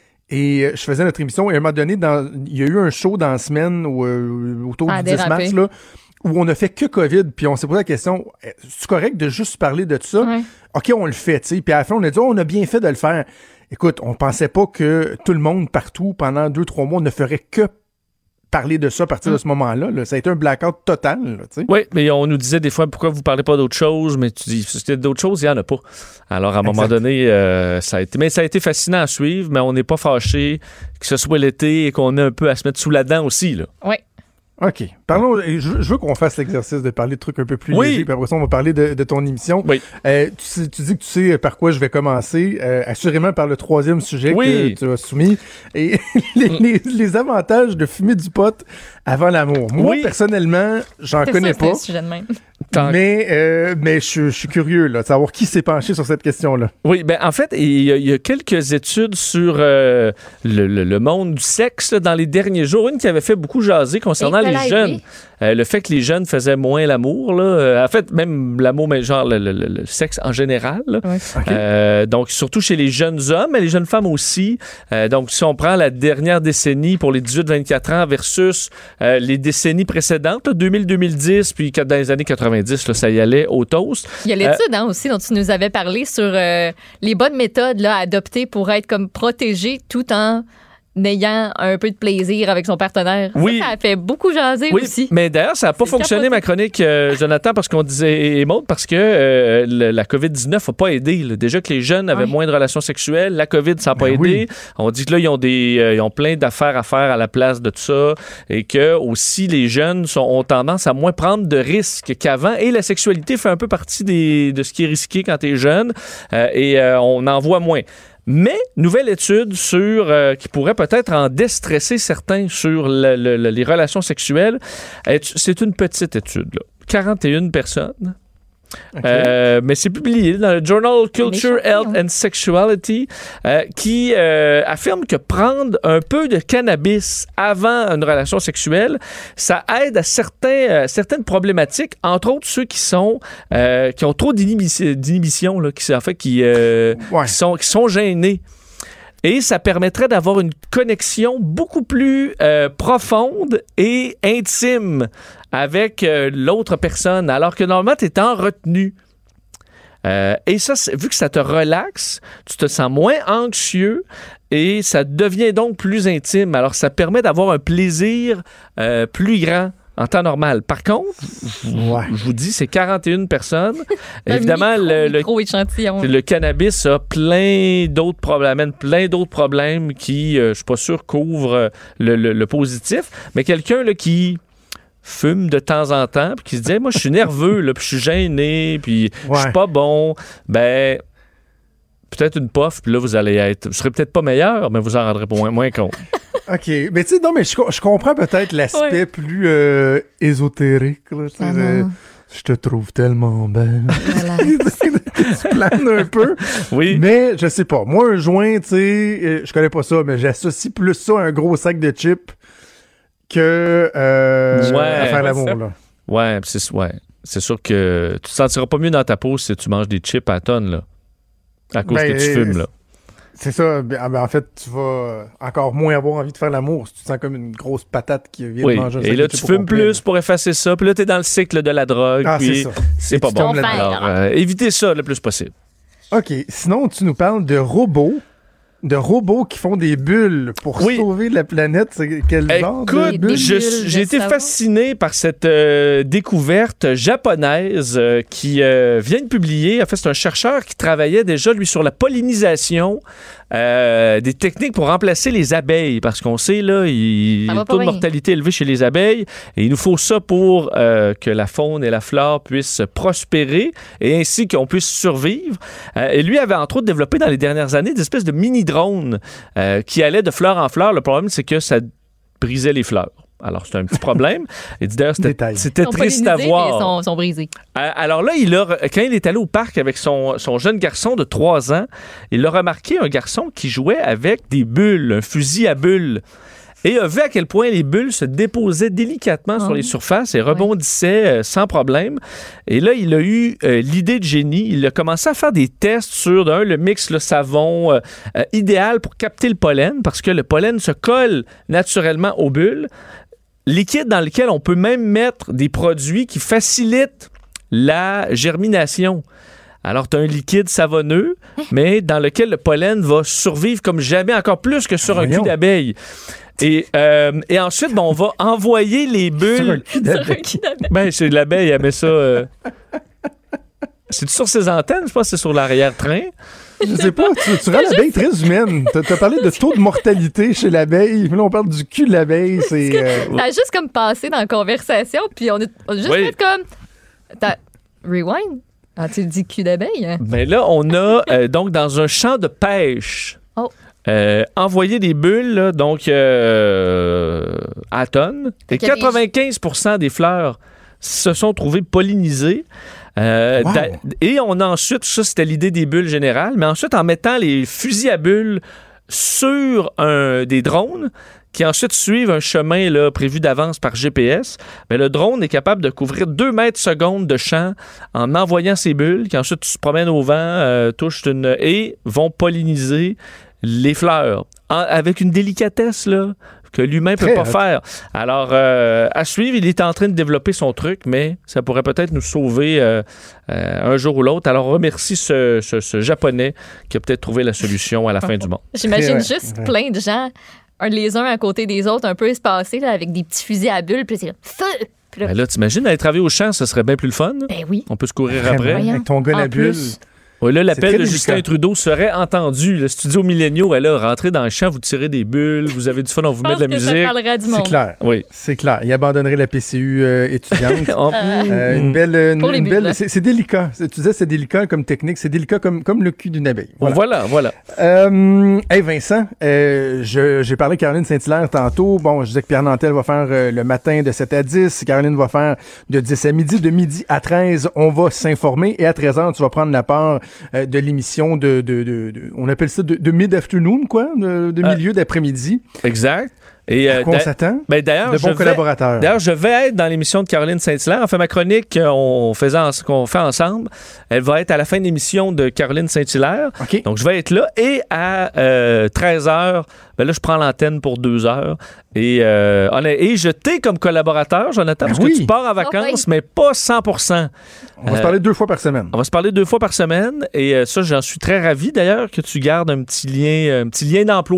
Et euh, je faisais notre émission, et à un moment donné, dans, il y a eu un show dans la semaine où, euh, autour Ah, du dix dérapé. mars, là, où on a fait que COVID, puis on s'est posé la question, c'est correct de juste parler de ça? Ouais. OK, on le fait, tu sais. Puis à la fin, on a dit, oh, on a bien fait de le faire. Écoute, on pensait pas que tout le monde, partout, pendant deux, trois mois, ne ferait que parler de ça à partir de ce moment-là. Là. Ça a été un blackout total, là, tu sais. Oui, mais on nous disait des fois pourquoi vous parlez pas d'autre chose, mais tu dis si c'était d'autres choses, il y en a pas. Alors à un moment Exact. donné, euh, ça a été, mais ça a été fascinant à suivre, mais on n'est pas fâché que ce soit l'été et qu'on ait un peu à se mettre sous la dent aussi là. Oui. OK. Parlons, je, je veux qu'on fasse l'exercice de parler de trucs un peu plus Oui. légers, puis après ça, on va parler de, de ton émission. Oui. Euh, tu, sais- tu dis que tu sais par quoi je vais commencer, euh, assurément par le troisième sujet Oui. que tu as soumis, et les, les, les avantages de fumer du pot avant l'amour. Moi, Oui. personnellement, j'en C'est connais ça, c'était pas. un sujet de même. Tant- Mais, euh, mais je, je suis curieux là, de savoir qui s'est penché sur cette question-là. Oui, ben en fait, il y, a- il y a quelques études sur euh, le, le- le monde du sexe là, dans les derniers jours. Une qui avait fait beaucoup jaser concernant Et les ça l'a jeunes. aidé. Euh, le fait que les jeunes faisaient moins l'amour. Là, euh, en fait, même l'amour, mais genre le, le- le- le sexe en général. là. Ouais. Euh, donc, surtout chez les jeunes hommes, mais les jeunes femmes aussi. Euh, donc, si on prend la dernière décennie pour les dix-huit vingt-quatre ans versus euh, les décennies précédentes, là, deux mille deux mille dix, puis dans les années quatre-vingt-dix, là, ça y allait au toast. Il y a l'étude hein, aussi dont tu nous avais parlé sur euh, les bonnes méthodes là, à adopter pour être comme protégé tout en ayant un peu de plaisir avec son partenaire. Oui. Ça, ça a fait beaucoup jaser Oui, aussi. mais d'ailleurs, ça n'a pas C'est fonctionné, capoté. ma chronique, euh, Jonathan, parce qu'on disait, et Maud, parce que euh, le- la covid dix-neuf n'a pas aidé. là. Déjà que les jeunes avaient Ouais. moins de relations sexuelles, la COVID, ça n'a pas Ben aidé. oui. On dit que là, ils ont, des, euh, ils ont plein d'affaires à faire à la place de tout ça, et que aussi les jeunes sont, ont tendance à moins prendre de risques qu'avant, et la sexualité fait un peu partie des, de ce qui est risqué quand tu es jeune, euh, et euh, on en voit moins. Mais, nouvelle étude sur euh, qui pourrait peut-être en déstresser certains sur le- le- le- les relations sexuelles. Euh, C'est une petite étude, là. quarante et une personnes. OK. Euh, mais c'est publié dans le Journal Culture, échantillon. Health and Sexuality euh, qui euh, affirme que prendre un peu de cannabis avant une relation sexuelle, ça aide à certains, euh, certaines problématiques, entre autres ceux qui sont euh, qui ont trop d'inhibi- d'inhibition, là, qui, en fait, qui, euh, Ouais. qui, sont, qui sont gênés. Et ça permettrait d'avoir une connexion beaucoup plus euh, profonde et intime avec euh, l'autre personne, alors que normalement, tu es en retenue. Euh, et ça, c'est- vu que ça te relaxe, tu te sens moins anxieux et ça devient donc plus intime. Alors, ça permet d'avoir un plaisir euh, plus grand en temps normal. Par contre, Ouais. je vous dis, c'est quarante et une personnes. Un Évidemment, micro, le, le, micro-échantillon. le cannabis a plein d'autres problèmes, amène plein d'autres problèmes qui, euh, je suis pas sûr, couvrent euh, le, le, le positif. Mais quelqu'un là, qui fume de temps en temps, puis qui se dit hey, moi, je suis nerveux, là, puis je suis gêné, puis Ouais. je suis pas bon, ben... peut-être une puff, puis là, vous allez être... Vous serez peut-être pas meilleur, mais vous en rendrez moins, moins compte. OK. Mais tu sais, non, mais je, je comprends peut-être l'aspect Ouais. plus euh, ésotérique. Là, tu sais, Ah de- non. je te trouve tellement belle. Voilà. Tu planes un peu. Oui. Mais je sais pas. Moi, un joint, tu sais, euh, je connais pas ça, mais j'associe plus ça à un gros sac de chips que euh, Ouais. à faire l'amour. Là. Ouais, c'est ouais. C'est sûr que tu te sentiras pas mieux dans ta peau si tu manges des chips à tonnes, là. À cause Ben, que tu fumes, là. C'est ça. Ben, ah, ben, en fait, tu vas encore moins avoir envie de faire l'amour si tu te sens comme une grosse patate qui vient Oui. de manger un Et sac là, de tu chips au fumes complet, plus pour effacer ça. Puis là, t'es dans le cycle de la drogue. Ah, puis c'est ça. c'est Et pas tu bon. tombes là-dedans. Alors, euh, évitez ça le plus possible. OK. Sinon, tu nous parles de robots. De robots qui font des bulles pour Oui. sauver la planète. C'est quel genre de Écoute, bulles? je- bulles j'ai de été savon. fasciné par cette euh, découverte japonaise euh, qui euh, vient de publier. En fait, c'est un chercheur qui travaillait déjà, lui, sur la pollinisation, euh, des techniques pour remplacer les abeilles. Parce qu'on sait, là, il y Ça a va un pas taux de bien. mortalité élevé chez les abeilles. Et il nous faut ça pour euh, que la faune et la flore puissent prospérer et ainsi qu'on puisse survivre. Euh, et lui avait, entre autres, développé dans les dernières années des espèces de mini-drones euh, qui allaient de fleur en fleur. Le problème, c'est que ça brisait les fleurs. Alors, c'est un petit problème. Et d'ailleurs, c'était, Détail. c'était Ils sont triste à pollinisés, voir. mais Ils sont, sont brisés. Euh, Alors là, il a, quand il est allé au parc avec son, son jeune garçon de trois ans, il a remarqué un garçon qui jouait avec des bulles, un fusil à bulles. Et a vu à quel point les bulles se déposaient délicatement Oh. sur les surfaces et rebondissaient euh, sans problème. Et là, il a eu euh, l'idée de génie. Il a commencé à faire des tests sur, d'un, le mix, le savon euh, euh, idéal pour capter le pollen, parce que le pollen se colle naturellement aux bulles. Liquide dans lequel on peut même mettre des produits qui facilitent la germination. Alors, tu as un liquide savonneux, mais dans lequel le pollen va survivre comme jamais, encore plus que sur un Voyons. cul d'abeille. Et, euh, et ensuite, ben, on va envoyer les Sur un bulles. cul Sur un d'abeille. cul d'abeille. Ben, c'est de l'abeille, elle met ça. euh, C'est sur ses antennes, je pense que c'est sur l'arrière-train. Je sais pas, tu, tu rends l'abeille très humaine. T'as as parlé de taux de mortalité chez l'abeille, puis là on parle du cul de l'abeille, c'est... euh, Ça a juste comme passé dans la conversation, puis on a, on a juste Oui. fait comme. T'as- Rewind? Ah, tu dis cul d'abeille? Hein? Mais là, on a euh, donc dans un champ de pêche Oh. euh, envoyé des bulles, là, donc euh, à tonnes. Et Fait qu'il y a des- quatre-vingt-quinze pour cent des fleurs se sont trouvées pollinisées. Euh, Wow. d'a- Et on a ensuite, ça c'était l'idée des bulles générales, mais ensuite en mettant les fusils à bulles sur un, des drones qui ensuite suivent un chemin là, prévu d'avance par G P S, ben, le drone est capable de couvrir deux mètres secondes de champ en envoyant ces bulles qui ensuite se promènent au vent, euh, touchent une... et vont polliniser les fleurs en- avec une délicatesse là, que l'humain ne peut Très pas hot. faire. Alors, euh, à suivre, il est en train de développer son truc, mais ça pourrait peut-être nous sauver euh, euh, un jour ou l'autre. Alors, on remercie ce, ce, ce Japonais qui a peut-être trouvé la solution à la fin du monde. J'imagine Ouais, juste ouais. plein de gens, un les uns à côté des autres, un peu espacés, là, avec des petits fusils à bulles, puis c'est comme feu! Puis là, Ben là, t'imagines, aller travailler au champ, ce serait bien plus le fun. ben oui. On peut se courir Vraiment, après. Voyons. avec ton gun En à bulles. plus. Oui, là, C'est l'appel très de délicat. Justin Trudeau serait entendu. Le studio Millenniaux, elle a rentré dans le champ, vous tirez des bulles, vous avez du fun, on vous Je met pense de la que ça musique. parlera du C'est monde. clair. Oui. C'est clair. Il abandonnerait la P C U euh, étudiante. On- Euh, une belle, une, Pour les une bulles. belle, c'est c'est délicat. C'est- Tu disais c'est délicat comme technique, c'est délicat comme comme le cul d'une abeille. Voilà. Voilà, voilà. Euh, hey Vincent, euh, je- j'ai parlé à Caroline Saint-Hilaire tantôt. Bon, je disais que Pierre Nantel va faire euh, le matin de sept à dix. Caroline va faire de dix à midi. De midi à treize, on va s'informer. Et à treize heures, tu vas prendre la part euh, de l'émission de, de, de, de- on appelle ça de, de mid-afternoon, quoi, de, de Euh, milieu d'après-midi. Exact. Et, À euh, quoi on d'a- s'attend? ben, d'ailleurs, De je bons vais- collaborateurs. D'ailleurs, je vais être dans l'émission de Caroline Saint-Hilaire. En fait, ma chronique qu'on faisait en- qu'on fait ensemble, elle va être à la fin de l'émission de Caroline Saint-Hilaire. OK. Donc, je vais être là. Et à euh, treize heures, ben là, je prends l'antenne pour deux heures. Et, euh, on est- et je t'ai comme collaborateur, Jonathan, Ben parce oui. que tu pars en vacances, mais pas cent pour cent. On va se Euh, parler deux fois par semaine. On va se parler deux fois par semaine. Et euh, ça, j'en suis très ravi, d'ailleurs, que tu gardes un petit lien, un petit lien d'emploi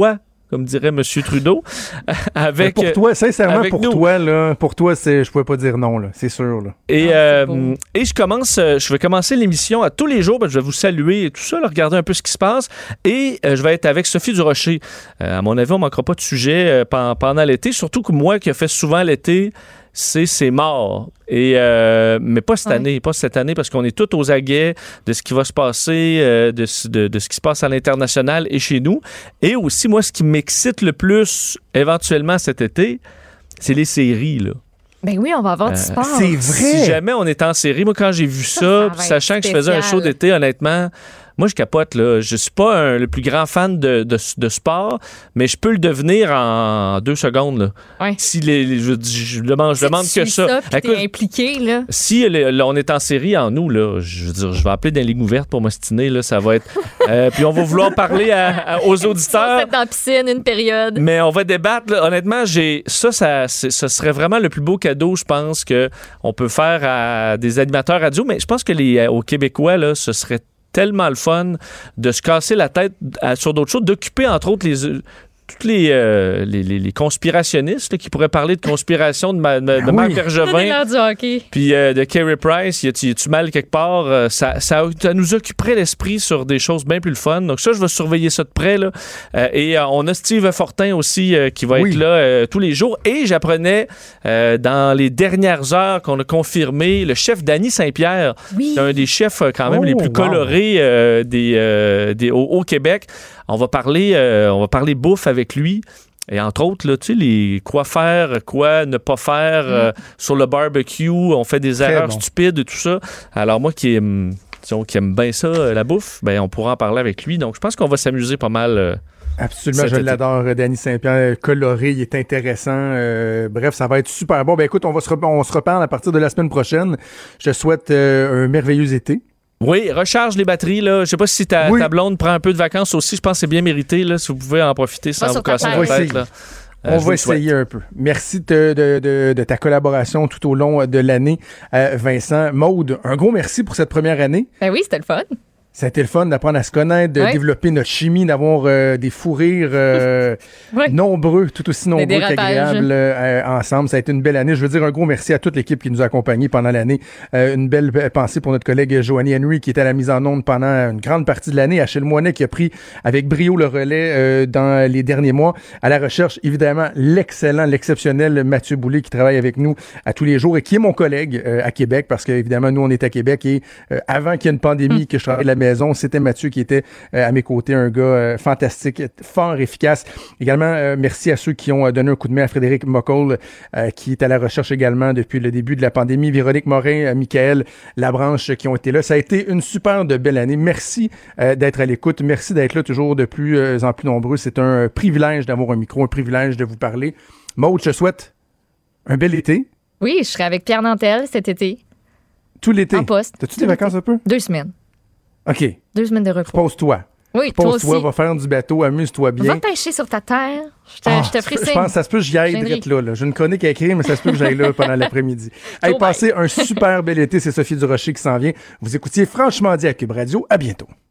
comme dirait M. Trudeau. avec, pour toi, sincèrement, pour nous. toi, là, pour toi, c'est, je pouvais pas dire non, là, c'est sûr. Là. Et, Ah, euh, et je commence, je vais commencer l'émission à tous les jours. Ben, je vais vous saluer et tout ça, là, regarder un peu ce qui se passe. Et euh, je vais être avec Sophie Durocher. Euh, à mon avis, on manquera pas de sujet euh, pendant, pendant l'été. Surtout que moi, qui ai fait souvent l'été, c'est c'est mort. Et euh, mais pas cette ouais. année, pas cette année, parce qu'on est tous aux aguets de ce qui va se passer, euh, de, de, de ce qui se passe à l'international et chez nous. Et aussi, moi, ce qui m'excite le plus éventuellement cet été, c'est les séries, là. Ben oui, on va avoir euh, du sport. C'est vrai. Si jamais on était en série, moi, quand j'ai vu ça, ça, ça sachant que je faisais un show d'été, honnêtement, moi, je capote, là. Je suis pas un, le plus grand fan de, de, de sport, mais je peux le devenir en deux secondes, là. Ouais. Si les, les, je, je demande, je demande que ça. ça puis t'es impliqué, là. Si le, là, on est en série en nous, là, je veux dire, je vais appeler dans les ligues ouvertes pour m'ostiner, là, ça va être... euh, puis on va vouloir parler à, à, aux auditeurs. Dans la piscine, une période. Mais on va débattre, là. Honnêtement, j'ai ça, ça, c'est, ce serait vraiment le plus beau cadeau, je pense, qu'on peut faire à des animateurs radio. Mais je pense que les, aux Québécois, là, ce serait tellement le fun de se casser la tête à, sur d'autres choses, d'occuper entre autres les tous les, euh, les, les, les conspirationnistes là, qui pourraient parler de conspiration de, ma, de, de oui. Marc Bergevin puis euh, de Carey Price, y a-tu, y a-tu mal quelque part, euh, ça, ça, ça nous occuperait l'esprit sur des choses bien plus le fun. Donc ça, je vais surveiller ça de près, là. Euh, et euh, on a Steve Fortin aussi euh, qui va oui. être là euh, tous les jours. Et j'apprenais euh, dans les dernières heures qu'on a confirmé le chef Danny Saint-Pierre, oui. un des chefs euh, quand même oh, les plus colorés wow. euh, des, euh, des, au, au Québec. On va parler, euh, on va parler bouffe avec lui. Et entre autres, là, tu sais, les quoi faire, quoi ne pas faire mm. euh, sur le barbecue. On fait des Très erreurs bon. stupides et tout ça. Alors moi qui aime, disons, qui aime bien ça, la bouffe, ben on pourra en parler avec lui. Donc je pense qu'on va s'amuser pas mal. Euh, Absolument, je été. l'adore, Danny Saint-Pierre, coloré, il est intéressant. Euh, bref, ça va être super bon. Ben écoute, on va se, rep- on se reparle à partir de la semaine prochaine. Je souhaite euh, un merveilleux été. Oui, recharge les batteries, là. Je sais pas si ta, oui. ta blonde prend un peu de vacances aussi. Je pense que c'est bien mérité, là, si vous pouvez en profiter sans vous casser la tête, là. Euh, On va essayer un peu. Merci de, de, de, de ta collaboration tout au long de l'année, euh, Vincent. Maude, un gros merci pour cette première année. Ben oui, c'était le fun. Ça a été le fun d'apprendre à se connaître, de ouais. développer notre chimie, d'avoir euh, des fous rires euh, ouais. nombreux, tout aussi nombreux qu'agréables euh, ensemble. Ça a été une belle année. Je veux dire un gros merci à toute l'équipe qui nous a accompagnés pendant l'année. Euh, une belle pensée pour notre collègue Joanie Henry qui était à la mise en onde pendant une grande partie de l'année. Achille Moinet qui a pris avec brio le relais euh, dans les derniers mois. À la recherche, évidemment, l'excellent, l'exceptionnel Mathieu Boulay qui travaille avec nous à tous les jours et qui est mon collègue euh, à Québec parce qu'évidemment, nous, on est à Québec et euh, avant qu'il y ait une pandémie, mmh. que je travaille de la maison, c'était Mathieu qui était euh, à mes côtés, un gars euh, fantastique, fort efficace. Également, euh, merci à ceux qui ont euh, donné un coup de main à Frédéric Mockle, euh, qui est à la recherche également depuis le début de la pandémie. Véronique Morin, euh, Michael Labranche qui ont été là. Ça a été une super de belle année. Merci euh, d'être à l'écoute. Merci d'être là toujours de plus euh, en plus nombreux. C'est un privilège d'avoir un micro, un privilège de vous parler. Maude, je te souhaite un bel été. Oui, je serai avec Pierre Nantel cet été. Tout l'été? En poste. T'as-tu des vacances un peu? Deux semaines. OK. Deux semaines de repos. Pose-toi. Oui, Pose-toi, toi aussi. Va faire du bateau, amuse-toi bien. Va pêcher sur ta terre. Je te, ah, je te ferai signe. Je pense que ça se peut que j'y aille direct là, là. J'ai une chronique à écrire, mais ça se peut que j'aille là pendant l'après-midi. Hey, passez un super bel été. C'est Sophie Durocher qui s'en vient. Vous écoutiez Franchement dit à Cube Radio. À bientôt.